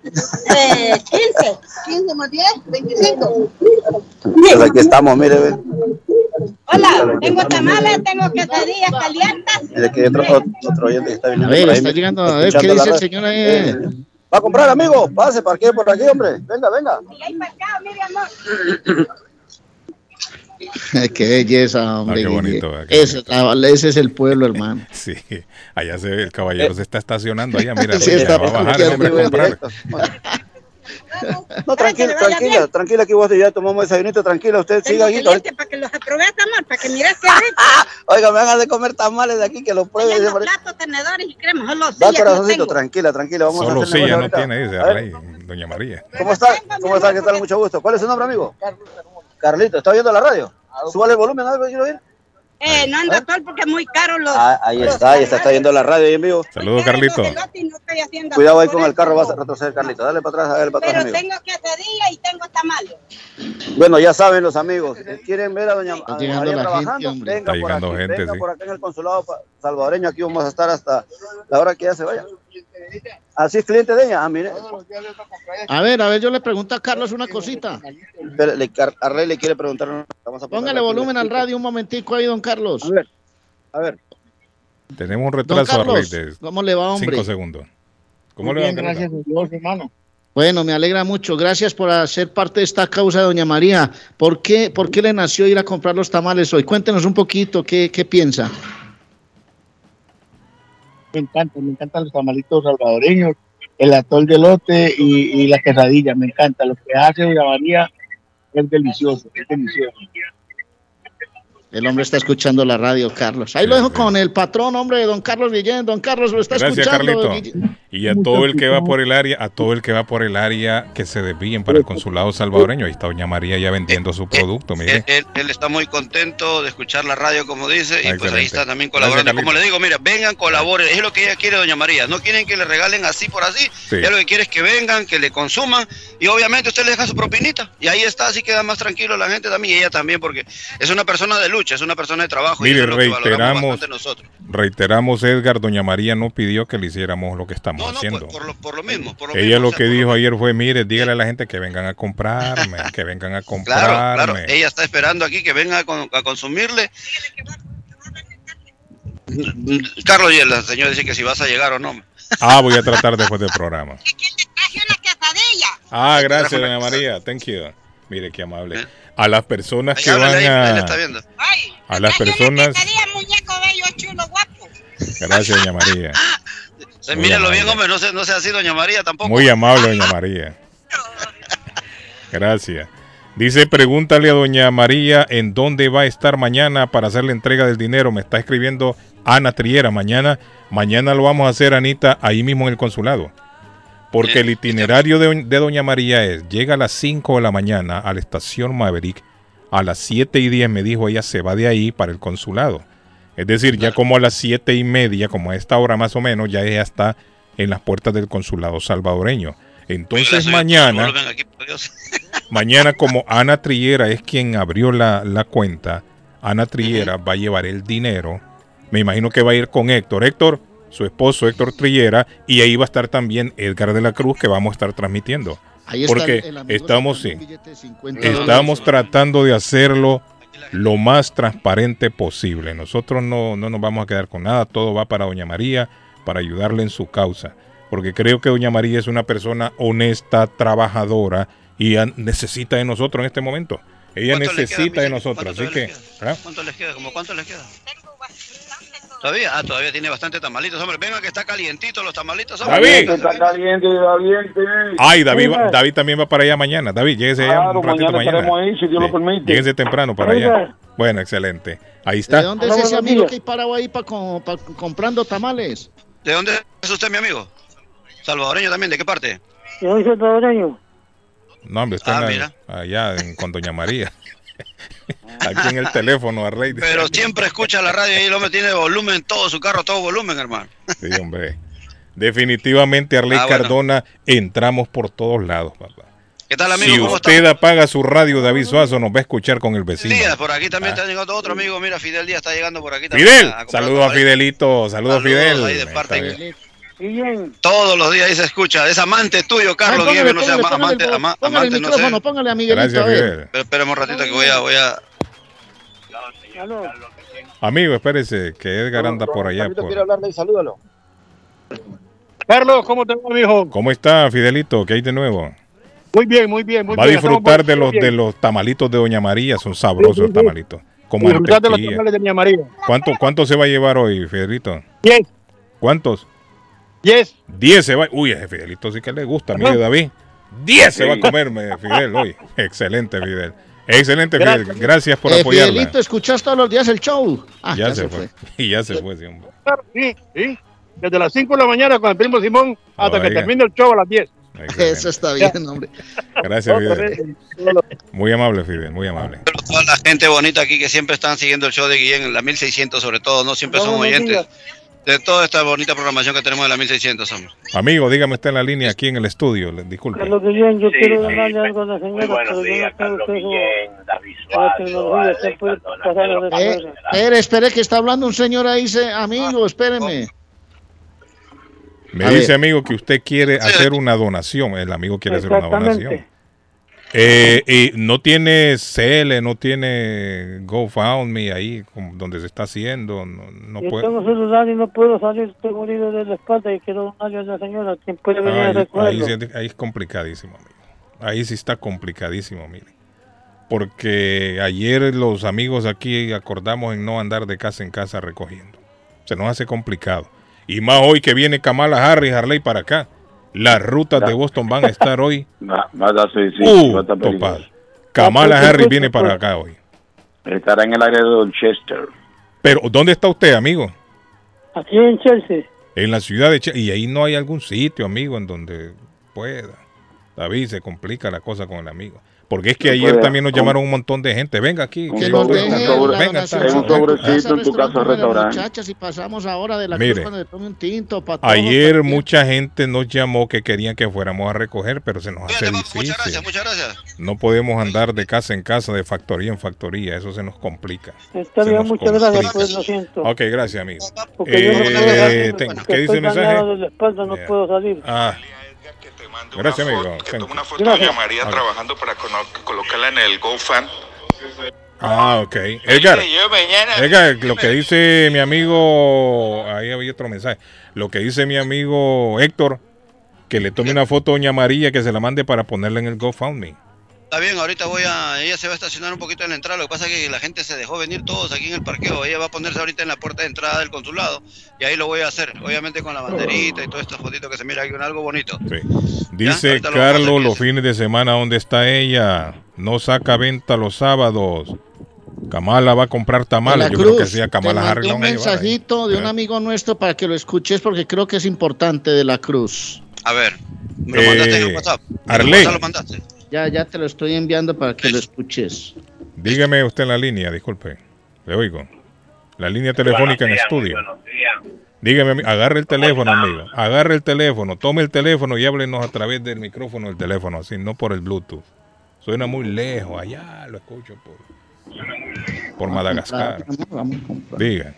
15 más 10, 25. Pues aquí estamos, mire. Hola, tengo tamales, tengo quesadillas calientes. Mire que otro oyente que está viniendo. A ver, está llegando, a ver qué dice el señor ahí. ¿Va a comprar, amigo? Pase, parquee por aquí, hombre. Venga. Y hay parcado, mire, amor. Qué belleza, hombre. Qué bonito. Ese es el pueblo, hermano. Sí, allá se ve, el caballero se está estacionando allá, mira, sí, está va a bajar el hombre a comprar. No, tranquila, que vos ya tomamos desayunito, tranquila, usted siga ahí. Para que los aproveche, amor, para que mires qué rico. Oiga, me hagan de comer tamales de aquí, que los pruebe. Platos, tenedores y cremas, solo va, corazoncito, tranquila, vamos solo a hacer silla no tiene, dice Rey, doña María. ¿Cómo está? ¿Qué tal? Mucho gusto. ¿Cuál es su nombre, amigo? Carlito, ¿está viendo la radio? Súbale el volumen, algo quiero oír. No ando actual porque es muy caro los... ahí está viendo la radio ahí en vivo. Saludos, Carlito. Cuidado ahí con el carro, vas a retroceder, Carlito. Dale para atrás, Pero amigo. tengo quesadilla y tengo tamales. Bueno, ya saben los amigos, ¿quieren ver a doña María trabajando? Gente, está llegando gente, venga por acá en el consulado salvadoreño, aquí vamos a estar hasta la hora que ya se vaya. Así es, cliente de ella. Mire. A ver, yo le pregunto a Carlos una cosita. Pero a Rey le quiere preguntar. Póngale volumen al radio un momentico ahí, don Carlos. A ver. Tenemos un retraso a Rey de ¿cómo le va, hombre? 5 segundos. ¿Cómo le va? Gracias a Dios, hermano. Bueno, me alegra mucho. Gracias por hacer parte de esta causa, doña María. ¿Por qué le nació ir a comprar los tamales hoy? Cuéntenos un poquito, ¿qué piensa? Me encantan los tamalitos salvadoreños, el atol de elote y la quesadilla, me encanta. Lo que hace doña María es delicioso. El hombre está escuchando la radio, Carlos. Ahí lo dejo con el patrón, hombre, don Carlos Guillén. Don Carlos lo está escuchando. Carlito. Y a todo el que va por el área, que se desvíen para el consulado salvadoreño. Ahí está doña María ya vendiendo su producto, mire. Él está muy contento de escuchar la radio, como dice, y pues ahí está también colaborando. Como le digo, mira, vengan, colaboren. Es lo que ella quiere, doña María. No quieren que le regalen así por así. Sí. Ella lo que quiere es que vengan, que le consuman, y obviamente usted le deja su propinita. Y ahí está, así queda más tranquilo la gente también, y ella también, porque es una persona de lucha, es una persona de trabajo. Mire, y eso es lo que valoramos bastante nosotros. Reiteramos, Edgar, doña María no pidió que le hiciéramos lo que estamos haciendo. Por lo mismo. Ella lo que dijo ayer fue, mire, dígale a la gente que vengan a comprarme, Claro. Ella está esperando aquí que venga a consumirle. Carlos, y el señor dice que si vas a llegar o no. Voy a tratar después del programa. Gracias, doña María. Thank you. Mire, qué amable. A las personas que van a las personas... Gracias, doña María. Míralo bien, hombre, no sea así, doña María, tampoco. Muy amable, doña María. Gracias. Dice, pregúntale a doña María en dónde va a estar mañana para hacer la entrega del dinero. Me está escribiendo Ana Triera. Mañana lo vamos a hacer, Anita, ahí mismo en el consulado. Porque el itinerario de doña María llega a las 5 de la mañana a la estación Maverick. A las 7:10 me dijo ella se va de ahí para el consulado. Es decir, ya como a las 7:30, como a esta hora más o menos, ya ella está en las puertas del consulado salvadoreño. Entonces mañana, como Ana Triera es quien abrió la cuenta, Ana Triera va a llevar el dinero. Me imagino que va a ir con Héctor, su esposo Héctor Triera, y ahí va a estar también Edgar de la Cruz, que vamos a estar transmitiendo. Porque estamos tratando de hacerlo lo más transparente posible. Nosotros no nos vamos a quedar con nada, todo va para doña María, para ayudarle en su causa, porque creo que doña María es una persona honesta, trabajadora, y necesita de nosotros en este momento. Ella necesita de nosotros, así que... ¿Cuánto les queda? ¿Cuánto les queda? ¿Todavía? Todavía tiene bastante tamalitos, hombre. Venga que está calientito los tamalitos, hombre. ¡David! Está caliente. Ay, David también va para allá mañana. David, lléguese allá un ratito mañana. Ahí, si Dios lo permite. Lléguese temprano para allá. Bueno, excelente. Ahí está. ¿De dónde es ese amigo que hay parado ahí comprando tamales? ¿De dónde es usted, mi amigo? Salvadoreño también, ¿de qué parte? Yo soy salvadoreño. No, hombre, está allá con Doña María. Aquí en el teléfono, Arley. Pero siempre escucha la radio y el hombre tiene volumen, todo su carro, todo volumen, hermano. Sí, hombre. Definitivamente, Arley Cardona, entramos por todos lados, papá. ¿Qué tal, amigo? Si usted apaga su radio, David Suazo nos va a escuchar con el vecino. Díaz, por aquí también está llegando otro amigo. Mira, Fidel Díaz está llegando por aquí también. ¡Fidel! Saludos a Fidelito, saludos a Fidel. Ahí de parte todos los días ahí se escucha. Es amante tuyo, Carlos Guillermo. No sea amante. Póngale el micrófono, no póngale a Miguelito. Gracias, Fidel. Pero esperemos un ratito que voy a... Amigo, espérese, que Edgar anda por allá. Quiero hablarle y salúdalo. Carlos, ¿cómo te va, mijo? ¿Cómo está, Fidelito? ¿Qué hay de nuevo? Muy bien, muy bien. Va a disfrutar de los tamalitos de Doña María, son sabrosos los tamalitos. Como disfrutar de los tamales de Doña María. ¿Cuánto se va a llevar hoy, Fidelito? 10. ¿Cuántos? 10. 10 se va. Uy, ese Fidelito sí que le gusta, mire, David. 10 se va a comerme, Fidel, hoy. Excelente, Fidel. Excelente, Fidel. Gracias por apoyarla. Fidelito, ¿escuchas todos los días el show? Ya se fue. Y ya se fue, sí, hombre. Sí. Desde las 5 de la mañana con el primo Simón hasta que termine el show a las 10. Excelente. Eso está bien, hombre. Gracias, Fidel. Muy amable, Fidel, muy amable. Toda la gente bonita aquí que siempre están siguiendo el show de Guillén, en la 1600 sobre todo, ¿no? Siempre son oyentes de toda esta bonita programación que tenemos de la 1600, hombre. Amigo, dígame, está en la línea aquí en el estudio, disculpe. Carlos Guillén, yo quiero ganarle algo a la señora. Buenos días, Carlos Guillén, David Espere, que está hablando un señor ahí, amigo, espéreme. Me dice, amigo, que usted quiere hacer una donación. El amigo quiere hacer una donación. Y no tiene CL, no tiene GoFundMe ahí donde se está haciendo. No yo puede. Tengo celular y no puedo salir, estoy morido de la espalda y quiero donarle a la señora. ¿Quién puede venir a recogerlo? Ahí es complicadísimo, amigo. Ahí sí está complicadísimo, mire. Porque ayer los amigos aquí acordamos en no andar de casa en casa recogiendo. Se nos hace complicado. Y más hoy que viene Kamala Harley para acá. Las rutas de Boston van a estar hoy. Total. Kamala Harris viene para acá hoy. Estará en el área de Dorchester. Pero, ¿dónde está usted, amigo? Aquí en Chelsea. En la ciudad de Chelsea. Y ahí no hay algún sitio, amigo, en donde pueda. David, se complica la cosa con el amigo. Porque es que ayer también nos llamaron un montón de gente. Venga aquí. Que nos deje venga, un sobrecito en tu casa restaurante. Muchachas, y pasamos ahora de la Mire, cruz cuando le tome un tinto. Ayer mucha gente nos llamó que querían que fuéramos a recoger, pero se nos hace difícil. Muchas gracias. No podemos andar de casa en casa, de factoría en factoría. Eso se nos complica. Está bien, muchas gracias, pues lo siento. Ok, gracias, amigo. ¿Qué dice el mensaje? De la espalda, no puedo salir. Gracias, amigo. Que tome una foto de Doña María trabajando para colocarla en el GoFund. Ok. Edgar, lo que dice mi amigo, ahí había otro mensaje. Lo que dice mi amigo Héctor, que le tome una foto a Doña María, que se la mande para ponerla en el GoFundMe. Está bien, ahorita ella se va a estacionar un poquito en la entrada. Lo que pasa es que la gente se dejó venir todos aquí en el parqueo. Ella va a ponerse ahorita en la puerta de entrada del consulado y ahí lo voy a hacer, obviamente con la banderita y todas estas fotitos que se mira aquí, algo bonito. Sí. Dice Carlos, los fines de semana, ¿dónde está ella? No saca venta los sábados. Kamala va a comprar tamales. Yo creo que sea Kamala Harris. Un mensajito de un amigo nuestro para que lo escuches porque creo que es importante, de la Cruz. A ver, ¿me lo mandaste en el WhatsApp? Arley. ¿Lo mandaste? Ya te lo estoy enviando para que lo escuches. Dígame usted en la línea, disculpe. Le oigo. La línea telefónica en estudio. Dígame, agarre el teléfono, amigo. Agarre el teléfono, tome el teléfono y háblenos a través del micrófono del teléfono, así, no por el Bluetooth. Suena muy lejos, allá lo escucho por Madagascar. Diga.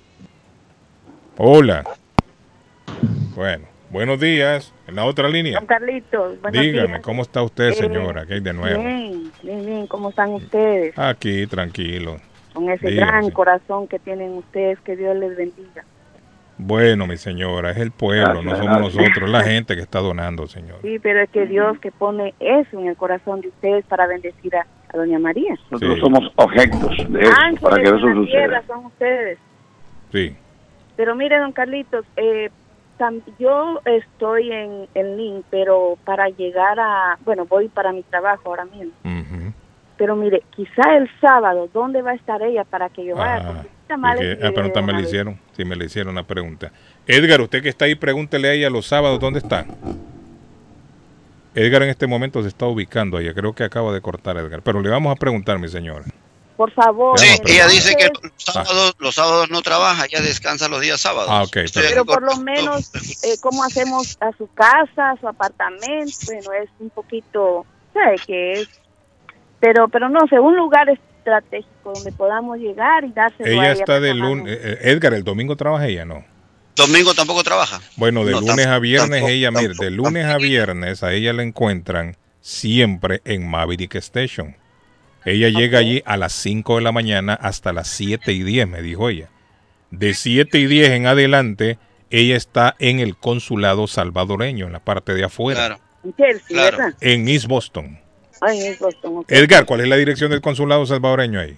Hola. Bueno, buenos días. En la otra línea. Don Carlitos, dígame, días. ¿Cómo está usted, señora? ¿Qué hay de nuevo? Bien. ¿Cómo están ustedes? Aquí, tranquilo. Con ese gran corazón que tienen ustedes, que Dios les bendiga. Bueno, mi señora, es el pueblo, no somos nosotros, la gente que está donando, señor. Sí, pero es que Dios que pone eso en el corazón de ustedes para bendecir a Doña María. Nosotros somos objetos de eso, para que eso suceda. Son ustedes. Sí. Pero mire, don Carlitos, yo estoy en Lynn, pero para llegar voy para mi trabajo ahora mismo. Pero mire, quizá el sábado, ¿dónde va a estar ella para que yo vaya? Pregunta me le hicieron una pregunta. Edgar, usted que está ahí, pregúntele a ella los sábados dónde está. Edgar en este momento se está ubicando allá, creo que acaba de cortar Edgar, pero le vamos a preguntar, mi señora. Por favor. Sí, ella dice que los sábados no trabaja, ella descansa los días sábados. Okay, pero por lo menos, ¿cómo hacemos a su casa, a su apartamento? Bueno, es un poquito, ¿sabe qué es? Pero no sé, un lugar estratégico donde podamos llegar y dárselo a ella. Ella está de lunes. Edgar, ¿el domingo trabaja ella, no? Domingo tampoco trabaja. Bueno, de lunes a viernes de lunes a viernes a ella la encuentran siempre en Maverick Station. Ella llega allí a las 5 de la mañana hasta las 7:10, me dijo ella. De 7:10 en adelante, ella está en el consulado salvadoreño, en la parte de afuera. Claro. En East Boston. En East Boston, okay. Edgar, ¿cuál es la dirección del consulado salvadoreño ahí?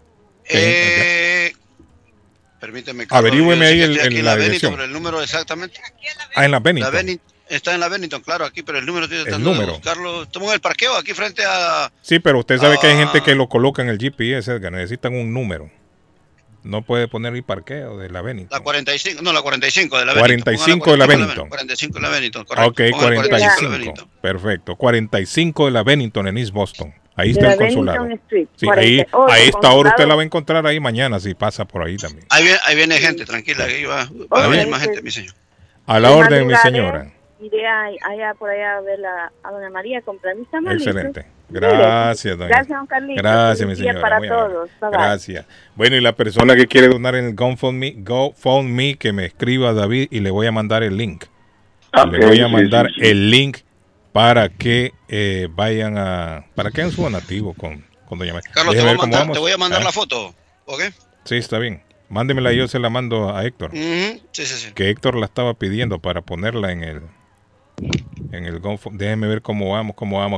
Permíteme. Averígüeme ahí en la dirección. Pero el número exactamente. En la Bennington. Está en la Bennington, claro, aquí, pero el número tiene que buscarlo. Estamos en el parqueo, aquí frente a... Sí, pero usted sabe que hay gente que lo coloca en el GPS, Edgar, necesitan un número. No puede poner el parqueo de la Bennington. La 45 de la Bennington. 45 de la Bennington. 45 de la Bennington, correcto. Ok, 45. Perfecto. 45 de la Bennington en East Boston. Ahí está el consulado. Sí, ahí a esta hora usted la va a encontrar ahí mañana si pasa por ahí también. Ahí viene gente, tranquila, que va a venir más gente, mi señor. A la orden, mi señora. Iré allá por allá a ver a doña María, comprar mis tamalitos. Excelente. Gracias, doña. Gracias, don Carlitos. Gracias, mi señora. Para todos. Gracias. Bueno, y la persona que quiere donar en el GoFundMe, que me escriba a David y le voy a mandar el link. Le voy a mandar el link para que vayan para que hagan su donativo con doña María. Carlos, te voy a mandar la foto, ¿ok? Sí, está bien. Mándemela y yo se la mando a Héctor. Sí. Que Héctor la estaba pidiendo para ponerla en el GoFundMe. Déjenme ver cómo vamos.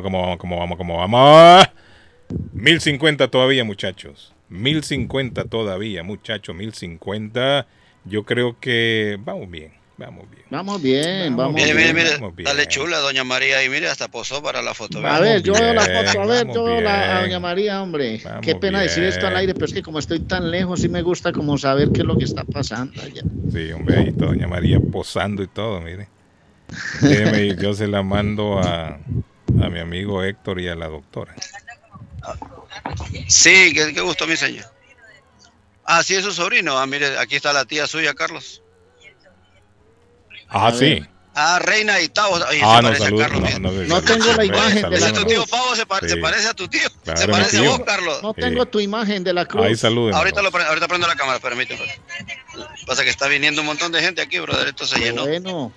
1050 todavía, muchachos. 1050 todavía, muchachos. 1050. Yo creo que vamos bien. Mire, dale chula, doña María, y mire, hasta posó para la foto. A ver, yo veo la foto, a doña María, hombre. Qué pena decir esto al aire, pero es que como estoy tan lejos, sí me gusta como saber qué es lo que está pasando allá. Sí, hombre, ahí está doña María posando y todo, mire. Déjeme, yo se la mando a mi amigo Héctor y a la doctora. Sí, qué gusto, mi señor. Sí, es su sobrino. Mire, aquí está la tía suya, Carlos. Sí. Reina y Tavo. No, saludos. No tengo la imagen de la cruz. Tu tío Pavo se parece a tu tío. Claro, se parece a vos, Carlos. No tengo tu imagen de la cruz. Ahí saluden. Ahorita prendo la cámara, permíteme. Pasa que está viniendo un montón de gente aquí, brother. Esto se llenó.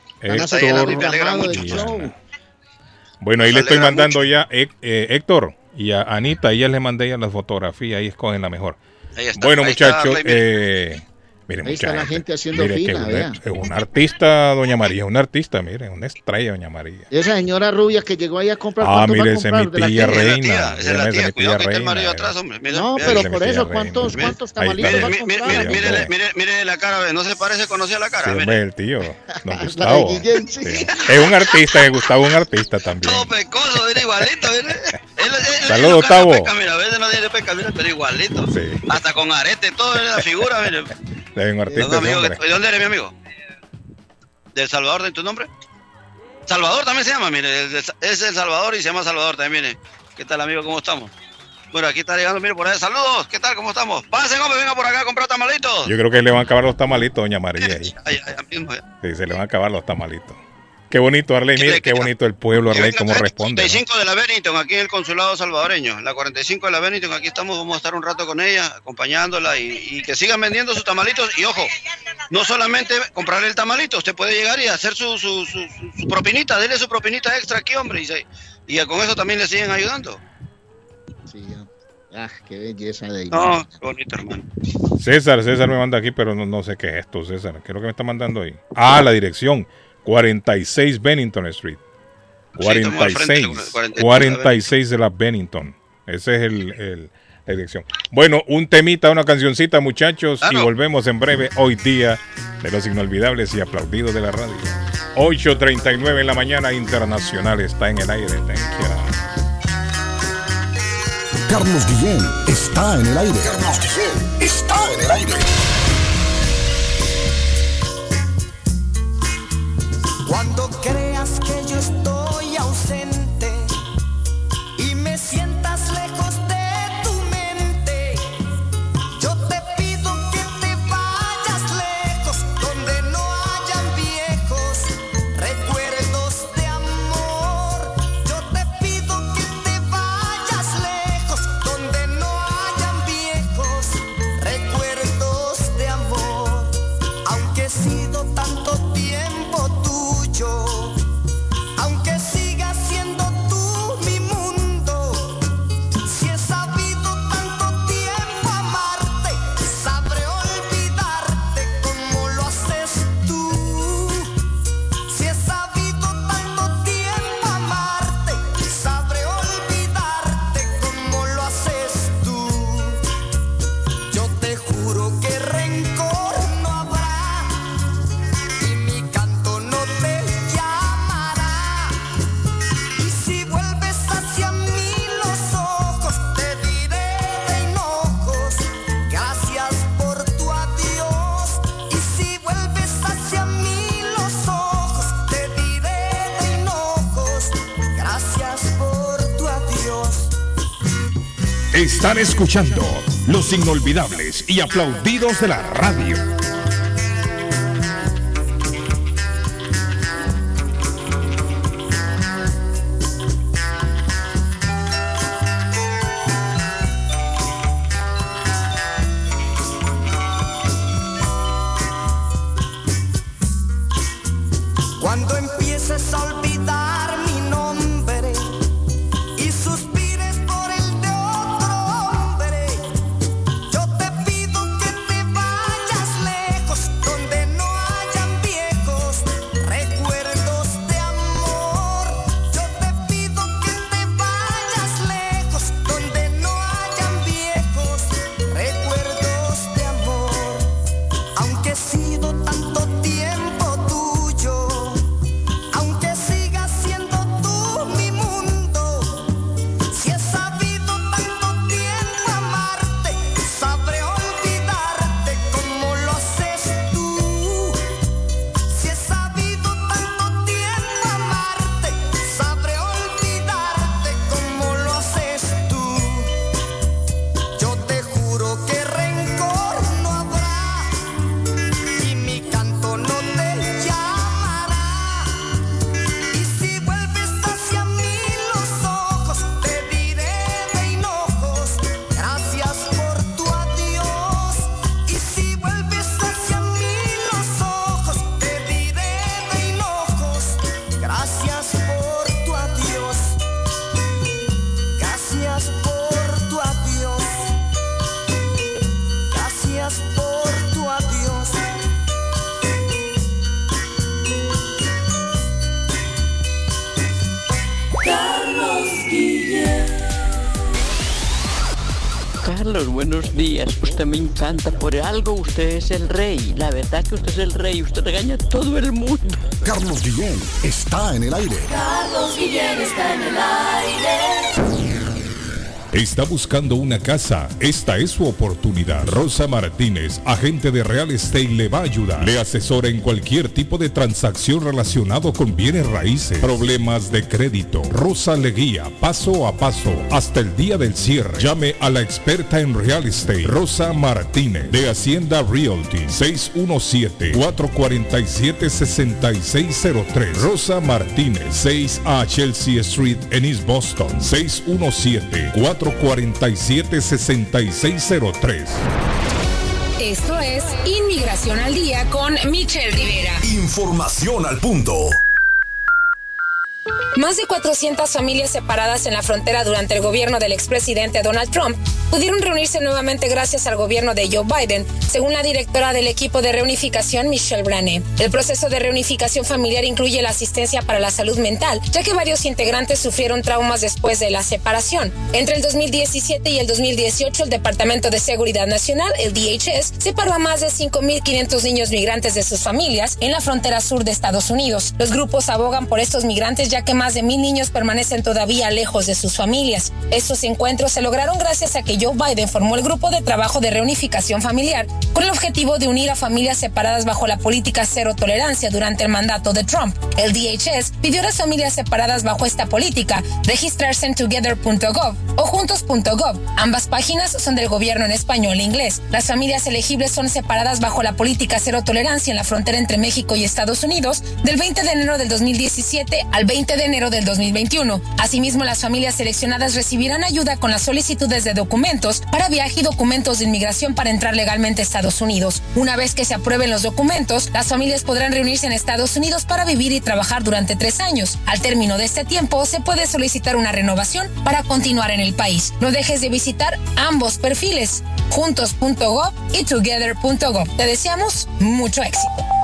Bueno, ahí le estoy mandando ya Héctor y a Anita. Ellas les mandé ya las fotografías. Ahí escogen la mejor. Bueno, muchachos. Miren, ahí está la gente haciendo fila, vea. Es una artista, doña María, una artista, mire, una estrella, doña María. Esa señora rubia que llegó ahí a comprar. Mire, esa es mi tía Reina. Esa es la tía, cuidado que está el marido atrás, hombre. No, pero por eso, ¿cuántos tamalitos va a comprar? Mire la cara, no se parece, conocía la cara. Sí, el tío, don Gustavo. Es un artista, Gustavo es un artista también. Todo pecoso, mire, igualito, mire. Saludos, Tavo. Mira, a veces no tiene peca, mira, pero igualito. Hasta con arete, todo, la figura, mire. De un artista. ¿De dónde eres, mi amigo? ¿Del Salvador, de tu nombre? Salvador también se llama, mire. Es El Salvador y se llama Salvador también, mire. ¿Qué tal, amigo? ¿Cómo estamos? Bueno, aquí está llegando, mire, por ahí. Saludos, ¿qué tal? ¿Cómo estamos? Pasen, hombre, venga por acá a comprar tamalitos. Yo creo que le van a acabar los tamalitos, doña María. Ahí mismo, sí, se le van a acabar los tamalitos. Qué bonito, Arley, mire qué bonito el pueblo, Arley, cómo responde. 45 de la Bennington, aquí en el consulado salvadoreño. La 45 de la Bennington, aquí estamos, vamos a estar un rato con ella, acompañándola y que sigan vendiendo sus tamalitos. Y ojo, no solamente comprar el tamalito, usted puede llegar y hacer su propinita, dele su propinita extra aquí, hombre, y con eso también le siguen ayudando. Sí, qué belleza de ahí. No, qué bonito, hermano. César me manda aquí, pero no sé qué es esto, César. ¿Qué es lo que me está mandando ahí? La dirección. 46 Bennington Street. 46 de la Bennington. Ese es la dirección. Bueno, un temita, una cancioncita, muchachos, y volvemos en breve. Hoy día de los inolvidables y aplaudidos de la radio. 8:39 en la mañana, internacional está en el aire. Thank you. Carlos Guillén está en el aire. Carlos Guillén está en el aire. Cuando creas que yo estoy ausente y me sientas lejos de tu mente, yo te pido que te vayas lejos, donde no hayan viejos recuerdos de amor. Yo te pido que te vayas lejos, donde no hayan viejos recuerdos de amor. Aunque he sido tanto tiempo tuyo, aunque sigas siendo tú mi mundo, si he sabido tanto tiempo amarte, sabré olvidarte como lo haces tú. Si he sabido tanto tiempo amarte, sabré olvidarte como lo haces tú. Yo te juro que rencor no habrá y mi canto no te llamará. Y si vuelves hacia mí los ojos, te diré de hinojos, gracias por tu adiós. Y si vuelves hacia mí los ojos, te diré de hinojos, gracias por tu adiós. Están escuchando los inolvidables y aplaudidos de la radio. Cuando empieces a olvidar mi nombre y suspires por el de otro hombre, yo te pido que te vayas lejos, donde no hayan viejos recuerdos de amor. Yo te pido que te vayas lejos, donde no hayan viejos recuerdos de amor. Aunque he sido tanto tiempo tuyo, aunque sigas siendo tú mi mundo, si he sabido tanto tiempo amarte, sabré olvidarte como lo haces tú. Si he sabido tanto tiempo amarte, sabré olvidarte como lo haces tú. Yo te juro que rencor no habrá y mi canto no te llamará. Y si vuelves hacia mí los ojos, te diré de hinojos, gracias por tu adiós. Y si vuelves hacia mí los ojos, te diré de hinojos, gracias por tu adiós. Gracias por tu adiós. Gracias por tu adiós. Carlos Guillén. Carlos, buenos días. Usted me encanta. Por algo usted es el rey. La verdad que usted es el rey. Usted regaña a todo el mundo. Carlos Guillén está en el aire. Carlos Guillén está en el aire. ¿Está buscando una casa? Esta es su oportunidad. Rosa Martínez, agente de Real Estate, le va a ayudar. Le asesora en cualquier tipo de transacción relacionado con bienes raíces, problemas de crédito. Rosa le guía paso a paso hasta el día del cierre. Llame a la experta en Real Estate, Rosa Martínez, de Hacienda Realty, 617-447-6603. Rosa Martínez, 6 a Chelsea Street en East Boston, 617-447-6603. Esto es Inmigración al Día con Michelle Rivera. Información al punto. Más de 400 familias separadas en la frontera durante el gobierno del expresidente Donald Trump pudieron reunirse nuevamente gracias al gobierno de Joe Biden, según la directora del equipo de reunificación, Michelle Brane. El proceso de reunificación familiar incluye la asistencia para la salud mental, ya que varios integrantes sufrieron traumas después de la separación. Entre el 2017 y el 2018, el Departamento de Seguridad Nacional, el DHS, separó a más de 5.500 niños migrantes de sus familias en la frontera sur de Estados Unidos. Los grupos abogan por estos migrantes, ya que más de 1,000 niños permanecen todavía lejos de sus familias. Estos encuentros se lograron gracias a que Joe Biden formó el grupo de trabajo de reunificación familiar con el objetivo de unir a familias separadas bajo la política cero tolerancia durante el mandato de Trump. El DHS pidió a las familias separadas bajo esta política registrarse en together.gov o juntos.gov. Ambas páginas son del gobierno en español e inglés. Las familias elegibles son separadas bajo la política cero tolerancia en la frontera entre México y Estados Unidos del 20 de enero del 2017 al 20 de enero del 2021. Asimismo, las familias seleccionadas recibirán ayuda con las solicitudes de documentos para viaje y documentos de inmigración para entrar legalmente a Estados Unidos. Una vez que se aprueben los documentos, las familias podrán reunirse en Estados Unidos para vivir y trabajar durante 3 años. Al término de este tiempo, se puede solicitar una renovación para continuar en el país. No dejes de visitar ambos perfiles, juntos.gov y together.gov. Te deseamos mucho éxito.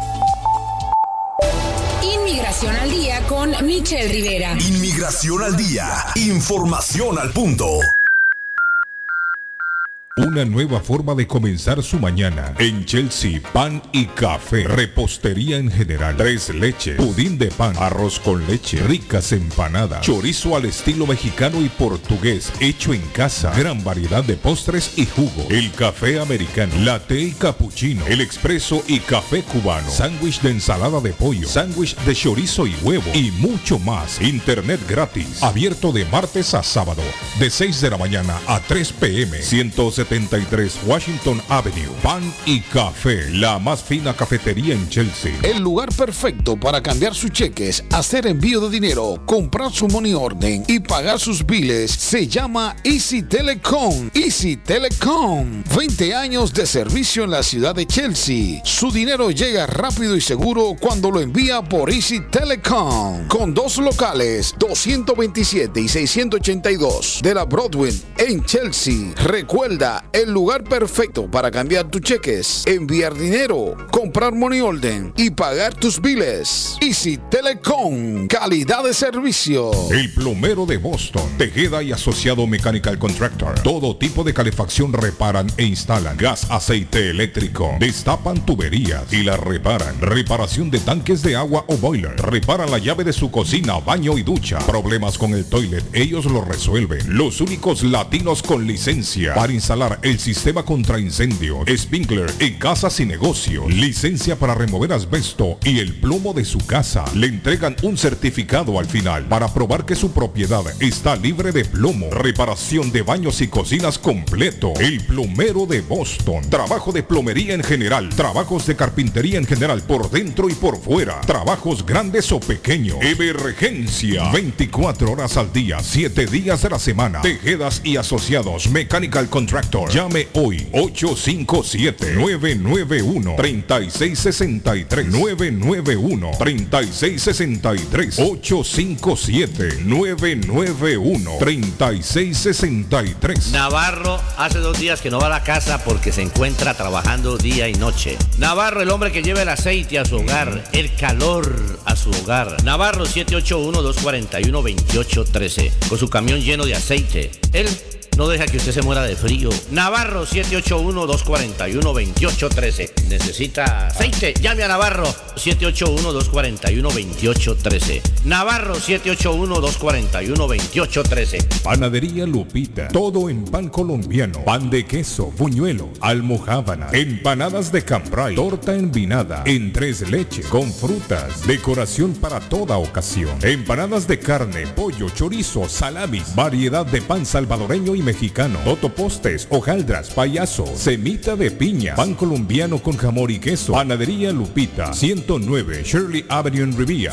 Inmigración al día con Michelle Rivera. Inmigración al día. Información al punto. Una nueva forma de comenzar su mañana. En Chelsea, pan y café. Repostería en general. 3 leches. Pudín de pan. Arroz con leche. Ricas empanadas. Chorizo al estilo mexicano y portugués. Hecho en casa. Gran variedad de postres y jugo. El café americano. Latte y cappuccino. El expreso y café cubano. Sándwich de ensalada de pollo. Sándwich de chorizo y huevo. Y mucho más. Internet gratis. Abierto de martes a sábado. De 6 de la mañana a 3 p.m. 173 Washington Avenue. Pan y café, la más fina cafetería en Chelsea. El lugar perfecto para cambiar sus cheques, hacer envío de dinero, comprar su money order y pagar sus biles se llama Easy Telecom. Easy Telecom. 20 años de servicio en la ciudad de Chelsea. Su dinero llega rápido y seguro cuando lo envía por Easy Telecom. Con 2 locales, 227 y 682 de la Broadway en Chelsea. Recuerda, el lugar perfecto para cambiar tus cheques, enviar dinero, comprar money order y pagar tus biles. Easy Telecom, calidad de servicio. El plomero de Boston, Tejeda y Asociado Mechanical Contractor. Todo tipo de calefacción reparan e instalan. Gas, aceite eléctrico. Destapan tuberías y las reparan. Reparación de tanques de agua o boiler. Reparan la llave de su cocina, baño y ducha. Problemas con el toilet, ellos lo resuelven. Los únicos latinos con licencia para instalar el sistema contra incendio, sprinkler en casas y negocio, licencia para remover asbesto y el plomo de su casa. Le entregan un certificado al final para probar que su propiedad está libre de plomo. Reparación de baños y cocinas completo. El plomero de Boston. Trabajo de plomería en general. Trabajos de carpintería en general por dentro y por fuera. Trabajos grandes o pequeños. Emergencia. 24 horas al día, 7 días de la semana. Tejedas y Asociados Mechanical Contractor. Llame hoy 857-991-3663 991-3663 857-991-3663. Navarro hace 2 días que no va a la casa porque se encuentra trabajando día y noche. Navarro, el hombre que lleva el aceite a su hogar, el calor a su hogar. Navarro 781-241-2813 con su camión lleno de aceite. Él no deja que usted se muera de frío. Navarro 781-241-2813. ¿Necesita aceite? Llame a Navarro 781-241-2813. Navarro 781-241-2813. Panadería Lupita. Todo en pan colombiano. Pan de queso, buñuelo, almojábana, empanadas de cambray, torta envinada en 3 leches, con frutas, decoración para toda ocasión. Empanadas de carne, pollo, chorizo, salamis, variedad de pan salvadoreño y mexicano, totopostes, hojaldras, payaso, semita de piña, pan colombiano con jamón y queso. Panadería Lupita, 109 Shirley Avenue en Rivia,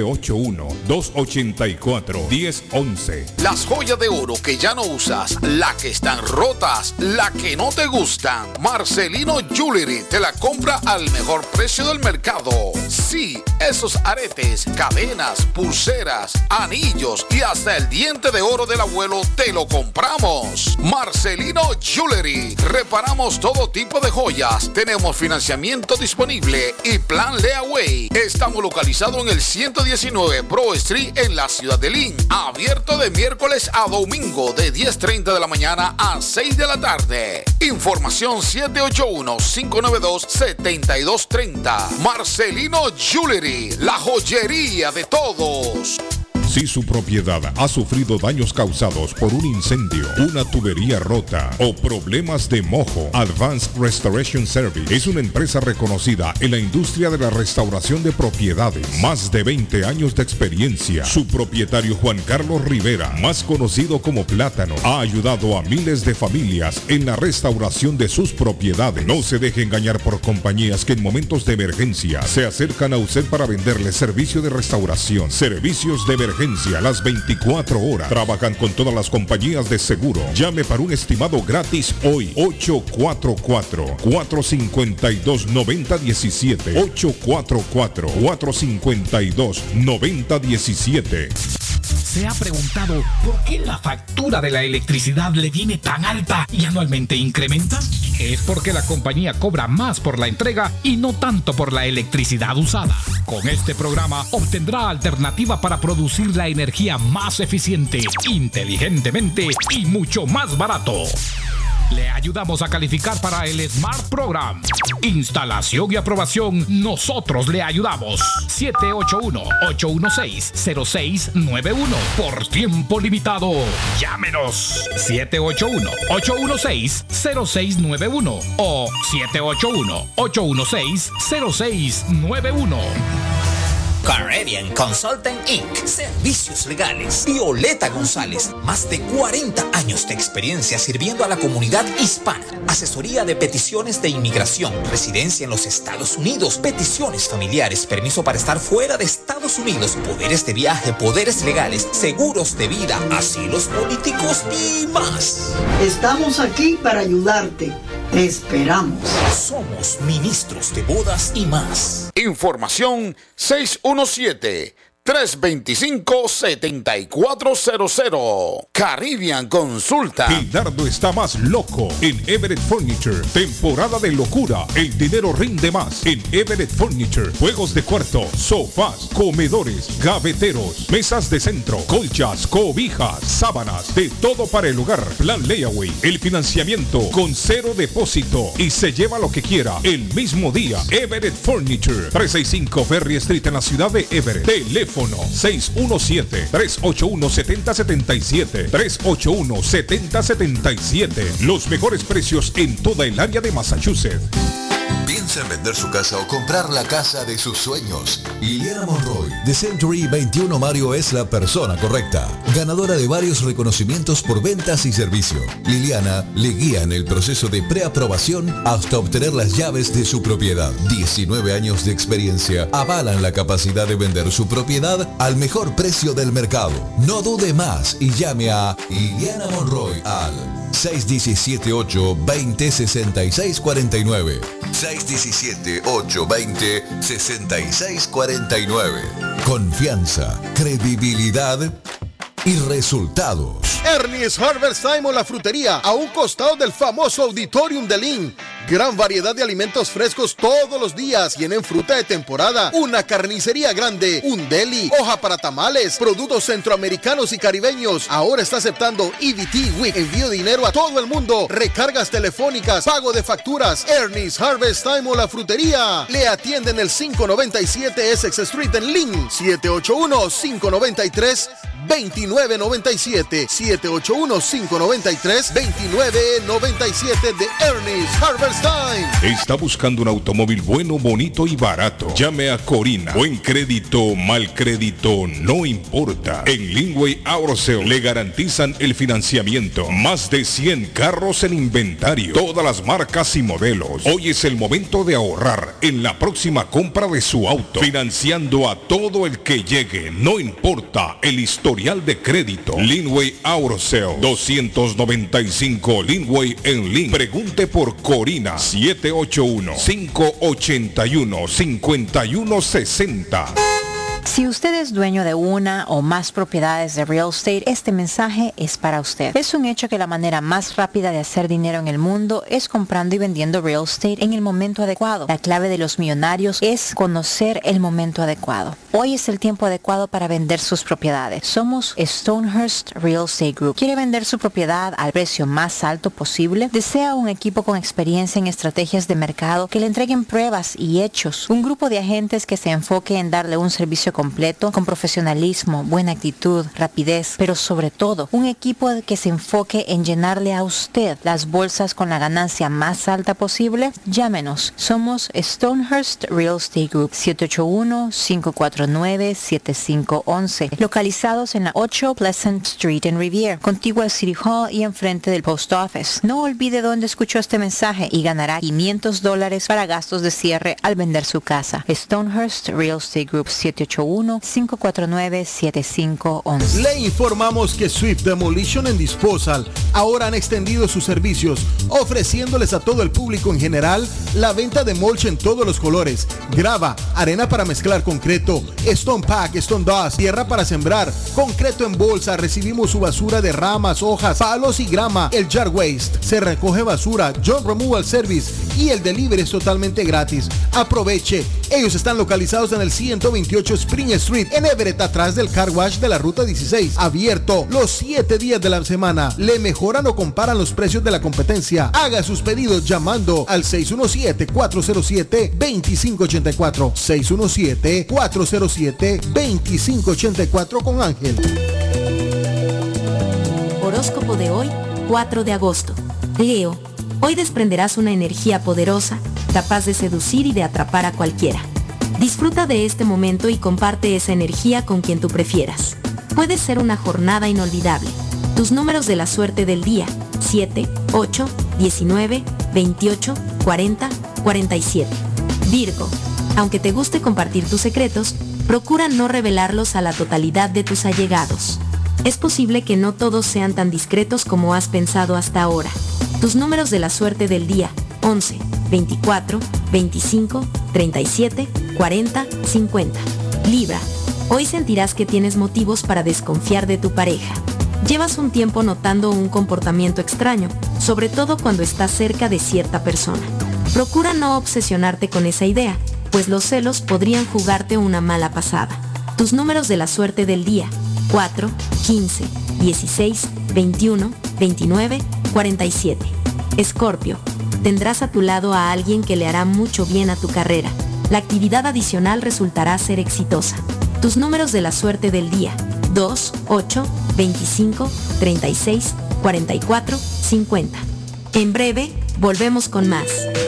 781-284-1011. Las joyas de oro que ya no usas, la que están rotas, la que no te gustan, Marcelino Jewelry te la compra al mejor precio del mercado. Sí, esos aretes, cadenas, pulseras, anillos y hasta el diente de oro del abuelo te lo compramos. Síguenos. Marcelino Jewelry. Reparamos todo tipo de joyas. Tenemos financiamiento disponible y plan layaway. Estamos localizados en el 119 Broad Street en la ciudad de Lynn. Abierto de miércoles a domingo de 10:30 de la mañana a 6 de la tarde. Información 781-592-7230. Marcelino Jewelry, la joyería de todos. Si su propiedad ha sufrido daños causados por un incendio, una tubería rota o problemas de mojo, Advanced Restoration Service es una empresa reconocida en la industria de la restauración de propiedades. Más de 20 años de experiencia. Su propietario Juan Carlos Rivera, más conocido como Plátano, ha ayudado a miles de familias en la restauración de sus propiedades. No se deje engañar por compañías que en momentos de emergencia se acercan a usted para venderle servicio de restauración, servicios de emergencia las 24 horas. Trabajan con todas las compañías de seguro. Llame para un estimado gratis hoy. 844-452-9017. 844-452-9017. ¿Se ha preguntado por qué la factura de la electricidad le viene tan alta y anualmente incrementa? Es porque la compañía cobra más por la entrega y no tanto por la electricidad usada. Con este programa obtendrá alternativa para producir la energía más eficiente, inteligentemente y mucho más barato. Le ayudamos a calificar para el Smart Program. Instalación y aprobación, nosotros le ayudamos. 781-816-0691. Por tiempo limitado. Llámenos. 781-816-0691 o 781-816-0691. Caribbean Consulting Inc. Servicios legales. Violeta González. Más de 40 años de experiencia sirviendo a la comunidad hispana. Asesoría de peticiones de inmigración, residencia en los Estados Unidos, peticiones familiares, permiso para estar fuera de Estados Unidos, poderes de viaje, poderes legales, seguros de vida, asilos políticos y más. Estamos aquí para ayudarte. Te esperamos. Somos ministros de bodas y más. Información 617-325-7400. Caribbean Consulta. Gildardo está más loco en Everett Furniture. Temporada de locura. El dinero rinde más en Everett Furniture. Juegos de cuarto, sofás, comedores, gaveteros, mesas de centro, colchas, cobijas, sábanas, de todo para el hogar. Plan layaway. El financiamiento con 0 depósito y se lleva lo que quiera el mismo día. Everett Furniture. 365 Ferry Street en la ciudad de Everett. Teléfono 617-381-7077. 381-7077. Los mejores precios en toda el área de Massachusetts. ¿Piensa en vender su casa o comprar la casa de sus sueños? Liliana Monroy, de Century 21 Mario, es la persona correcta. Ganadora de varios reconocimientos por ventas y servicio. Liliana le guía en el proceso de preaprobación hasta obtener las llaves de su propiedad. 19 años de experiencia avalan la capacidad de vender su propiedad al mejor precio del mercado. No dude más y llame a Liliana Monroy al 617-820-6649. 617-820-6649. Confianza, credibilidad y resultados. Ernie's Harvest Time o la frutería, a un costado del famoso Auditorium de Lynn. Gran variedad de alimentos frescos todos los días. Tienen fruta de temporada, una carnicería grande, un deli, hoja para tamales, productos centroamericanos y caribeños. Ahora está aceptando EBT Week. Envío de dinero a todo el mundo. Recargas telefónicas, pago de facturas. Ernie's Harvest Time o la frutería. Le atienden el 597 Essex Street en Lynn. 781-593-2997. 781-593-2997 de Ernie's Harvest Time. Está buscando un automóvil bueno, bonito y barato. Llame a Corina. Buen crédito, mal crédito, no importa. En Linway Auto Sales le garantizan el financiamiento. Más de 100 carros en inventario. Todas las marcas y modelos. Hoy es el momento de ahorrar en la próxima compra de su auto. Financiando a todo el que llegue. No importa el historial de crédito. Linway Auto Sales, 295 Linway en Lynn. Pregunte por Corina. 781-581-5160. Si usted es dueño de una o más propiedades de real estate, este mensaje es para usted. Es un hecho que la manera más rápida de hacer dinero en el mundo es comprando y vendiendo real estate en el momento adecuado. La clave de los millonarios es conocer el momento adecuado. Hoy es el tiempo adecuado para vender sus propiedades. Somos Stonehurst Real Estate Group. ¿Quiere vender su propiedad al precio más alto posible? ¿Desea un equipo con experiencia en estrategias de mercado que le entreguen pruebas y hechos? Un grupo de agentes que se enfoque en darle un servicio completo, con profesionalismo, buena actitud, rapidez, pero sobre todo, un equipo que se enfoque en llenarle a usted las bolsas con la ganancia más alta posible. Llámenos. Somos Stonehurst Real Estate Group, 781-549-7511, localizados en la 8 Pleasant Street en Riviera, contiguo al City Hall y enfrente del Post Office. No olvide dónde escuchó este mensaje y ganará $500 para gastos de cierre al vender su casa. Stonehurst Real Estate Group, 781-549-7511. Le informamos que Swift Demolition and Disposal ahora han extendido sus servicios, ofreciéndoles a todo el público en general la venta de mulch en todos los colores: grava, arena para mezclar concreto, stone pack, stone dust, tierra para sembrar, concreto en bolsa. Recibimos su basura de ramas, hojas, palos y grama. El yard waste, se recoge basura, John Removal Service, y el delivery es totalmente gratis. Aproveche. Ellos están localizados en el 128 Spring Street en Everett, atrás del car wash de la ruta 16. Abierto los 7 días de la semana. Le mejoran o comparan los precios de la competencia. Haga sus pedidos llamando al 617-407-2584. 617-407-2584 con Ángel. Horóscopo de hoy, 4 de agosto. Leo, hoy desprenderás una energía poderosa, capaz de seducir y de atrapar a cualquiera. Disfruta de este momento y comparte esa energía con quien tú prefieras. Puede ser una jornada inolvidable. Tus números de la suerte del día: 7, 8, 19, 28, 40, 47. Virgo, aunque te guste compartir tus secretos, procura no revelarlos a la totalidad de tus allegados. Es posible que no todos sean tan discretos como has pensado hasta ahora. Tus números de la suerte del día: 11, 24, 25, 37, 40, 50. Libra, hoy sentirás que tienes motivos para desconfiar de tu pareja. Llevas un tiempo notando un comportamiento extraño, sobre todo cuando estás cerca de cierta persona. Procura no obsesionarte con esa idea, pues los celos podrían jugarte una mala pasada. Tus números de la suerte del día: 4, 15, 16, 21, 29, 47. Escorpio, tendrás a tu lado a alguien que le hará mucho bien a tu carrera. La actividad adicional resultará ser exitosa. Tus números de la suerte del día: 2, 8, 25, 36, 44, 50. En breve, volvemos con más.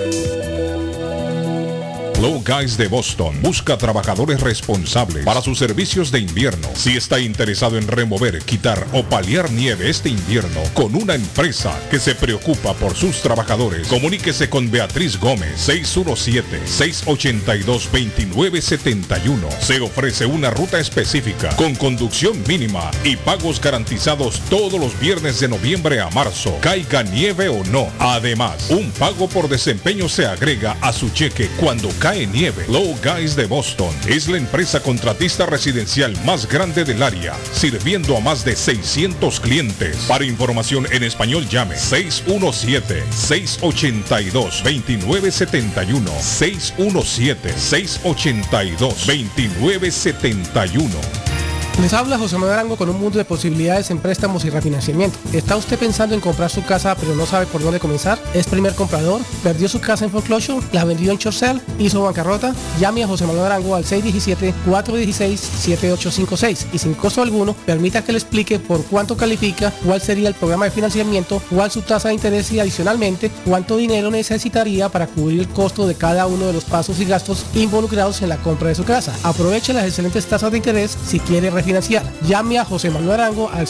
Low Guys de Boston busca trabajadores responsables para sus servicios de invierno. Si está interesado en remover, quitar o paliar nieve este invierno con una empresa que se preocupa por sus trabajadores, comuníquese con Beatriz Gómez, 617-682-2971. Se ofrece una ruta específica con conducción mínima y pagos garantizados todos los viernes de noviembre a marzo, caiga nieve o no. Además, un pago por desempeño se agrega a su cheque cuando cae nieve. Low Guys de Boston es la empresa contratista residencial más grande del área, sirviendo a más de 600 clientes. Para información en español, llame 617-682-2971. 617-682-2971. Les habla José Manuel Arango con un mundo de posibilidades en préstamos y refinanciamiento. ¿Está usted pensando en comprar su casa pero no sabe por dónde comenzar? ¿Es primer comprador? ¿Perdió su casa en foreclosure? ¿La vendió en short sale? ¿Hizo bancarrota? Llame a José Manuel Arango al 617-416-7856 y sin costo alguno permita que le explique por cuánto califica, cuál sería el programa de financiamiento, cuál su tasa de interés y adicionalmente cuánto dinero necesitaría para cubrir el costo de cada uno de los pasos y gastos involucrados en la compra de su casa. Aproveche las excelentes tasas de interés si quiere refinanciar. Llame a José Manuel Arango al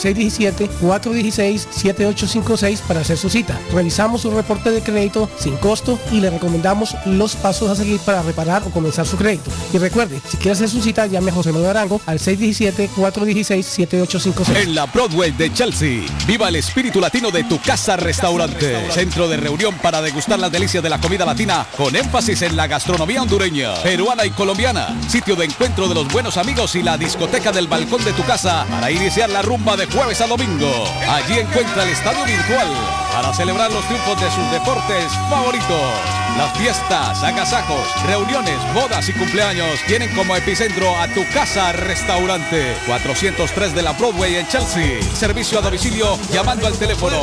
617-416-7856 para hacer su cita. Revisamos su reporte de crédito sin costo y le recomendamos los pasos a seguir para reparar o comenzar su crédito. Y recuerde, si quiere hacer su cita, llame a José Manuel Arango al 617-416-7856. En la Broadway de Chelsea, viva el espíritu latino de Tu Casa Restaurante. Centro de reunión para degustar las delicias de la comida latina con énfasis en la gastronomía hondureña, peruana y colombiana. Sitio de encuentro de los buenos amigos y la discoteca del balcón de tu casa para iniciar la rumba de jueves a domingo. Allí encuentra el estadio virtual para celebrar los triunfos de sus deportes favoritos. Las fiestas, agasajos, reuniones, bodas y cumpleaños tienen como epicentro a Tu Casa Restaurante. 403 de la Broadway en Chelsea. Servicio a domicilio llamando al teléfono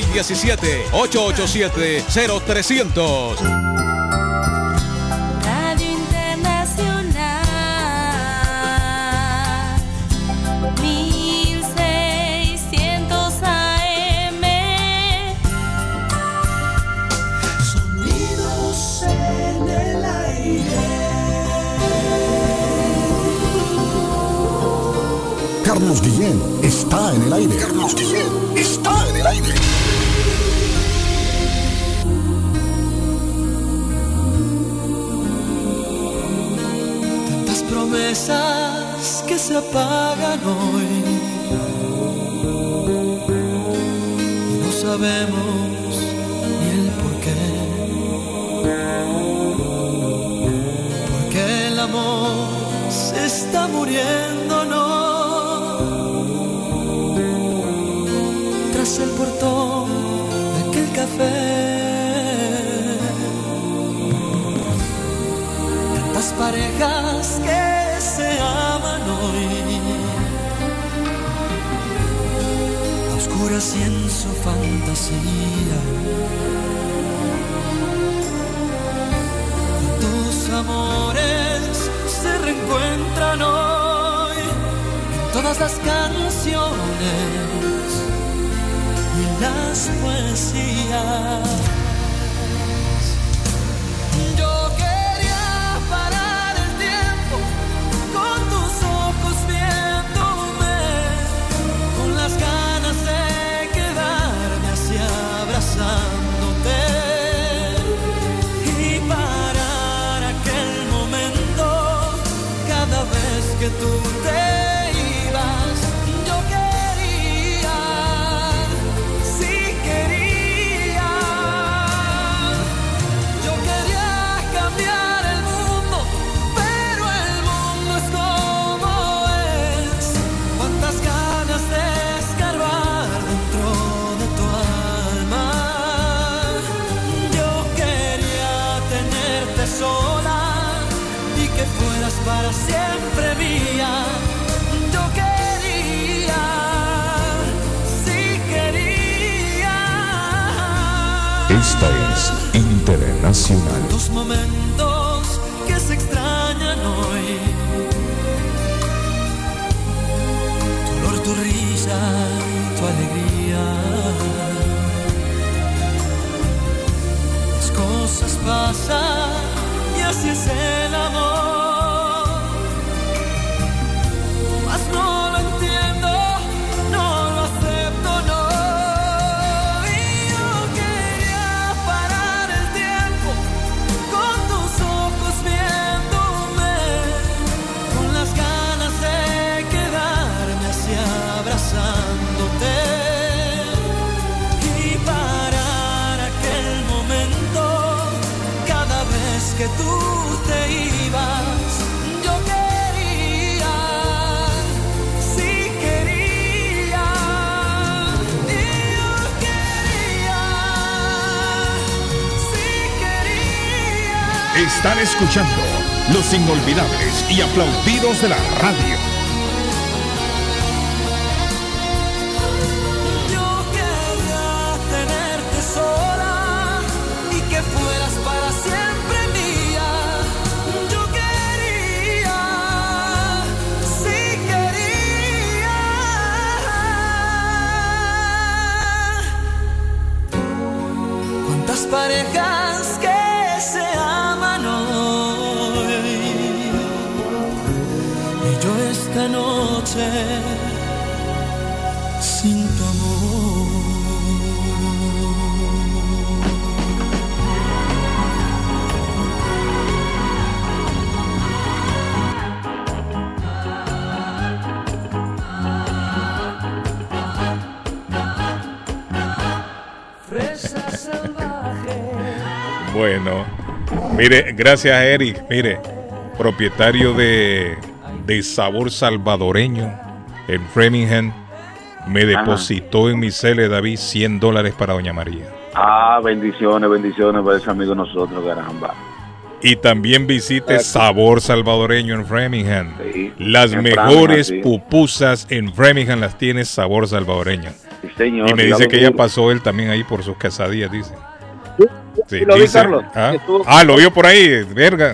617-887-0300. Radio Internacional 1600 AM. Sonidos en el aire. Carlos Guillén está en el aire. Carlos Guillén está en el aire. Tantas promesas que se apagan hoy y no sabemos ni el por qué. Porque el amor se está muriendo, ¿no? Tras el portón de aquel café, tantas parejas que se aman hoy, a oscuras y en su fantasía. Cuántos amores se reencuentran hoy en todas las canciones y las poesías. Yo quería parar el tiempo con tus ojos viéndome, con las ganas de quedarme así abrazándote y parar aquel momento cada vez que tú te ibas. Yo quería, sí quería, yo quería cambiar el mundo, pero el mundo es como es. Cuántas ganas de escarbar dentro de tu alma. Yo quería tenerte sola y que fueras para siempre mía. Yo quería, sí quería. Esta es Internacional. Los momentos que se extrañan hoy, tu olor, tu risa y tu alegría. Las cosas pasan y así es el amor, mas no lo entiendo, no lo acepto, no. Y yo quería parar el tiempo con tus ojos viéndome, con las ganas de quedarme así abrazándote y parar aquel momento cada vez que tú te ibas. Yo quería, sí quería, y yo quería, sí quería. Están escuchando los inolvidables y aplaudidos de la radio. Yo quería tenerte sola y que fueras para siempre mía. Yo quería, sí quería. Cuántas parejas que se aman hoy y yo esta noche noche sin tu amor. Bueno, mire, gracias a Eric, mire, propietario de Sabor Salvadoreño en Framingham, me depositó en mi cele, David, $100 para Doña María. Bendiciones para ese amigo de nosotros, caramba. Y también visite Sabor Salvadoreño en Framingham. Sí, las mejores Framingham, pupusas en Framingham las tiene Sabor Salvadoreño. Sí, señor, y me dice que ya pasó él también ahí por sus quesadillas, dice. Sí, lo vi, Carlos. Lo vio por ahí, verga.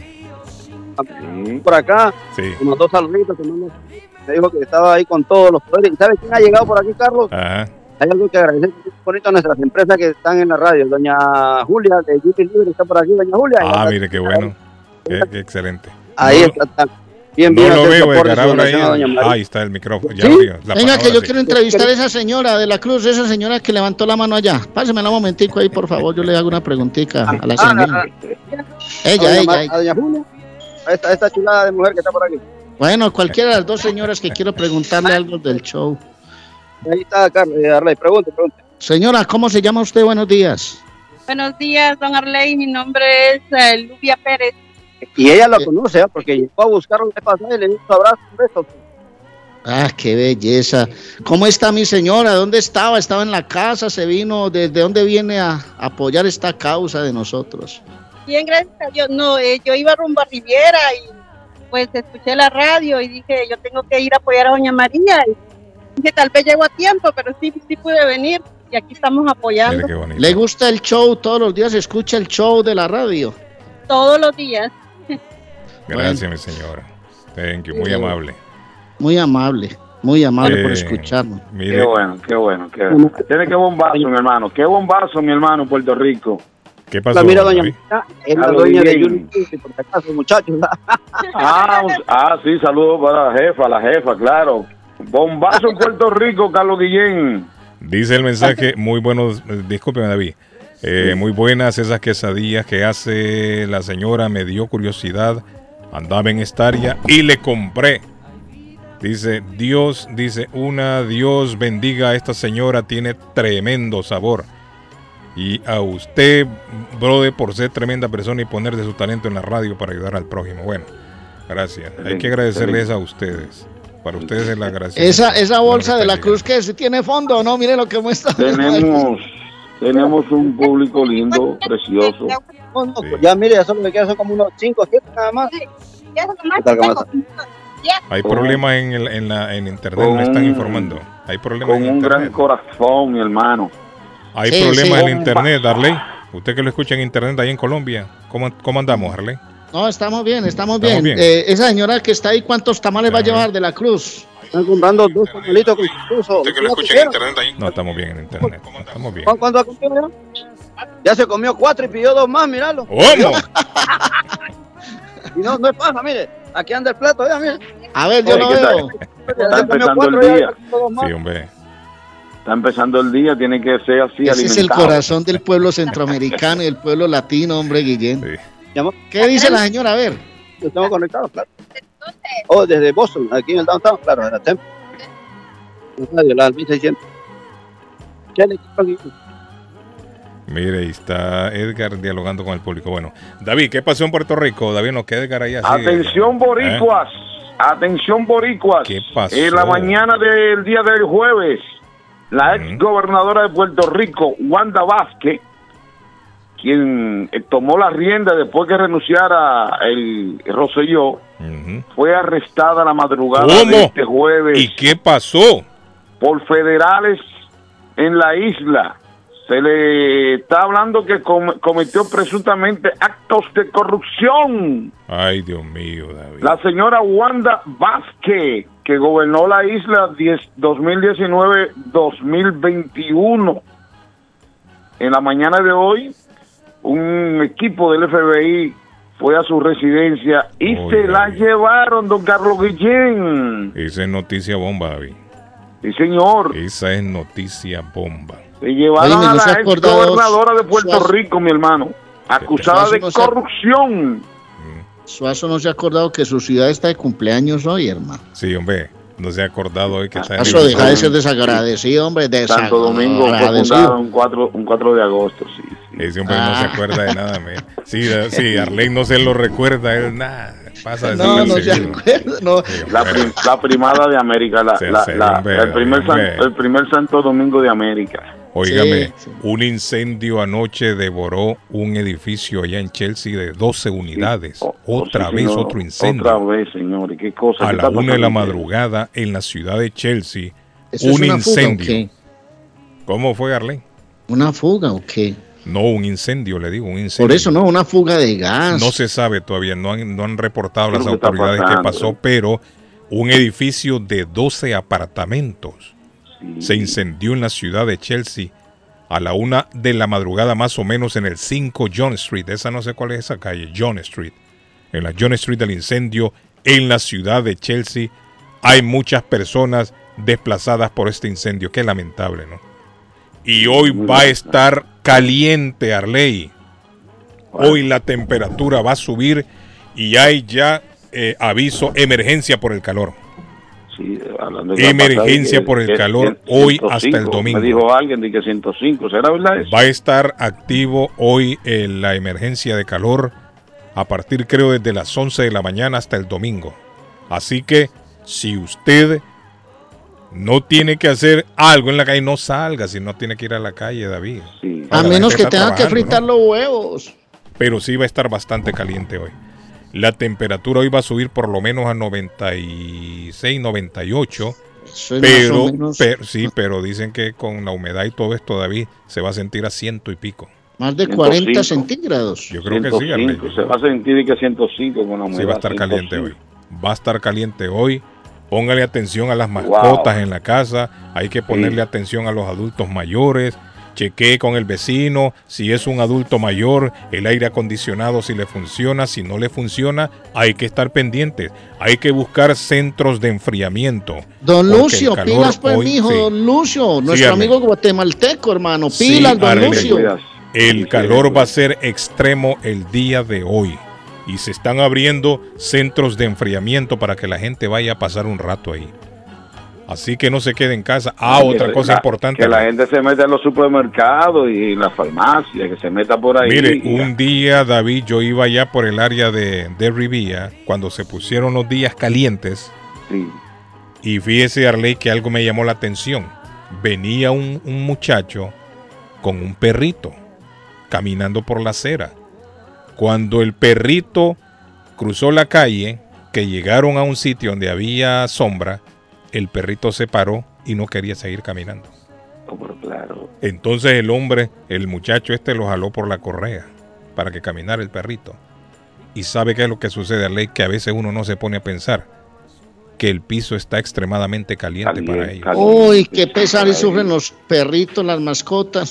Por acá, me mandó saluditos, me dijo que estaba ahí con todos los poderes. ¿Sabes quién ha llegado por aquí, Carlos? Ajá. Hay algo que agradecer bonito a nuestras empresas que están en la radio. Doña Julia de Duty Libre está por aquí, doña Julia. Mire, qué bueno. Qué excelente. Ahí está. Bien, no lo veo, ahí está el micrófono. Ya ¿Sí? Venga, que yo quiero entrevistar a esa señora de la Cruz, esa señora que levantó la mano allá. Pásemela un momentico ahí, por favor. Yo le hago una preguntita a la señora. Ella. A doña Julia. Esta chulada de mujer que está por aquí. Bueno, cualquiera de las dos señoras que quiero preguntarle algo del show. Ahí está, Carlos, Arley, pregunte. Señora, ¿cómo se llama usted? Buenos días. Buenos días, don Arley, mi nombre es Lubia Pérez. Y ella lo conoce, porque llegó a buscarlo de pasada y le dio un abrazo, un beso. Ah, qué belleza. ¿Cómo está mi señora? ¿Dónde estaba? ¿Estaba en la casa? ¿Se vino? ¿Desde dónde viene a apoyar esta causa de nosotros? Bien, gracias a Dios. No, yo iba rumbo a Riviera y pues escuché la radio y dije, yo tengo que ir a apoyar a doña María. Y dije, tal vez llego a tiempo, pero sí pude venir y aquí estamos apoyando. ¿Le gusta el show? ¿Todos los días escucha el show de la radio? Todos los días. Gracias, mi señora. Thank you. Muy amable. Muy amable por escucharnos. Mire. Qué bueno. Tiene que bombazo, mi hermano. Qué bombazo, mi hermano, Puerto Rico. ¿Qué pasó? Mira, doña María, es la dueña de Junior, por si acaso, muchachos. Sí, saludos para la jefa, claro. Bombazo en Puerto Rico, Carlos Guillén. Dice el mensaje, muy buenos, discúlpeme, David. Muy buenas esas quesadillas que hace la señora, me dio curiosidad, andaba en esta área y le compré. Dice, Dios bendiga a esta señora, tiene tremendo sabor. Y a usted, brother, por ser tremenda persona y poner de su talento en la radio para ayudar al prójimo. Bueno, gracias. Hay que agradecerles a ustedes. Para ustedes es la gracia. Esa bolsa de la Cruz, que si tiene fondo, ¿no? Mire lo que muestra. Tenemos un público lindo, precioso. Sí. Ya, mire, eso me queda son como unos 5 o 7 nada más. Hay problemas en internet, me están informando. Hay problemas con en un internet. Gran corazón, mi hermano. Hay problemas en internet, Darley. Usted que lo escucha en internet ahí en Colombia, ¿cómo andamos, Darley? No, estamos bien. Esa señora que está ahí, ¿cuántos tamales va a llevar de la Cruz? Están comprando 2 tamalitos con queso. Usted que lo escucha en internet ahí. No, estamos bien en internet. Estamos bien. ¿Cuánto ha comido ya? Se comió 4 y pidió 2 más, míralo. ¿Cómo? Y no es pasa, mire. Aquí anda el plato, mire. A ver, yo lo veo. Está empezando el día. Sí, hombre. Está empezando el día, tiene que ser así. Ese alimentado. Es el corazón del pueblo centroamericano y el pueblo latino, hombre, Guillén. Sí. ¿Qué dice la señora? A ver. Estamos conectados, claro. Desde Boston, aquí en el downtown, claro, en la Temple. La 1600. Mire, ahí está Edgar dialogando con el público. Bueno, David, ¿qué pasó en Puerto Rico? David, nos queda Edgar ahí así. Atención, boricuas. Atención, boricuas. ¿Qué pasó? En la mañana del día del jueves, la ex gobernadora de Puerto Rico, Wanda Vázquez, quien tomó la rienda después que renunciara el Rosselló, fue arrestada la madrugada de este jueves. ¿Y qué pasó? Por federales en la isla. Se le está hablando que cometió presuntamente actos de corrupción. Ay, Dios mío, David. La señora Wanda Vázquez, que gobernó la isla 2019-2021. En la mañana de hoy, un equipo del FBI fue a su residencia y se la llevaron, don Carlos Guillén. Esa es noticia bomba, David. Sí, señor. Esa es noticia bomba. Se llevaron a la ex gobernadora de Puerto Rico, mi hermano, acusada de corrupción. Suazo no se ha acordado que su ciudad está de cumpleaños hoy, hermano. Sí, hombre, no se ha acordado hoy que está en Suazo, deja de ser desagradecido, hombre. Santo Domingo fue fundado un 4 de agosto, sí. Ese hombre no se acuerda de nada, man. Sí, Arley no se lo recuerda, él nada. Pasa no se acuerda, no. La primada de América, el primer Santo Domingo de América. Óigame, un incendio anoche devoró un edificio allá en Chelsea de 12 unidades. Otra vez otro incendio. Otra vez, señor. ¿Qué cosa? A la 1 de la madrugada en la ciudad de Chelsea, un incendio. Fuga, ¿okay? ¿Cómo fue, Arley? ¿Una fuga o qué? No, un incendio, le digo, un incendio. Por eso no, una fuga de gas. No se sabe todavía, no han reportado las autoridades qué pasó, pero un edificio de 12 apartamentos se incendió en la ciudad de Chelsea a la 1 de la madrugada más o menos en el 5 John Street. Esa no sé cuál es esa calle, John Street. En la John Street del incendio en la ciudad de Chelsea. Hay muchas personas desplazadas por este incendio. Qué lamentable, ¿no? Y hoy va a estar caliente, Arley. Hoy la temperatura va a subir y hay ya aviso, emergencia por el calor. Sí, hablando de emergencia por el calor hoy 105, hasta el domingo. Me dijo alguien de que 105, ¿será verdad eso? Va a estar activo hoy la emergencia de calor a partir, creo, desde las 11 de la mañana hasta el domingo. Así que si usted no tiene que hacer algo en la calle, no salga. Si no tiene que ir a la calle, David. Sí. A menos que tenga que fritar, ¿no?, los huevos. Pero sí va a estar bastante caliente hoy. La temperatura hoy va a subir por lo menos a 96, 98. Pero dicen que con la humedad y todo esto, David, se va a sentir a 100 y pico. Más de 40 centígrados. Yo creo 105, que sí, Arley. Se va a sentir que 105 con la humedad. Sí, va a estar 105. Caliente hoy. Va a estar caliente hoy. Póngale atención a las mascotas en la casa. Hay que ponerle atención a los adultos mayores. Chequee con el vecino. Si es un adulto mayor, el aire acondicionado si le funciona. Si no le funciona, hay que estar pendientes. Hay que buscar centros de enfriamiento. Don Lucio, pilas pues, mijo, don Lucio. Nuestro amigo guatemalteco, hermano. Pilas, don Lucio. El calor va a ser extremo el día de hoy. Y se están abriendo centros de enfriamiento para que la gente vaya a pasar un rato ahí. Así que no se quede en casa. Otra cosa importante. Que la gente se meta en los supermercados y en las farmacias, que se meta por ahí. Mire, un día, David, yo iba allá por el área de Rivía, cuando se pusieron los días calientes. Sí. Y fíjese, Arley, que algo me llamó la atención. Venía un muchacho con un perrito caminando por la acera. Cuando el perrito cruzó la calle, que llegaron a un sitio donde había sombra, el perrito se paró y no quería seguir caminando. Claro. Entonces el muchacho lo jaló por la correa para que caminara el perrito. Y sabe qué es lo que sucede, Arley, que a veces uno no se pone a pensar que el piso está extremadamente caliente para ellos. Uy, qué pesar y sufren los perritos, las mascotas.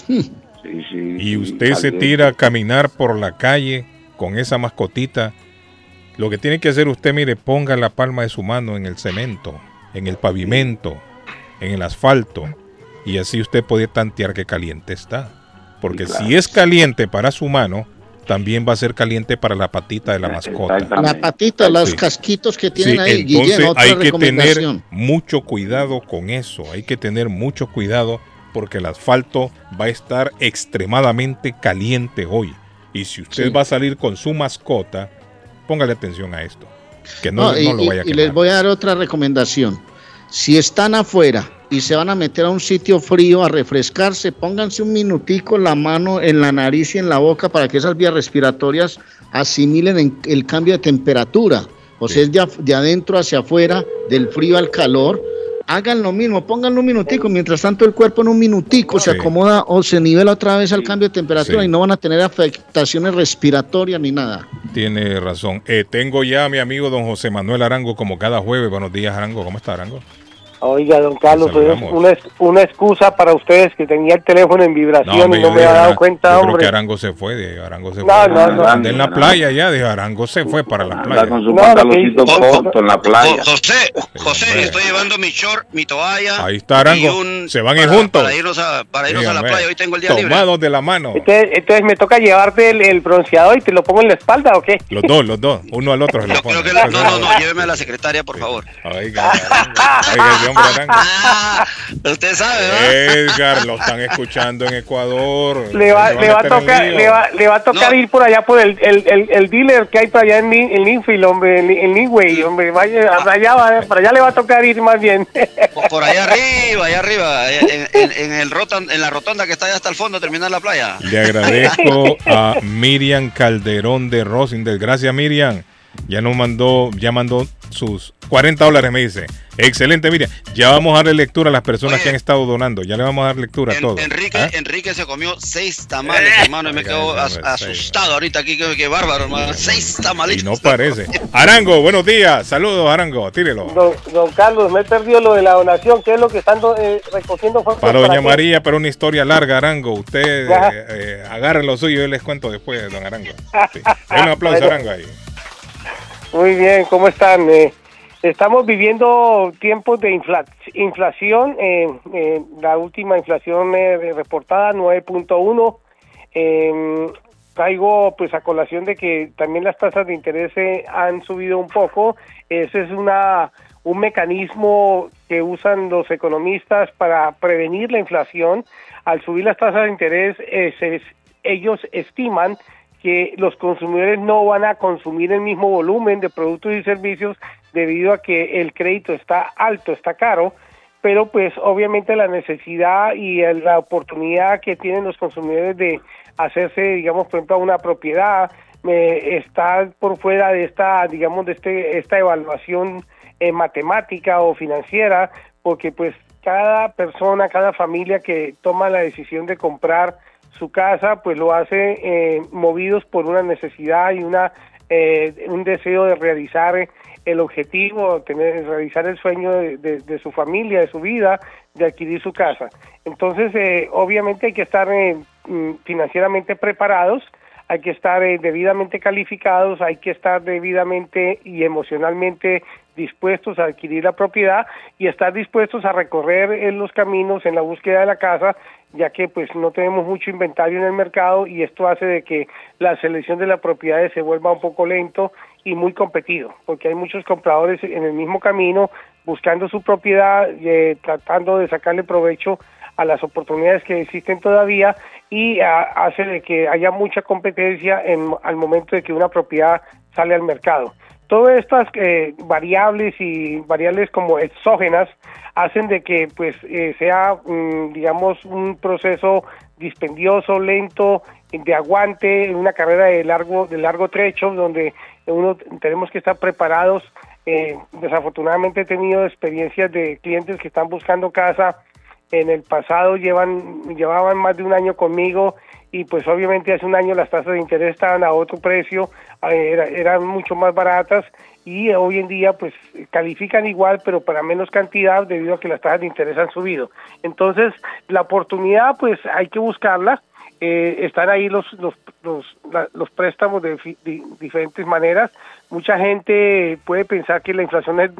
Y usted se tira a caminar por la calle con esa mascotita. Lo que tiene que hacer usted, mire, ponga la palma de su mano en el cemento, en el pavimento, en el asfalto, y así usted puede tantear qué caliente está. Porque si es caliente para su mano, también va a ser caliente para la patita de la mascota. La patita, los casquitos que tienen ahí. Entonces Guillén, hay que tener mucho cuidado con eso. Hay que tener mucho cuidado porque el asfalto va a estar extremadamente caliente hoy. Y si usted va a salir con su mascota, póngale atención a esto. Que no lo vaya a quemar. Y les voy a dar otra recomendación. Si están afuera y se van a meter a un sitio frío a refrescarse, pónganse un minutico la mano en la nariz y en la boca para que esas vías respiratorias asimilen el cambio de temperatura. O sea, es de adentro hacia afuera, del frío al calor. Hagan lo mismo, pónganlo un minutico, mientras tanto el cuerpo en un minutico se acomoda o se nivela otra vez al cambio de temperatura y no van a tener afectaciones respiratorias ni nada. Tiene razón. Tengo ya a mi amigo don José Manuel Arango como cada jueves. Buenos días, Arango. ¿Cómo está, Arango? Oiga, don Carlos, es una excusa para ustedes que tenía el teléfono en vibración y no me había dado cuenta, yo hombre. Creo que Arango se fue, Anda en la playa ya, dijo Arango se fue para la playa. Con su pantaloncito corto en la playa. José, estoy llevando mi short, mi toalla. Ahí está Arango, se van a ir juntos. Para irnos a la playa, hoy tengo el día libre. Tomados de la mano. Entonces me toca llevarte el bronceador y te lo pongo en la espalda, ¿o qué? Los dos, uno al otro se lo pone. No, lléveme a la secretaria, por favor. Oiga, ese hombre Arango. Usted sabe, ¿verdad? Edgar, lo están escuchando en Ecuador. Le va a tocar ir por allá por el dealer que hay para allá en Linfield, hombre, en Linway, hombre, vaya para allá le va a tocar ir más bien. Por allá arriba, en la rotonda que está allá hasta el fondo, terminar la playa. Le agradezco a Miriam Calderón de Rosindel. Gracias, Miriam. Ya mandó sus $40, me dice. Excelente, Miriam. Ya vamos a darle lectura a las personas que han estado donando. Ya le vamos a dar lectura a todos. Enrique se comió 6 tamales, hermano, y me quedo asustado ahorita aquí. Qué bárbaro, hermano. 6 tamalitos. Y no parece. Arango, buenos días. Saludos, Arango. Tírelo. Don Carlos, me he perdido lo de la donación. ¿Qué es lo que están recogiendo? Para doña María, pero una historia larga, Arango. Usted agarre lo suyo y yo les cuento después, don Arango. Sí. Un aplauso, Arango, ahí. Muy bien, ¿cómo están? Estamos viviendo tiempos de inflación. La última inflación reportada, 9.1. Traigo pues a colación de que también las tasas de interés han subido un poco. Ese es un mecanismo que usan los economistas para prevenir la inflación. Al subir las tasas de interés, ellos estiman que los consumidores no van a consumir el mismo volumen de productos y servicios debido a que el crédito está alto, está caro, pero pues obviamente la necesidad y la oportunidad que tienen los consumidores de hacerse, digamos, por ejemplo, una propiedad, está por fuera de esta evaluación matemática o financiera, porque pues cada persona, cada familia que toma la decisión de comprar su casa, pues lo hace movidos por una necesidad y un deseo de realizar el objetivo, realizar el sueño de su familia, de su vida, de adquirir su casa. Entonces, obviamente hay que estar financieramente preparados, hay que estar debidamente calificados, hay que estar debidamente y emocionalmente dispuestos a adquirir la propiedad y estar dispuestos a recorrer los caminos en la búsqueda de la casa, ya que pues no tenemos mucho inventario en el mercado y esto hace de que la selección de las propiedades se vuelva un poco lento y muy competido, porque hay muchos compradores en el mismo camino buscando su propiedad, tratando de sacarle provecho a las oportunidades que existen todavía y hace de que haya mucha competencia al momento de que una propiedad sale al mercado. Todas estas variables y variables como exógenas hacen de que pues sea digamos un proceso dispendioso, lento, de aguante, una carrera de largo trecho donde tenemos que estar preparados. Desafortunadamente he tenido experiencias de clientes que están buscando casa. En el pasado llevaban más de un año conmigo y pues obviamente hace un año las tasas de interés estaban a otro precio, eran mucho más baratas y hoy en día pues califican igual pero para menos cantidad debido a que las tasas de interés han subido. Entonces la oportunidad pues hay que buscarla. Están ahí los préstamos de diferentes maneras. Mucha gente puede pensar que la inflación es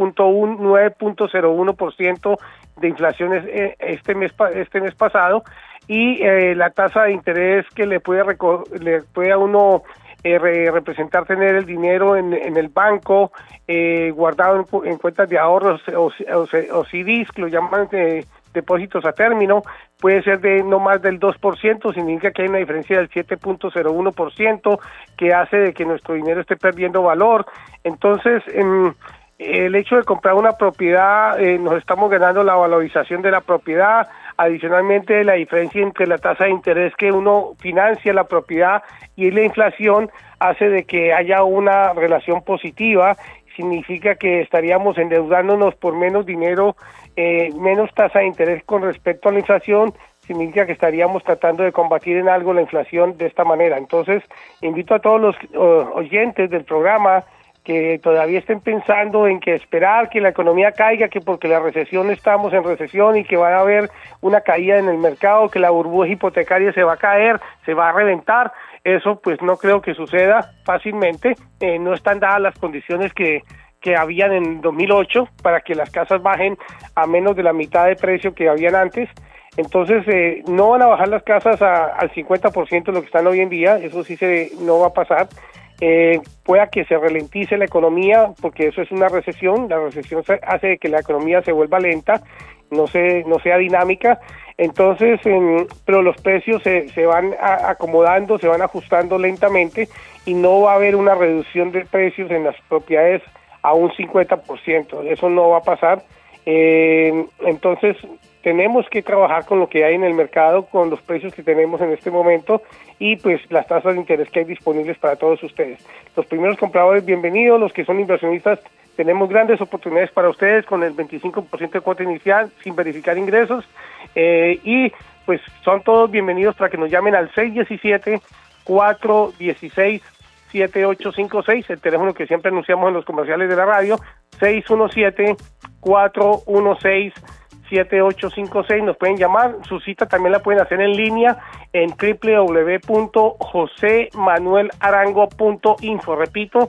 9.01% de inflación este mes pasado y la tasa de interés que le puede a uno representar tener el dinero en el banco guardado en cuentas de ahorros o CDs, que lo llaman depósitos a término, puede ser de no más del 2%, significa que hay una diferencia del 7.01% que hace de que nuestro dinero esté perdiendo valor. Entonces, el hecho de comprar una propiedad, nos estamos ganando la valorización de la propiedad, adicionalmente la diferencia entre la tasa de interés que uno financia la propiedad y la inflación hace de que haya una relación positiva, significa que estaríamos endeudándonos por menos dinero, menos tasa de interés con respecto a la inflación, significa que estaríamos tratando de combatir en algo la inflación de esta manera. Entonces, invito a todos los oyentes del programa que todavía estén pensando en que esperar que la economía caiga, que porque la recesión estamos en recesión y que va a haber una caída en el mercado, que la burbuja hipotecaria se va a caer, se va a reventar, eso pues no creo que suceda fácilmente. No están dadas las condiciones que habían en 2008 para que las casas bajen a menos de la mitad de precio que habían antes. Entonces no van a bajar las casas al 50% de lo que están hoy en día, eso sí no va a pasar. Pueda que se ralentice la economía, porque eso es una recesión. La recesión hace que la economía se vuelva lenta, no sea dinámica. Entonces, pero los precios se van acomodando, se van ajustando lentamente y no va a haber una reducción de precios en las propiedades a un 50%. Eso no va a pasar. Entonces, tenemos que trabajar con lo que hay en el mercado, con los precios que tenemos en este momento y pues las tasas de interés que hay disponibles para todos ustedes. Los primeros compradores, bienvenidos. Los que son inversionistas, tenemos grandes oportunidades para ustedes con el 25% de cuota inicial sin verificar ingresos y pues son todos bienvenidos para que nos llamen al 617-416-7856, el teléfono que siempre anunciamos en los comerciales de la radio, 617-416-7856, nos pueden llamar. Su cita también la pueden hacer en línea en www.josemanuelarango.info. Repito,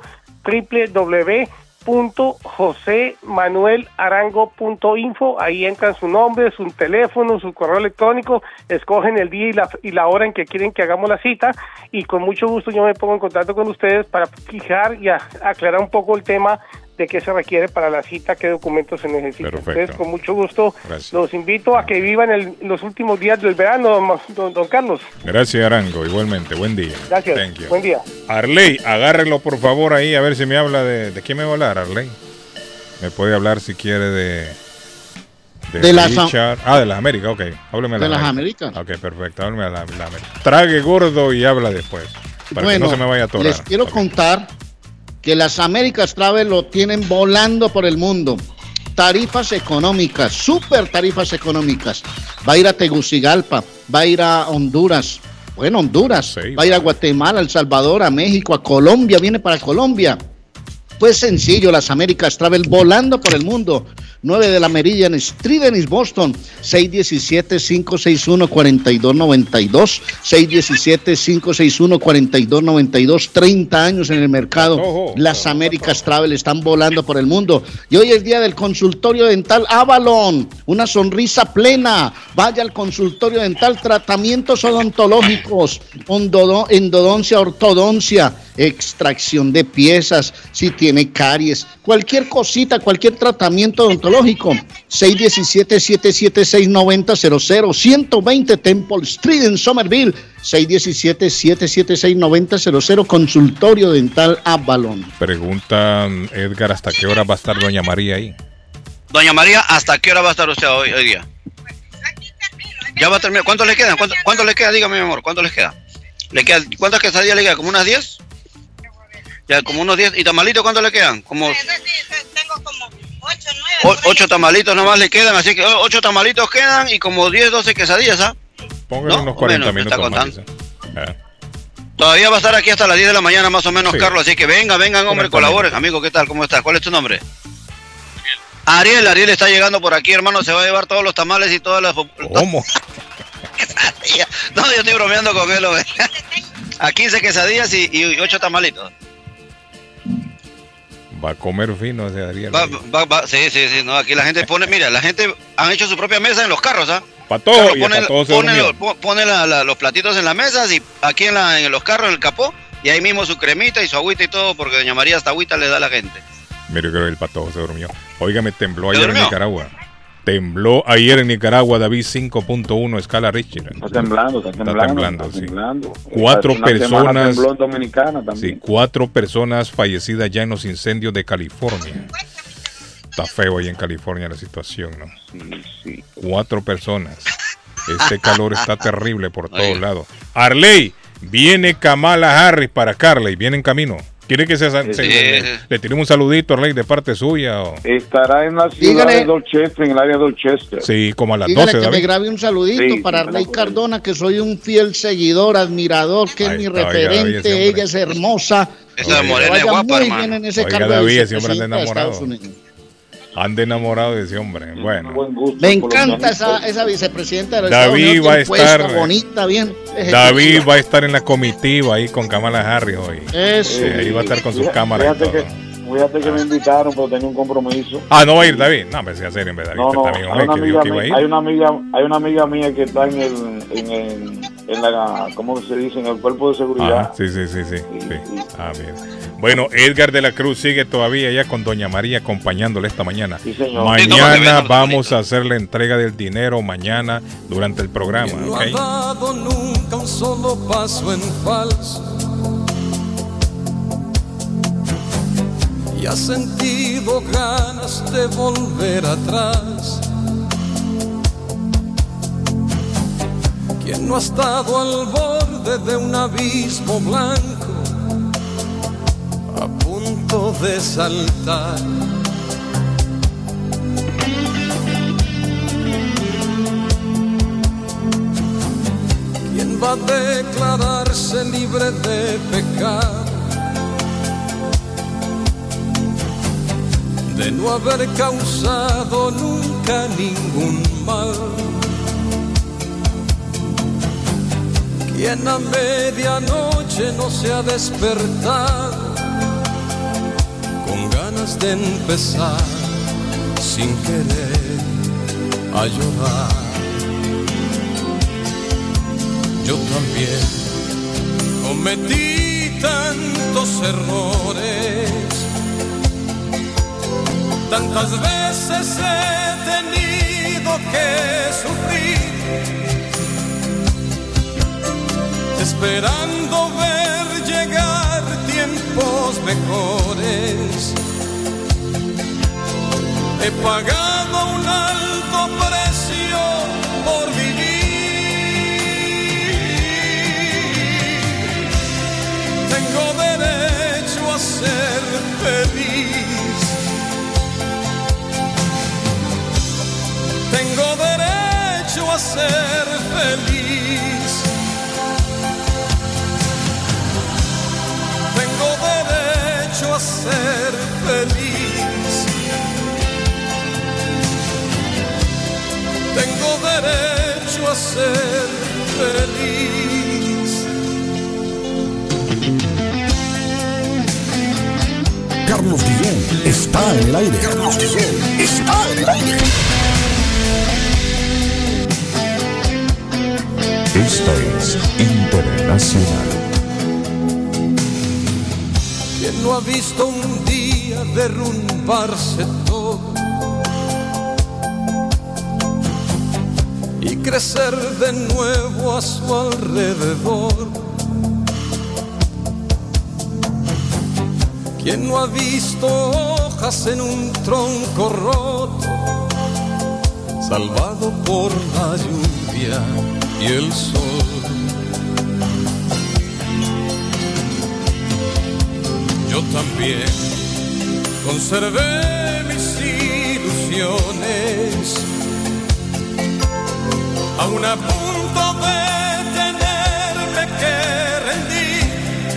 www.josemanuelarango.info. Ahí entran su nombre, su teléfono, su correo electrónico, escogen el día y la hora en que quieren que hagamos la cita y con mucho gusto yo me pongo en contacto con ustedes para fijar y aclarar un poco el tema de qué se requiere para la cita, qué documentos se necesitan. Entonces, con mucho gusto, los invito a que vivan los últimos días del verano, don Carlos. Gracias, Arango, igualmente, buen día. Gracias, buen día. Arley, agárrelo por favor ahí, a ver si me habla ¿de qué me va a hablar, Arley? Me puede hablar si quiere de Richard. De las Américas, ok. Hábleme de las Américas. Ok, perfecto, hábleme de las Américas. Trague gordo y habla después, para que no se me vaya a atorar. Les quiero contar que las Américas Travel lo tienen volando por el mundo. Tarifas económicas, super tarifas económicas. Va a ir a Tegucigalpa, va a ir a Honduras. Bueno, Honduras. Sí, va a ir a Guatemala, El Salvador, a México, a Colombia. Viene para Colombia. Pues sencillo, las Américas Travel volando por el mundo. 9 de la Meridian Street en East Boston, 617-561-4292, 617-561-4292, 30 años en el mercado. Las Américas Travel están volando por el mundo. Y hoy es día del consultorio dental Avalon, una sonrisa plena. Vaya al consultorio dental, tratamientos odontológicos, endodoncia, ortodoncia, extracción de piezas, si tiene caries, cualquier cosita, cualquier tratamiento odontológico. 617-776-9000, 120 Temple Street en Somerville, 617-776-9000, consultorio dental Avalon. Pregunta Edgar, ¿hasta qué hora va a estar Doña María ahí? Doña María, ¿hasta qué hora va a estar usted hoy día? Ya va a terminar. ¿Cuánto le quedan? ¿Cuánto le queda? Dígame, mi amor, ¿cuánto les queda? ¿Cuántas quesadillas le quedan? ¿Como unas 10? Ya, como unos 10. ¿Y tamalitos cuánto le quedan? Como... Tengo como 8, 9. 8 tamalitos nomás le quedan, así que 8 tamalitos quedan y como 10, 12 quesadillas, ¿ah? Póngale unos 40 minutos más. Todavía va a estar aquí hasta las 10 de la mañana más o menos, sí. Carlos, así que vengan, hombre, colaboren. Amigo, ¿qué tal? ¿Cómo estás? ¿Cuál es tu nombre? Ariel está llegando por aquí, hermano, se va a llevar todos los tamales y todas las... ¿Cómo? No, yo estoy bromeando con él, ¿ves? A 15 quesadillas y 8 tamalitos. Va a comer fino ese Ariel. Sí, no, aquí la gente pone, mira, la gente han hecho su propia mesa en los carros, ¿ah? Para todo, pone los platitos en las mesas y aquí en los carros, en el capó, y ahí mismo su cremita y su agüita y todo, porque doña María hasta agüita le da a la gente. Mira, creo que el patojo se durmió. Óigame, tembló ayer en Nicaragua. Tembló ayer en Nicaragua, David, 5.1 escala Richter. Está temblando, sí. 4 personas. Tembló en Dominicana también. Sí, 4 personas fallecidas ya en los incendios de California. Está feo ahí en California la situación, ¿no? Sí. 4 personas. Este calor está terrible por todos lados. Arley, viene Kamala Harris para Carley, viene en camino. ¿Quiere que le tiremos un saludito, Rey, de parte suya? O? Estará en la ciudad de Dorchester, en el área de Dorchester. Sí, como a las Dígale 12, que David. me grabe un saludito para Rey Cardona, que soy un fiel seguidor, admirador, que es mi referente. David, ella es hermosa. Esa morena es guapa, muy hermano. bien en ese Oiga, cargo David, de ese hombre anda enamorado. Estados Unidos. Anda enamorado de ese hombre. Bueno. Me encanta esa vicepresidenta de los David Estados Unidos. va a estar bonita, bien. David va a estar en la comitiva ahí con Kamala Harris hoy. Eso. Sí, ahí va a estar con sus cámaras y todo. Fíjate que me invitaron, pero tenía un compromiso. Ah, ¿no va a ir David? No, me decía serio, en verdad. No, hay una amiga mía que está en la, ¿cómo se dice? En el cuerpo de seguridad. Sí. Ah, bien. Bueno, Edgar de la Cruz sigue todavía allá con Doña María acompañándole esta mañana. Sí, señor. Mañana vamos a hacer la entrega del dinero mañana durante el programa. No ha dado nunca un solo paso en falso y ha sentido ganas de volver atrás. Quien no ha estado al borde de un abismo blanco a punto de saltar. ¿Quién va a declararse libre de pecado, de no haber causado nunca ningún mal? ¿Quién a medianoche no se ha despertado con ganas de empezar sin querer a llorar? Yo también cometí tantos errores, tantas veces he tenido que sufrir, esperando ver llegar tiempos mejores. He pagado un alto precio por vivir. Tengo derecho a ser feliz. Tengo derecho a ser feliz. Tengo derecho a ser feliz. Tengo derecho a ser feliz. Carlos Guillén está en el aire. Carlos Guillén está en el aire. Esta es Internacional. ¿Quién no ha visto un día derrumbarse todo y crecer de nuevo a su alrededor? ¿Quién no ha visto hojas en un tronco roto, salvado por la lluvia y el sol? Yo también conservé mis ilusiones, aún a punto de tenerme que rendir,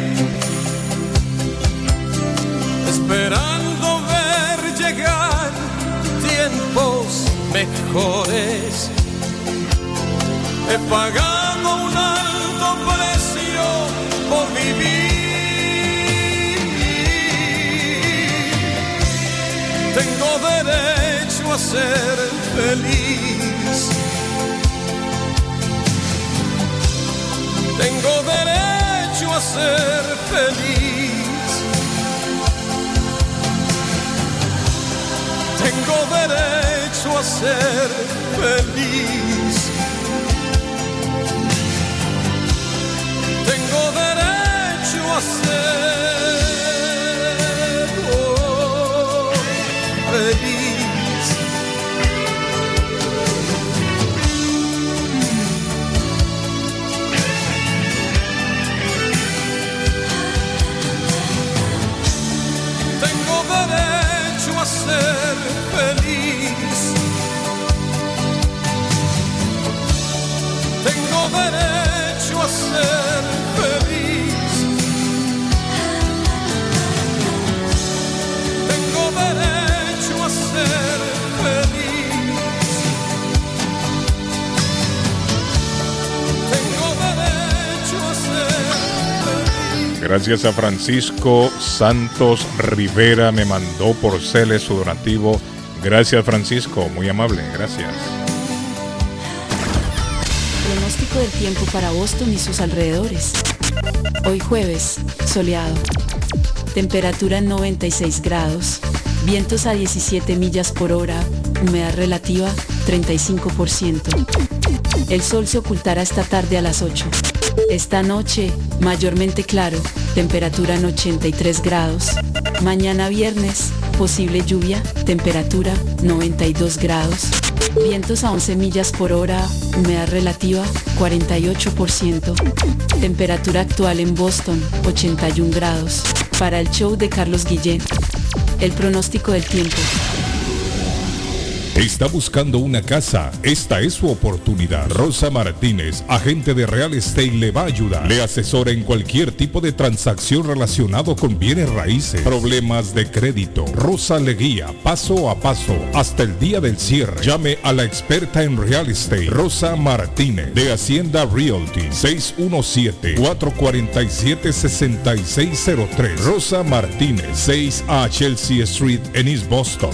esperando ver llegar tiempos mejores. He pagado un alto precio por vivir. Tengo derecho a ser feliz. Tengo derecho a ser feliz. Tengo derecho a ser feliz. Tengo derecho a ser feliz. Gracias a Francisco Santos Rivera, me mandó por Celes su donativo. Gracias, Francisco, muy amable, gracias. Pronóstico del tiempo para Boston y sus alrededores. Hoy jueves, soleado. Temperatura en 96 grados. Vientos a 17 millas por hora. Humedad relativa 35%. El sol se ocultará esta tarde a las 8. Esta noche, mayormente claro. Temperatura en 83 grados. Mañana viernes, posible lluvia. Temperatura 92 grados. Vientos a 11 millas por hora, humedad relativa 48%. Temperatura actual en Boston 81 grados. Para el show de Carlos Guillén, el pronóstico del tiempo. ¿Está buscando una casa? Esta es su oportunidad. Rosa Martínez, agente de Real Estate, le va a ayudar. Le asesora en cualquier tipo de transacción relacionado con bienes raíces, problemas de crédito. Rosa le guía paso a paso hasta el día del cierre. Llame a la experta en Real Estate, Rosa Martínez, de Hacienda Realty, 617-447-6603. Rosa Martínez, 6 a Chelsea Street en East Boston,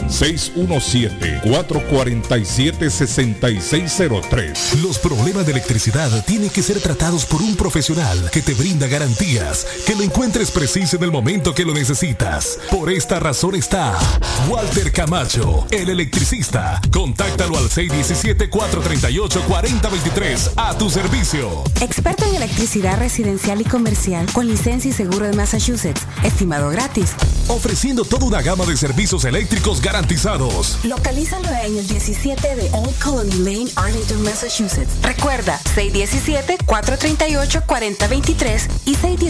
617-447-6603. Los problemas de electricidad tienen que ser tratados por un profesional que te brinda garantías, que lo encuentres preciso en el momento que lo necesitas. Por esta razón está Walter Camacho, el electricista. Contáctalo al 617-438-4023, a tu servicio. Experto en electricidad residencial y comercial con licencia y seguro de Massachusetts. Estimado gratis. Ofreciendo toda una gama de servicios eléctricos garantizados. Localízalo en el 17 de Old Colony Lane, Arlington, Massachusetts. Recuerda, 617-438-4023 y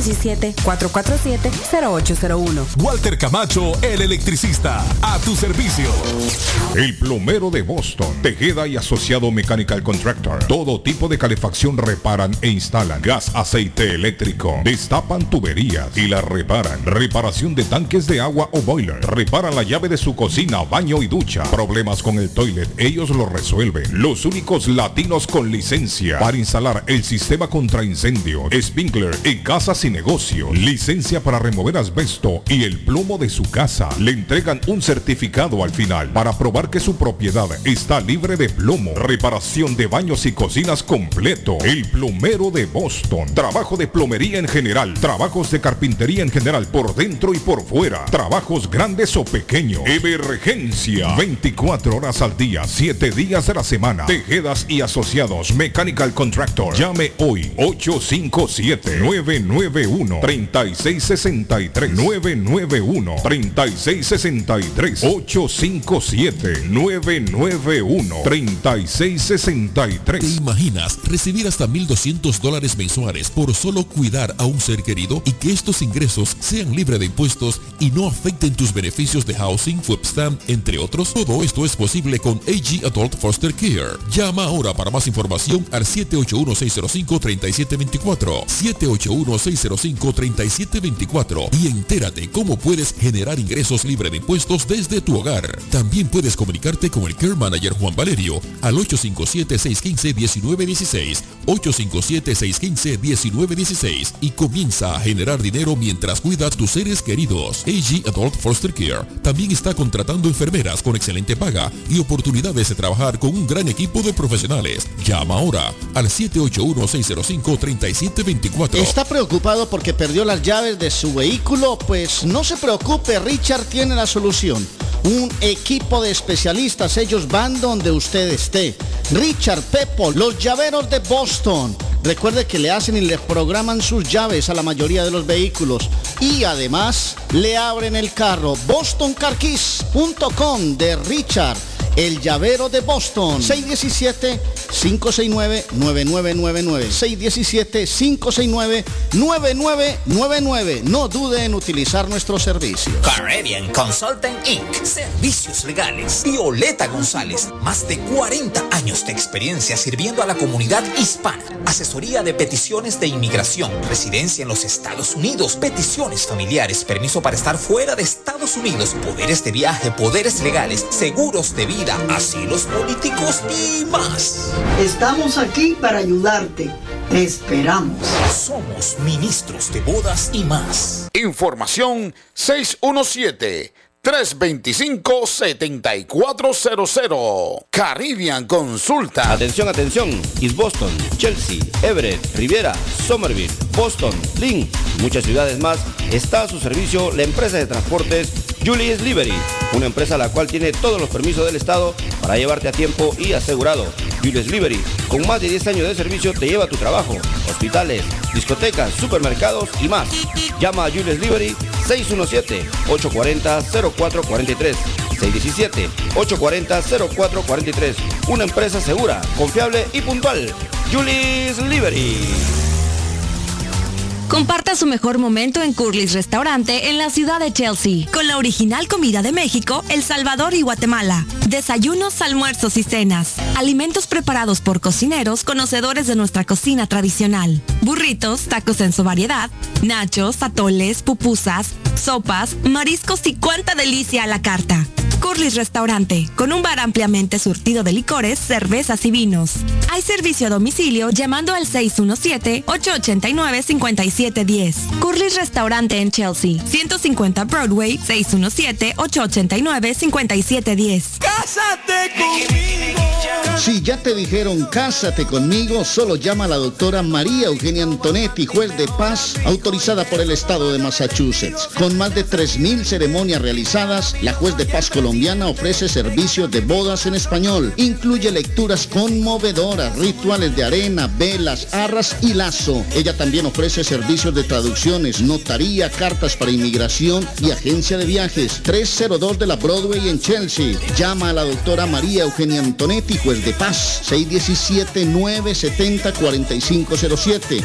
617-447-0801. Walter Camacho, el electricista, a tu servicio. El plomero de Boston, Tejeda y Asociado Mechanical Contractor. Todo tipo de calefacción reparan e instalan. Gas, aceite eléctrico. Destapan tuberías y las reparan. Reparación de tanques de agua o boiler. Reparan la llave de su cocina, baño y ducha. Problemas con el toilet, ellos lo resuelven. Los únicos latinos con licencia para instalar el sistema contra incendio, sprinkler en casas y negocios, licencia para remover asbesto y el plomo de su casa. Le entregan un certificado al final para probar que su propiedad está libre de plomo. Reparación de baños y cocinas completo. El plomero de Boston. Trabajo de plomería en general, trabajos de carpintería en general, por dentro y por fuera, trabajos grandes o pequeños. Emergencia 24 horas al día, 7 días de la semana. Tejedas y Asociados Mechanical Contractor. Llame hoy 857-991-3663 991-3663 857-991-3663. ¿Te imaginas recibir hasta $1,200 mensuales por solo cuidar a un ser querido y que estos ingresos sean libres de impuestos y no afecten tus beneficios de housing, food stamp, entre otros? Todo esto es posible con AG Adult Foster Care. Llama ahora para más información al 781-605-3724 781-605-3724 y entérate cómo puedes generar ingresos libres de impuestos desde tu hogar. También puedes comunicarte con el Care Manager Juan Valerio al 857-615-1916 857-615-1916 y comienza a generar dinero mientras cuida a tus seres queridos. AG Adult Foster Care también está contratando enfermeras con excelente paga y oportunidades de trabajar con un gran equipo de profesionales. Llama ahora al 781-605-3724. ¿Está preocupado porque perdió las llaves de su vehículo? Pues no se preocupe, Richard tiene la solución. Un equipo de especialistas, ellos van donde usted esté. Richard Pepo, los llaveros de Boston. Recuerde que le hacen y le programan sus llaves a la mayoría de los vehículos. Y además le abren el carro. BostonCarKeys.com de Richard, el llavero de Boston. 617-569-9999. 617-569-9999. No dude en utilizar nuestro servicio. Caribbean Consulting Inc. Servicios legales. Violeta González. Más de 40 años de experiencia sirviendo a la comunidad hispana. Asesoría de peticiones de inmigración, residencia en los Estados Unidos, peticiones familiares, permiso para estar fuera de Estados Unidos, poderes de viaje, poderes legales, seguros de vida, asilos políticos y más. Estamos aquí para ayudarte. Te esperamos. Somos ministros de bodas y más. Información 617-325-7400. Caribbean Consulta. Atención, atención. East Boston, Chelsea, Everett, Riviera, Somerville, Boston, Lynn y muchas ciudades más está a su servicio la empresa de transportes Julius Liberty, una empresa la cual tiene todos los permisos del Estado para llevarte a tiempo y asegurado. Julius Liberty, con más de 10 años de servicio, te lleva a tu trabajo, hospitales, discotecas, supermercados y más. Llama a Julius Liberty 617-840-0443. 617-840-0443. Una empresa segura, confiable y puntual. Julius Liberty. Comparta su mejor momento en Curly's Restaurante en la ciudad de Chelsea, con la original comida de México, El Salvador y Guatemala. Desayunos, almuerzos y cenas. Alimentos preparados por cocineros conocedores de nuestra cocina tradicional. Burritos, tacos en su variedad, nachos, atoles, pupusas, sopas, mariscos y cuánta delicia a la carta. Curly's Restaurante, con un bar ampliamente surtido de licores, cervezas y vinos. Hay servicio a domicilio llamando al 617-889-5710. Curly's Restaurante en Chelsea, 150 Broadway, 617-889-5710. ¡Cásate conmigo! Si ya te dijeron cásate conmigo, solo llama a la doctora María Eugenia Antonetti, juez de paz, autorizada por el estado de Massachusetts. Con más de 3,000 ceremonias realizadas, la juez de paz colombiana ofrece servicios de bodas en español. Incluye lecturas conmovedoras, rituales de arena, velas, arras y lazo. Ella también ofrece servicios de traducciones, notaría, cartas para inmigración y agencia de viajes. 302 de la Broadway en Chelsea. Llama a la doctora María Eugenia Antonetti, juez de paz, 617-970-4507,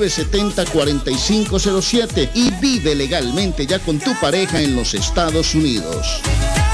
970-4507 y vive legalmente ya con tu pareja en los Estados Unidos.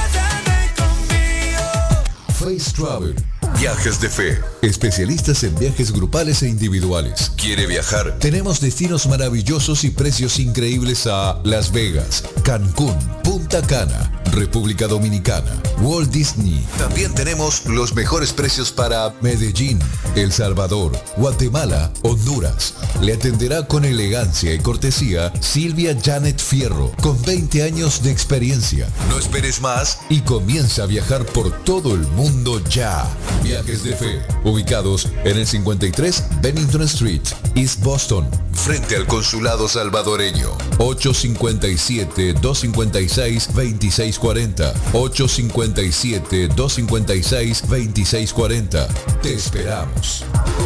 Face Travel. Viajes de fe. Especialistas en viajes grupales e individuales. ¿Quiere viajar? Tenemos destinos maravillosos y precios increíbles a Las Vegas, Cancún, Punta Cana, República Dominicana, Walt Disney. También tenemos los mejores precios para Medellín, El Salvador, Guatemala, Honduras. Le atenderá con elegancia y cortesía Silvia Janet Fierro, con 20 años de experiencia. No esperes más y comienza a viajar por todo el mundo ya. Viajes de fe, ubicados en el 53 Bennington Street, East Boston, frente al consulado salvadoreño. 857-256-2640, 857-256-2640. Te esperamos.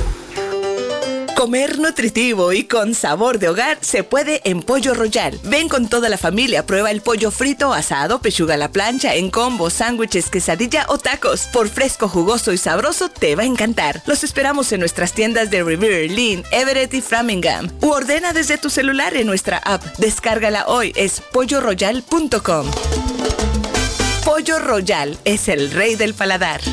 Comer nutritivo y con sabor de hogar se puede en Pollo Royal. Ven con toda la familia, prueba el pollo frito, asado, pechuga a la plancha, en combo, sándwiches, quesadilla o tacos. Por fresco, jugoso y sabroso, te va a encantar. Los esperamos en nuestras tiendas de Revere, Lynn, Everett y Framingham. U ordena desde tu celular en nuestra app. Descárgala hoy, es polloroyal.com. Pollo Royal es el rey del paladar.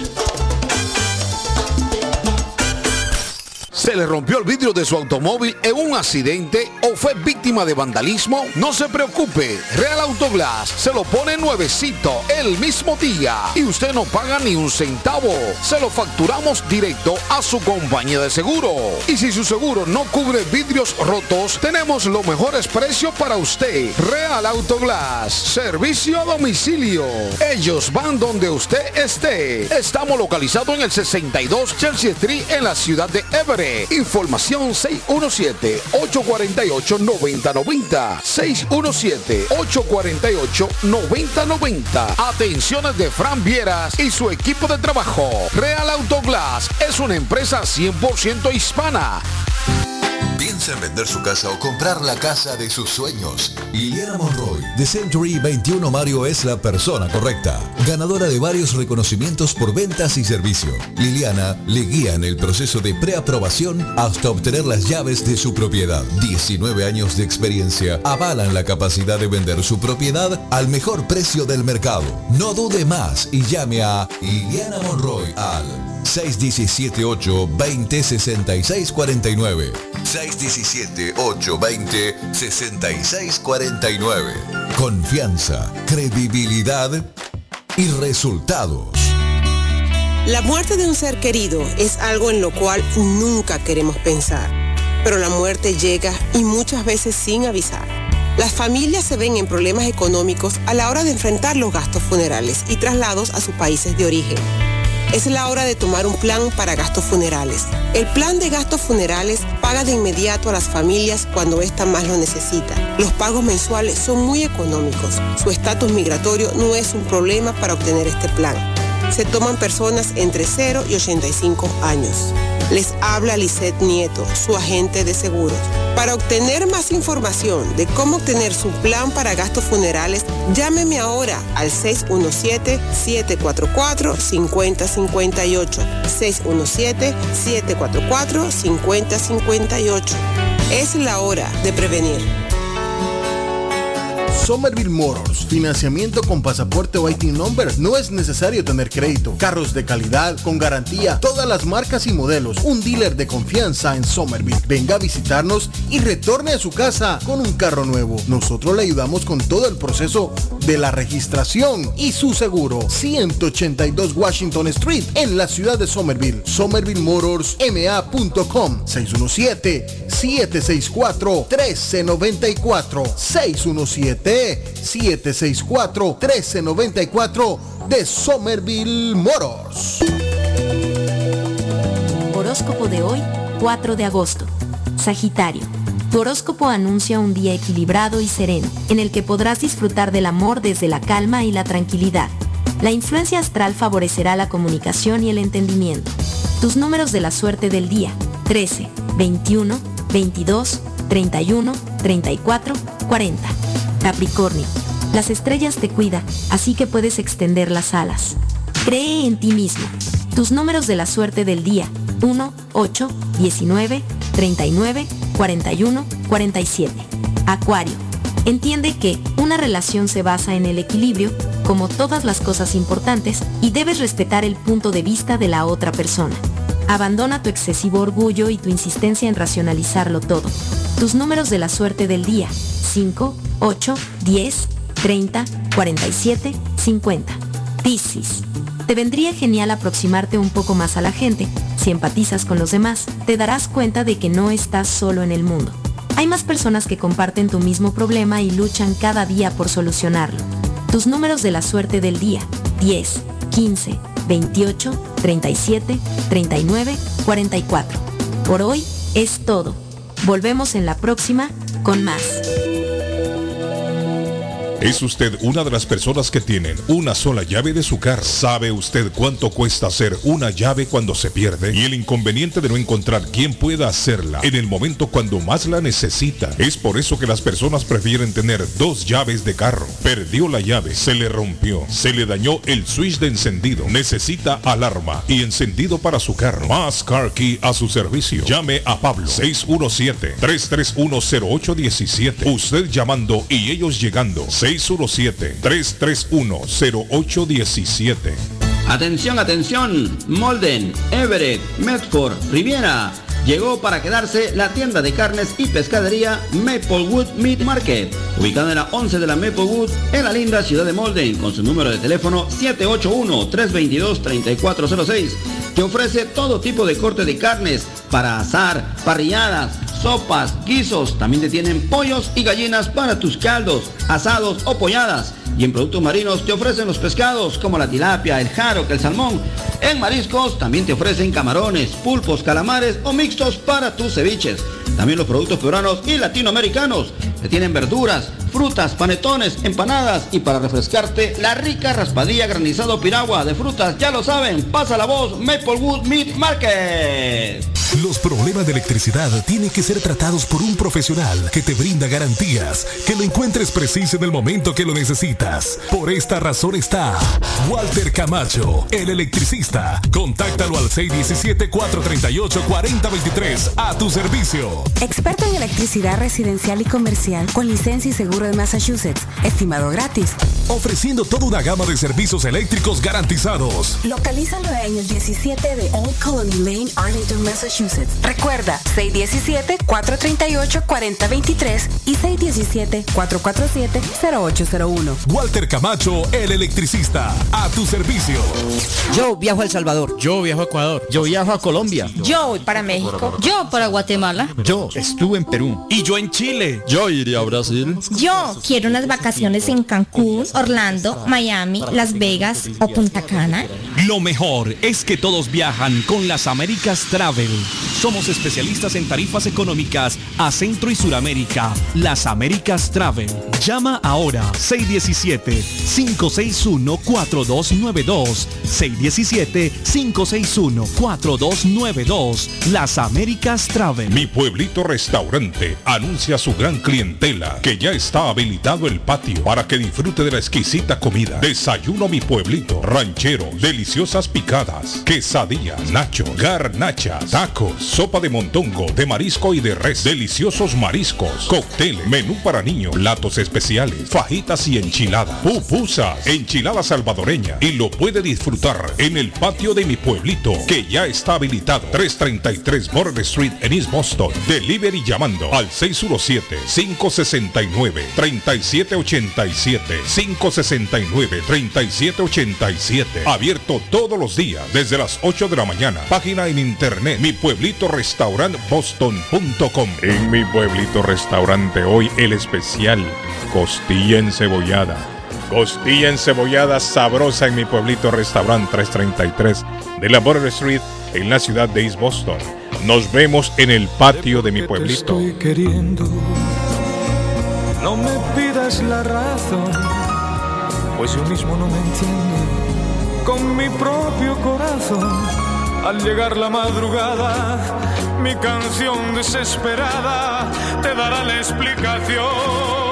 ¿Se le rompió el vidrio de su automóvil en un accidente o fue víctima de vandalismo? No se preocupe, Real Autoglass se lo pone nuevecito el mismo día y usted no paga ni un centavo. Se lo facturamos directo a su compañía de seguro. Y si su seguro no cubre vidrios rotos, tenemos los mejores precios para usted. Real Autoglass, servicio a domicilio. Ellos van donde usted esté. Estamos localizados en el 62 Chelsea Street en la ciudad de Everett. Información 617-848-9090. 617-848-9090. Atenciones de Fran Vieras y su equipo de trabajo. Real Autoglass es una empresa 100% hispana. ¿Piensa en vender su casa o comprar la casa de sus sueños? Liliana Monroy, de Century 21 Mario, es la persona correcta. Ganadora de varios reconocimientos por ventas y servicio. Liliana le guía en el proceso de preaprobación hasta obtener las llaves de su propiedad. 19 años de experiencia avalan la capacidad de vender su propiedad al mejor precio del mercado. No dude más y llame a Liliana Monroy al 617-820-6649. 617-820-6649. Confianza, credibilidad y resultados. La muerte de un ser querido es algo en lo cual nunca queremos pensar. pero la muerte llega y muchas veces sin avisar. Las familias se ven en problemas económicos a la hora de enfrentar los gastos funerales y traslados a sus países de origen. Es la hora de tomar un plan para gastos funerales. El plan de gastos funerales paga de inmediato a las familias cuando ésta más lo necesita. Los pagos mensuales son muy económicos. Su estatus migratorio no es un problema para obtener este plan. Se toman personas entre 0 y 85 años. Les habla Lisette Nieto, su agente de seguros. Para obtener más información de cómo obtener su plan para gastos funerales, llámeme ahora al 617-744-5058. 617-744-5058. Es la hora de prevenir. Somerville Motors, financiamiento con pasaporte o IT number. No es necesario tener crédito. Carros de calidad, con garantía, todas las marcas y modelos. Un dealer de confianza en Somerville. Venga a visitarnos y retorne a su casa con un carro nuevo. Nosotros le ayudamos con todo el proceso de la registración y su seguro. 182 Washington Street en la ciudad de Somerville. SomervilleMotorsMA.com 617-764-1394 617-764-1394 de Somerville Motors. Horóscopo de hoy, 4 de agosto. Sagitario. Tu horóscopo anuncia un día equilibrado y sereno, en el que podrás disfrutar del amor desde la calma y la tranquilidad. La influencia astral favorecerá la comunicación y el entendimiento. Tus números de la suerte del día: 13, 21, 22, 31, 34, 40. Capricornio. Las estrellas te cuidan, así que puedes extender las alas. Cree en ti mismo. Tus números de la suerte del día: 1, 8, 19, 39, 41, 47. Acuario. Entiende que una relación se basa en el equilibrio, como todas las cosas importantes, y debes respetar el punto de vista de la otra persona. Abandona tu excesivo orgullo y tu insistencia en racionalizarlo todo. Tus números de la suerte del día: 5, 8, 10, 30, 47, 50. Piscis. Te vendría genial aproximarte un poco más a la gente. Si empatizas con los demás, te darás cuenta de que no estás solo en el mundo. Hay más personas que comparten tu mismo problema y luchan cada día por solucionarlo. Tus números de la suerte del día: 10, 15, 28, 37, 39, 44. Por hoy es todo. Volvemos en la próxima con más. ¿Es usted una de las personas que tienen una sola llave de su carro? ¿Sabe usted cuánto cuesta hacer una llave cuando se pierde? Y el inconveniente de no encontrar quien pueda hacerla en el momento cuando más la necesita. Es por eso que las personas prefieren tener 2 llaves de carro. Perdió la llave, se le rompió, se le dañó el switch de encendido, necesita alarma y encendido para su carro. Más Car Key a su servicio. Llame a Pablo 617-331-0817. Usted llamando y ellos llegando. 617-331-0817. Atención, atención, Molden, Everett, Medford, Riviera. Llegó para quedarse la tienda de carnes y pescadería Maplewood Meat Market, ubicada en la 11 de la Maplewood, en la linda ciudad de Molden, con su número de teléfono 781-322-3406. Te ofrece todo tipo de corte de carnes para asar, parrilladas, sopas, guisos. También te tienen pollos y gallinas para tus caldos, asados o polladas. Y en productos marinos te ofrecen los pescados como la tilapia, el jaro, el salmón. En mariscos también te ofrecen camarones, pulpos, calamares o mixtos para tus ceviches. También los productos peruanos y latinoamericanos. Te tienen verduras, frutas, panetones, empanadas y para refrescarte la rica raspadilla granizado piragua de frutas. Ya lo saben, pasa la voz, Maplewood Meat Market. Los problemas de electricidad tienen que ser tratados por un profesional que te brinda garantías, que lo encuentres preciso en el momento que lo necesitas. Por esta razón está Walter Camacho, el electricista. Contáctalo al 617-438-4023 a tu servicio. Experto en electricidad residencial y comercial con licencia y seguro de Massachusetts. Estimado gratis. Ofreciendo toda una gama de servicios eléctricos garantizados. Localízalo en el 17 de Old Colony Lane, Arlington, Massachusetts. Massachusetts. Recuerda, 617-438-4023 y 617-447-0801. Walter Camacho, el electricista, a tu servicio. Yo viajo a El Salvador. Yo viajo a Ecuador. Yo viajo a Colombia. Yo voy para México. Yo para Guatemala. Yo estuve en Perú. Y yo en Chile. Yo iría a Brasil. Yo quiero unas vacaciones en Cancún, Orlando, Miami, Las Vegas o Punta Cana. Lo mejor es que todos viajan con las Américas Travel. Somos especialistas en tarifas económicas a Centro y Suramérica. Las Américas Travel. Llama ahora 617-561-4292. 617-561-4292. Las Américas Travel. Mi Pueblito Restaurante anuncia a su gran clientela que ya está habilitado el patio para que disfrute de la exquisita comida. Desayuno Mi Pueblito, ranchero, deliciosas picadas, quesadillas, nachos, garnachas, tacos, sopa de montongo, de marisco y de res, deliciosos mariscos, cócteles, menú para niños, platos especiales, fajitas y enchiladas, pupusas, enchiladas salvadoreñas, y lo puede disfrutar en el patio de Mi Pueblito, que ya está habilitado. 333 Border Street en East Boston. Delivery llamando al 617-569-3787. 569-3787. Abierto todos los días desde las 8 de la mañana. Página en internet mipueblitorestaurantboston.com. En Mi Pueblito Restaurante hoy el especial costilla encebollada. Costilla encebollada sabrosa en Mi Pueblito Restaurante, 333 de la Border Street en la ciudad de East Boston. Nos vemos en el patio de Mi Pueblito. Te estoy queriendo, no me pidas la razón, pues yo mismo no me entiendo con mi propio corazón. Al llegar la madrugada, mi canción desesperada te dará la explicación.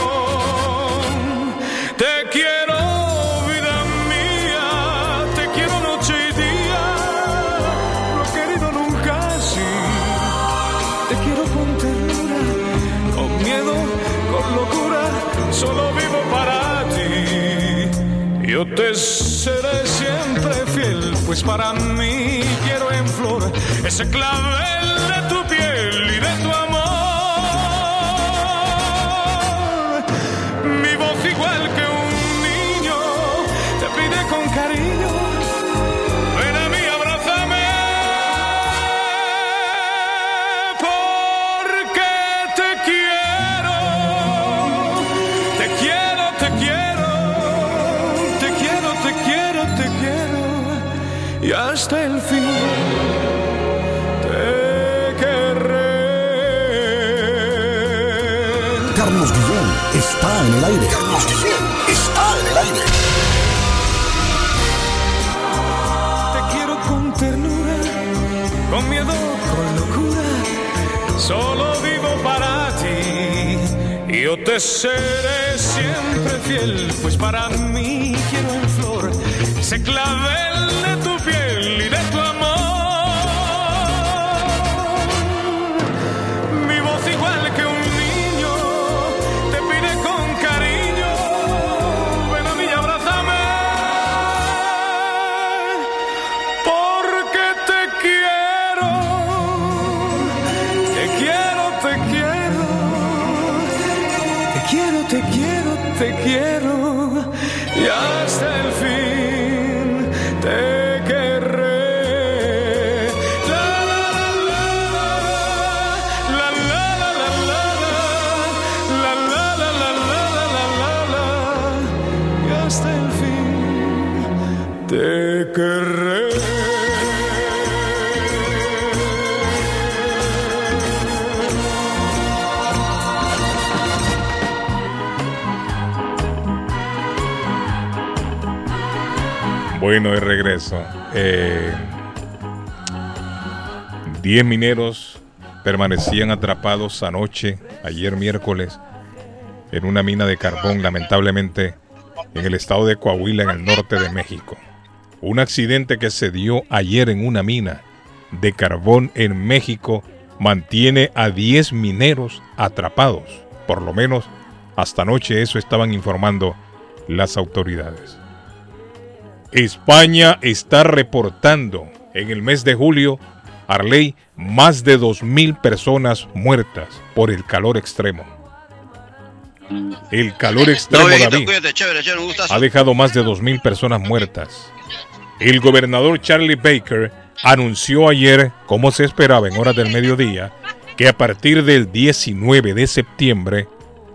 Te quiero, vida mía, te quiero noche y día, no he querido nunca así. Te quiero con ternura, con miedo, con locura, solo vivo para ti. Yo te seré siempre fiel, pues para mí quiero en flor ese clavel de tu piel y de tu amor. Mi voz igual que un niño te pide con cariño, ven a mí, abrázame, porque te quiero, te quiero, te quiero, te quiero, te quiero, te quiero, y hasta el fin te querré. Carlos Guillén está en el aire. Carlos Guillén está en el aire. Te quiero con ternura, con miedo, con locura, solo vivo para ti. Y yo te seré siempre fiel, pues para mí quiero en flor ese clavel de tu piel y de tu amor. Mi voz igual que un niño te pide con cariño, ven a mí y abrázame, porque te quiero, te quiero, te quiero, te quiero, te quiero, te quiero, y hasta el fin te querré. La la la la la la la la la la la la, y hasta el fin te querré. Bueno, de regreso. 10 mineros permanecían atrapados anoche, ayer miércoles, en una mina de carbón, lamentablemente, en el estado de Coahuila, en el norte de México. Un accidente que se dio ayer en una mina de carbón en México mantiene a 10 mineros atrapados. Por lo menos hasta anoche eso estaban informando las autoridades. España está reportando en el mes de julio Arley, más de 2.000 personas muertas por el calor extremo. El calor extremo, David, cuídate, chévere, un gustazo. ha dejado más de 2.000 personas muertas. El gobernador Charlie Baker anunció ayer, como se esperaba en horas del mediodía, que a partir del 19 de septiembre,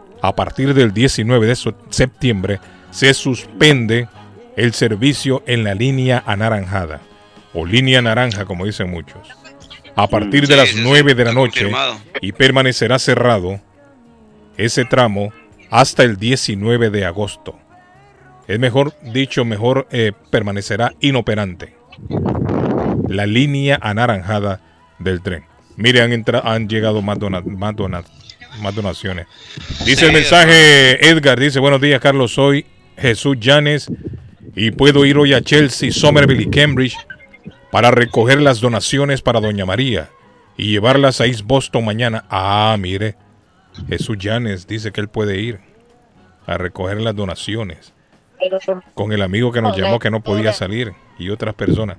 se suspende el servicio en la línea anaranjada, o línea naranja, como dicen muchos, a partir de las 9 de la noche, y permanecerá cerrado ese tramo hasta el 19 de agosto. Es mejor permanecerá inoperante la línea anaranjada del tren. Mire, han llegado más donaciones. Dice el mensaje, Edgar, dice: buenos días, Carlos, soy Jesús Llanes y puedo ir hoy a Chelsea, Somerville y Cambridge para recoger las donaciones para Doña María y llevarlas a East Boston mañana. Ah, mire, Jesús Llanes dice que él puede ir a recoger las donaciones con el amigo que nos llamó que no podía salir y otras personas.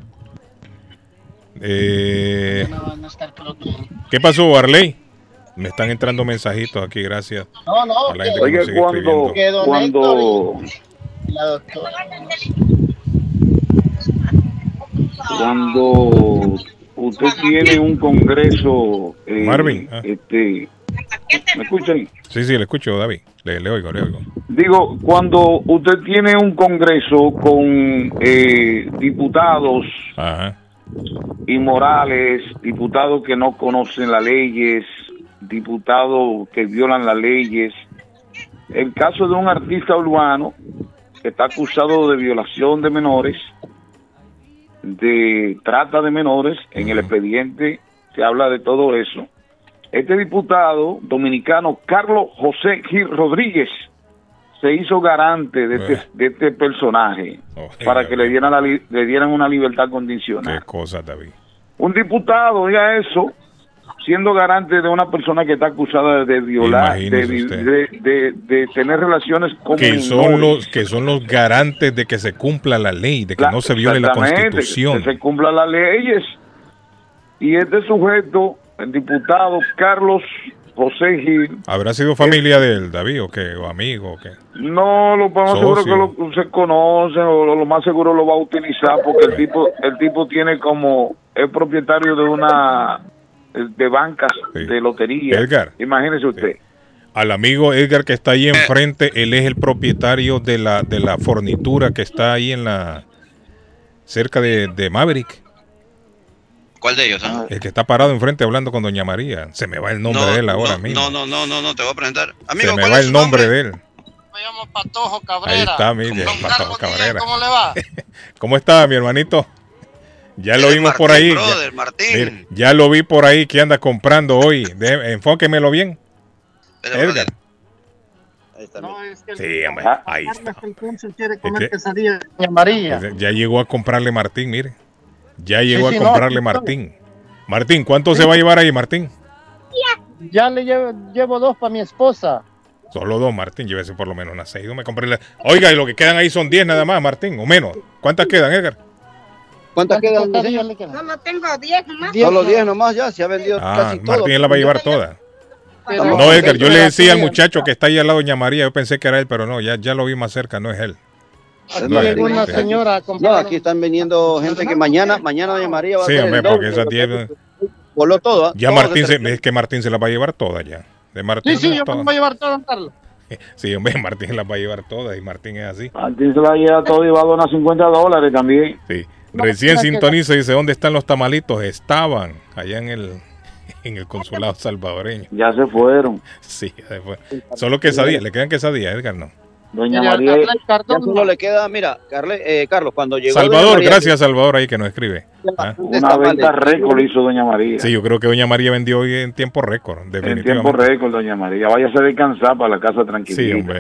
¿Qué pasó, Arley? Me están entrando mensajitos aquí, gracias a la gente que nos sigue escribiendo. Cuando usted tiene un congreso, Marvin, ¿me escuchan? Sí, le escucho, David. Le oigo. Digo, cuando usted tiene un congreso con diputados inmorales, diputados que no conocen las leyes, diputados que violan las leyes, el caso de un artista urbano que está acusado de violación de menores, de trata de menores, en el expediente se habla de todo eso. Este diputado dominicano, Carlos José Gil Rodríguez, se hizo garante de este personaje para que le dieran una libertad condicional. Qué cosa, David. Un diputado, diga eso, siendo garante de una persona que está acusada de violar, de tener relaciones con que son los garantes de que se cumpla la ley, de que no se viole la Constitución, que se cumplan las leyes. Y este sujeto, el diputado Carlos José Gil, ¿habrá sido familia del David o qué, o amigo o qué? No, lo más seguro que se conocen, o lo más seguro lo va a utilizar porque el tipo tiene es propietario de bancas de lotería. Edgar, imagínese usted. Al amigo Edgar que está ahí enfrente, él es el propietario de la fornitura que está ahí cerca de Maverick. ¿Cuál de ellos? El que está parado enfrente hablando con Doña María. Se me va el nombre de él ahora mismo. No, te voy a presentar. Amigo, se me va el nombre de él. Me llamo Patojo Cabrera. Ahí está, mire, Patojo Cabrera. ¿Cómo le va? ¿Cómo está, mi hermanito? Ya lo vimos por ahí. Mire, ya lo vi por ahí que anda comprando hoy. Enfóquemelo bien. Edgar. Ahí está. No, es que sí, hombre, ahí está. Quiere comer quesadillas, Doña María. Ya llegó a comprarle Martín, mire. Ya llegó a comprarle Martín. Martín, ¿cuánto se va a llevar ahí, Martín? Ya le llevo 2 para mi esposa. Solo 2, Martín, llévese por lo menos unas 6. Oiga, y lo que quedan ahí son 10 nada más, Martín, o menos. ¿Cuántas quedan, Edgar? ¿Cuántas quedan? Solo tengo 10 nomás. Solo 10 nomás, ya se ha vendido casi todo. Martín la va a llevar toda. No, Edgar, yo le decía al muchacho que está ahí al lado de Doña María, yo pensé que era él, pero no, ya lo vi más cerca, no es él. Aquí llegó una señora. No, aquí están viniendo gente que mañana Doña María va a hacer el doble, porque esas 10 voló todo. Ya Martín es que Martín se la va a llevar toda ya. De Martín sí, yo me voy a llevar todo, don Carlos. Sí, hombre, Martín las va a llevar todas y Martín es así. Martín se la lleva todo y va a donar $50 también. Sí. Recién sintoniza y dice, ¿dónde están los tamalitos? Estaban allá en el consulado salvadoreño. Ya se fueron. Sí, ya se fue. Solo quesadillas, le quedan quesadillas, Edgar, no. Doña María, ya solo le queda, mira, Carlos, cuando llegó Salvador, gracias Salvador ahí que nos escribe. Una venta récord hizo Doña María. Sí, yo creo que Doña María vendió hoy en tiempo récord, definitivamente. En tiempo récord, Doña María. Váyase a descansar para la casa tranquila. Sí, hombre.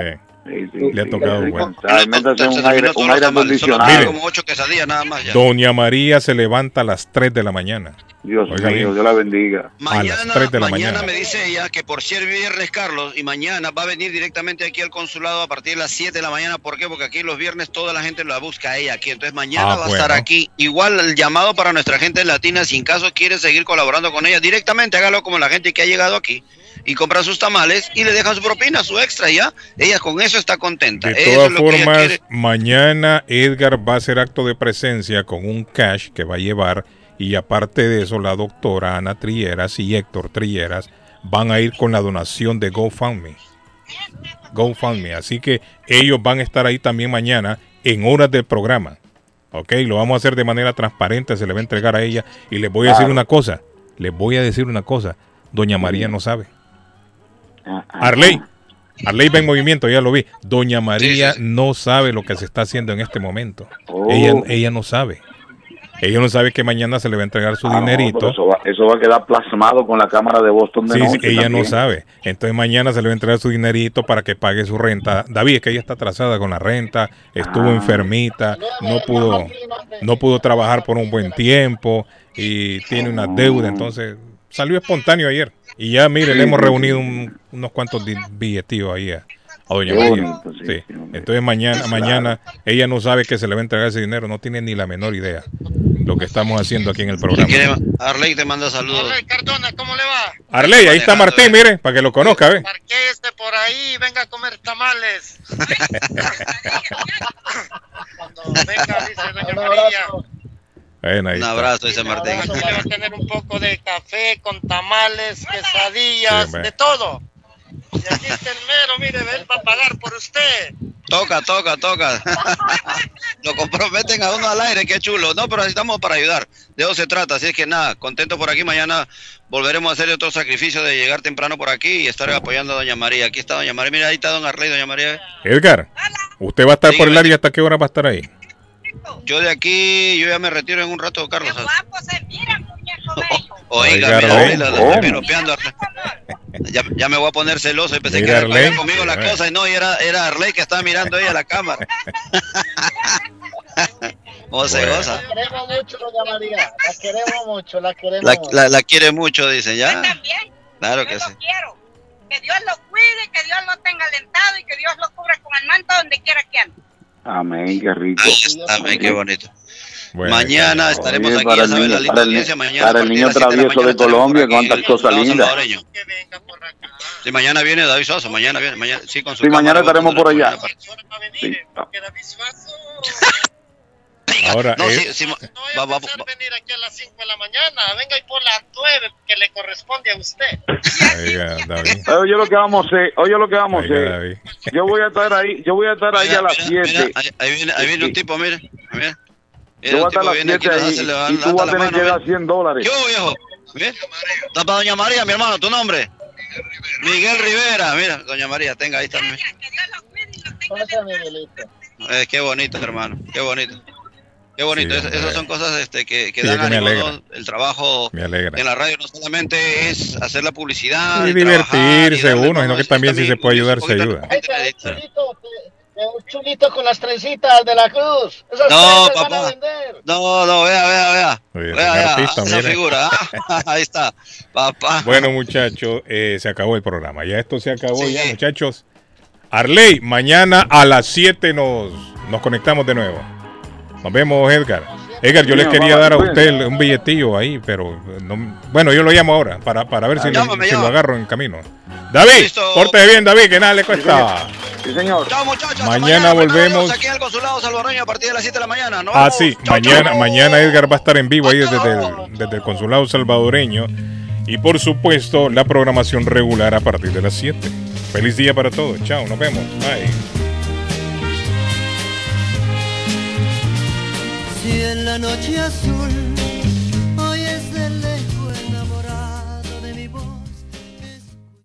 Le ha tocado bueno. Métase un aire acondicionado. Mire, como 8 quesadillas nada más ya. Doña María se levanta a las 3 de la mañana. Dios Oiga mío, bien. Dios la bendiga. A las 3 de la mañana. Me dice ella que por ser viernes, Carlos, y mañana va a venir directamente aquí al consulado a partir de las 7 de la mañana. ¿Por qué? Porque aquí los viernes toda la gente la busca a ella aquí. Entonces mañana va a estar aquí. Igual el llamado para nuestra gente latina, si en caso quiere seguir colaborando con ella directamente, hágalo como la gente que ha llegado aquí. Y compra sus tamales y le dejan su propina, su extra, ya. Ella con eso está contenta. De todas formas, mañana Edgar va a hacer acto de presencia con un cash que va a llevar, y aparte de eso, la doctora Ana Trilleras y Héctor Trilleras van a ir con la donación de GoFundMe. Así que ellos van a estar ahí también mañana en horas del programa. Ok, lo vamos a hacer de manera transparente, se le va a entregar a ella. Y les voy a decir una cosa, Doña María no sabe. Arley va en movimiento, ya lo vi. Doña María no sabe lo que se está haciendo en este momento. Ella no sabe. Ella no sabe que mañana se le va a entregar su dinerito. Eso va a quedar plasmado con la cámara de Boston de noche. Ella también. no sabe. Entonces mañana se le va a entregar su dinerito para que pague su renta. David, es que ella está atrasada con la renta, estuvo enfermita, no pudo trabajar por un buen tiempo y tiene una deuda. Entonces salió espontáneo ayer. Y ya, mire, le hemos reunido unos cuantos billetillos ahí a Doña María. Sí. Entonces mañana ella no sabe que se le va a entregar ese dinero, no tiene ni la menor idea lo que estamos haciendo aquí en el programa. Arley te manda saludos. Arley Cardona, ¿cómo le va? Arley, ahí está Martín, mire, para que lo conozca, ¿ve? Parquéese por ahí, venga a comer tamales. Cuando venga, dice Doña María. Un abrazo, dice Martín. Aquí le va a tener un poco de café con tamales, quesadillas, de todo. Y aquí está el mero, mire, él va a pagar por usted. Toca. Lo comprometen a uno al aire, qué chulo. No, pero necesitamos para ayudar. De eso se trata. Así es que nada, contento por aquí. Mañana volveremos a hacer otro sacrificio de llegar temprano por aquí y estar apoyando a Doña María. Aquí está Doña María. Mira, ahí está Don Arley, Doña María. Edgar, ¿usted va a estar por el área? ¿Hasta qué hora va a estar ahí? Yo de aquí, yo ya me retiro en un rato, Carlos. Oiga, mira, piropeando. Ya me voy a poner celoso. Pensé que era para conmigo la cosa y no, y era Arley que estaba mirando ella a la cámara. ¿Cómo se goza? La queremos mucho, Doña María. La queremos mucho. La quiere mucho, dice, ¿ya? Claro que sí. Quiero. Que Dios lo cuide, que Dios lo tenga alentado y que Dios lo cubra con el manto donde quiera que ande. Amén, qué rico. Amén, qué bonito. Bueno, mañana estaremos aquí, ya saben, la linda audiencia. Mañana para el niño travieso de Colombia, cuántas cosas lindas. Sí, mañana viene David Suazo, mañana sí, con su mañana estaremos por allá. Sí. Ahora, va a venir aquí a las 5 de la mañana. Venga y por las 9 que le corresponde a usted. Oiga, David. Oye, lo que vamos a hacer. Yo voy a estar ahí a las 7. Ahí viene un tipo, mira. Yo voy a estar a las 7 ahí y tú vas a tener que dar $100. Yo, viejo. Está para Doña María, mi hermano, ¿tu nombre? Miguel Rivera. Mira, Doña María, tenga ahí también. Qué bonito, hermano, qué bonito. Qué bonito, sí, esas son cosas que dan ánimo, ¿no? El trabajo en la radio no solamente es hacer la publicidad y divertirse uno, sino que también si se puede ayudar, se ayuda. Un chulito con las trencitas de la cruz. Esas no, papá. Van a vender. No, vea. Vea, esa figura. Ahí está, papá. Bueno, muchachos, se acabó el programa. Ya esto se acabó, ya, muchachos. Arley, mañana a las 7 nos conectamos de nuevo. Nos vemos, Edgar. Edgar, yo les quería dar a usted un billetillo ahí, pero no, bueno, yo lo llamo ahora para ver si lo agarro en camino. David, pórtese bien, David, que nada le cuesta. Sí, señor. Chao, muchachos. Mañana volvemos. Aquí en el Consulado Salvadoreño a partir de las 7 de la mañana. Sí, mañana Edgar va a estar en vivo ahí desde el Consulado Salvadoreño. Y por supuesto, la programación regular a partir de las 7. Feliz día para todos. Chao, nos vemos. Bye. Si en la noche azul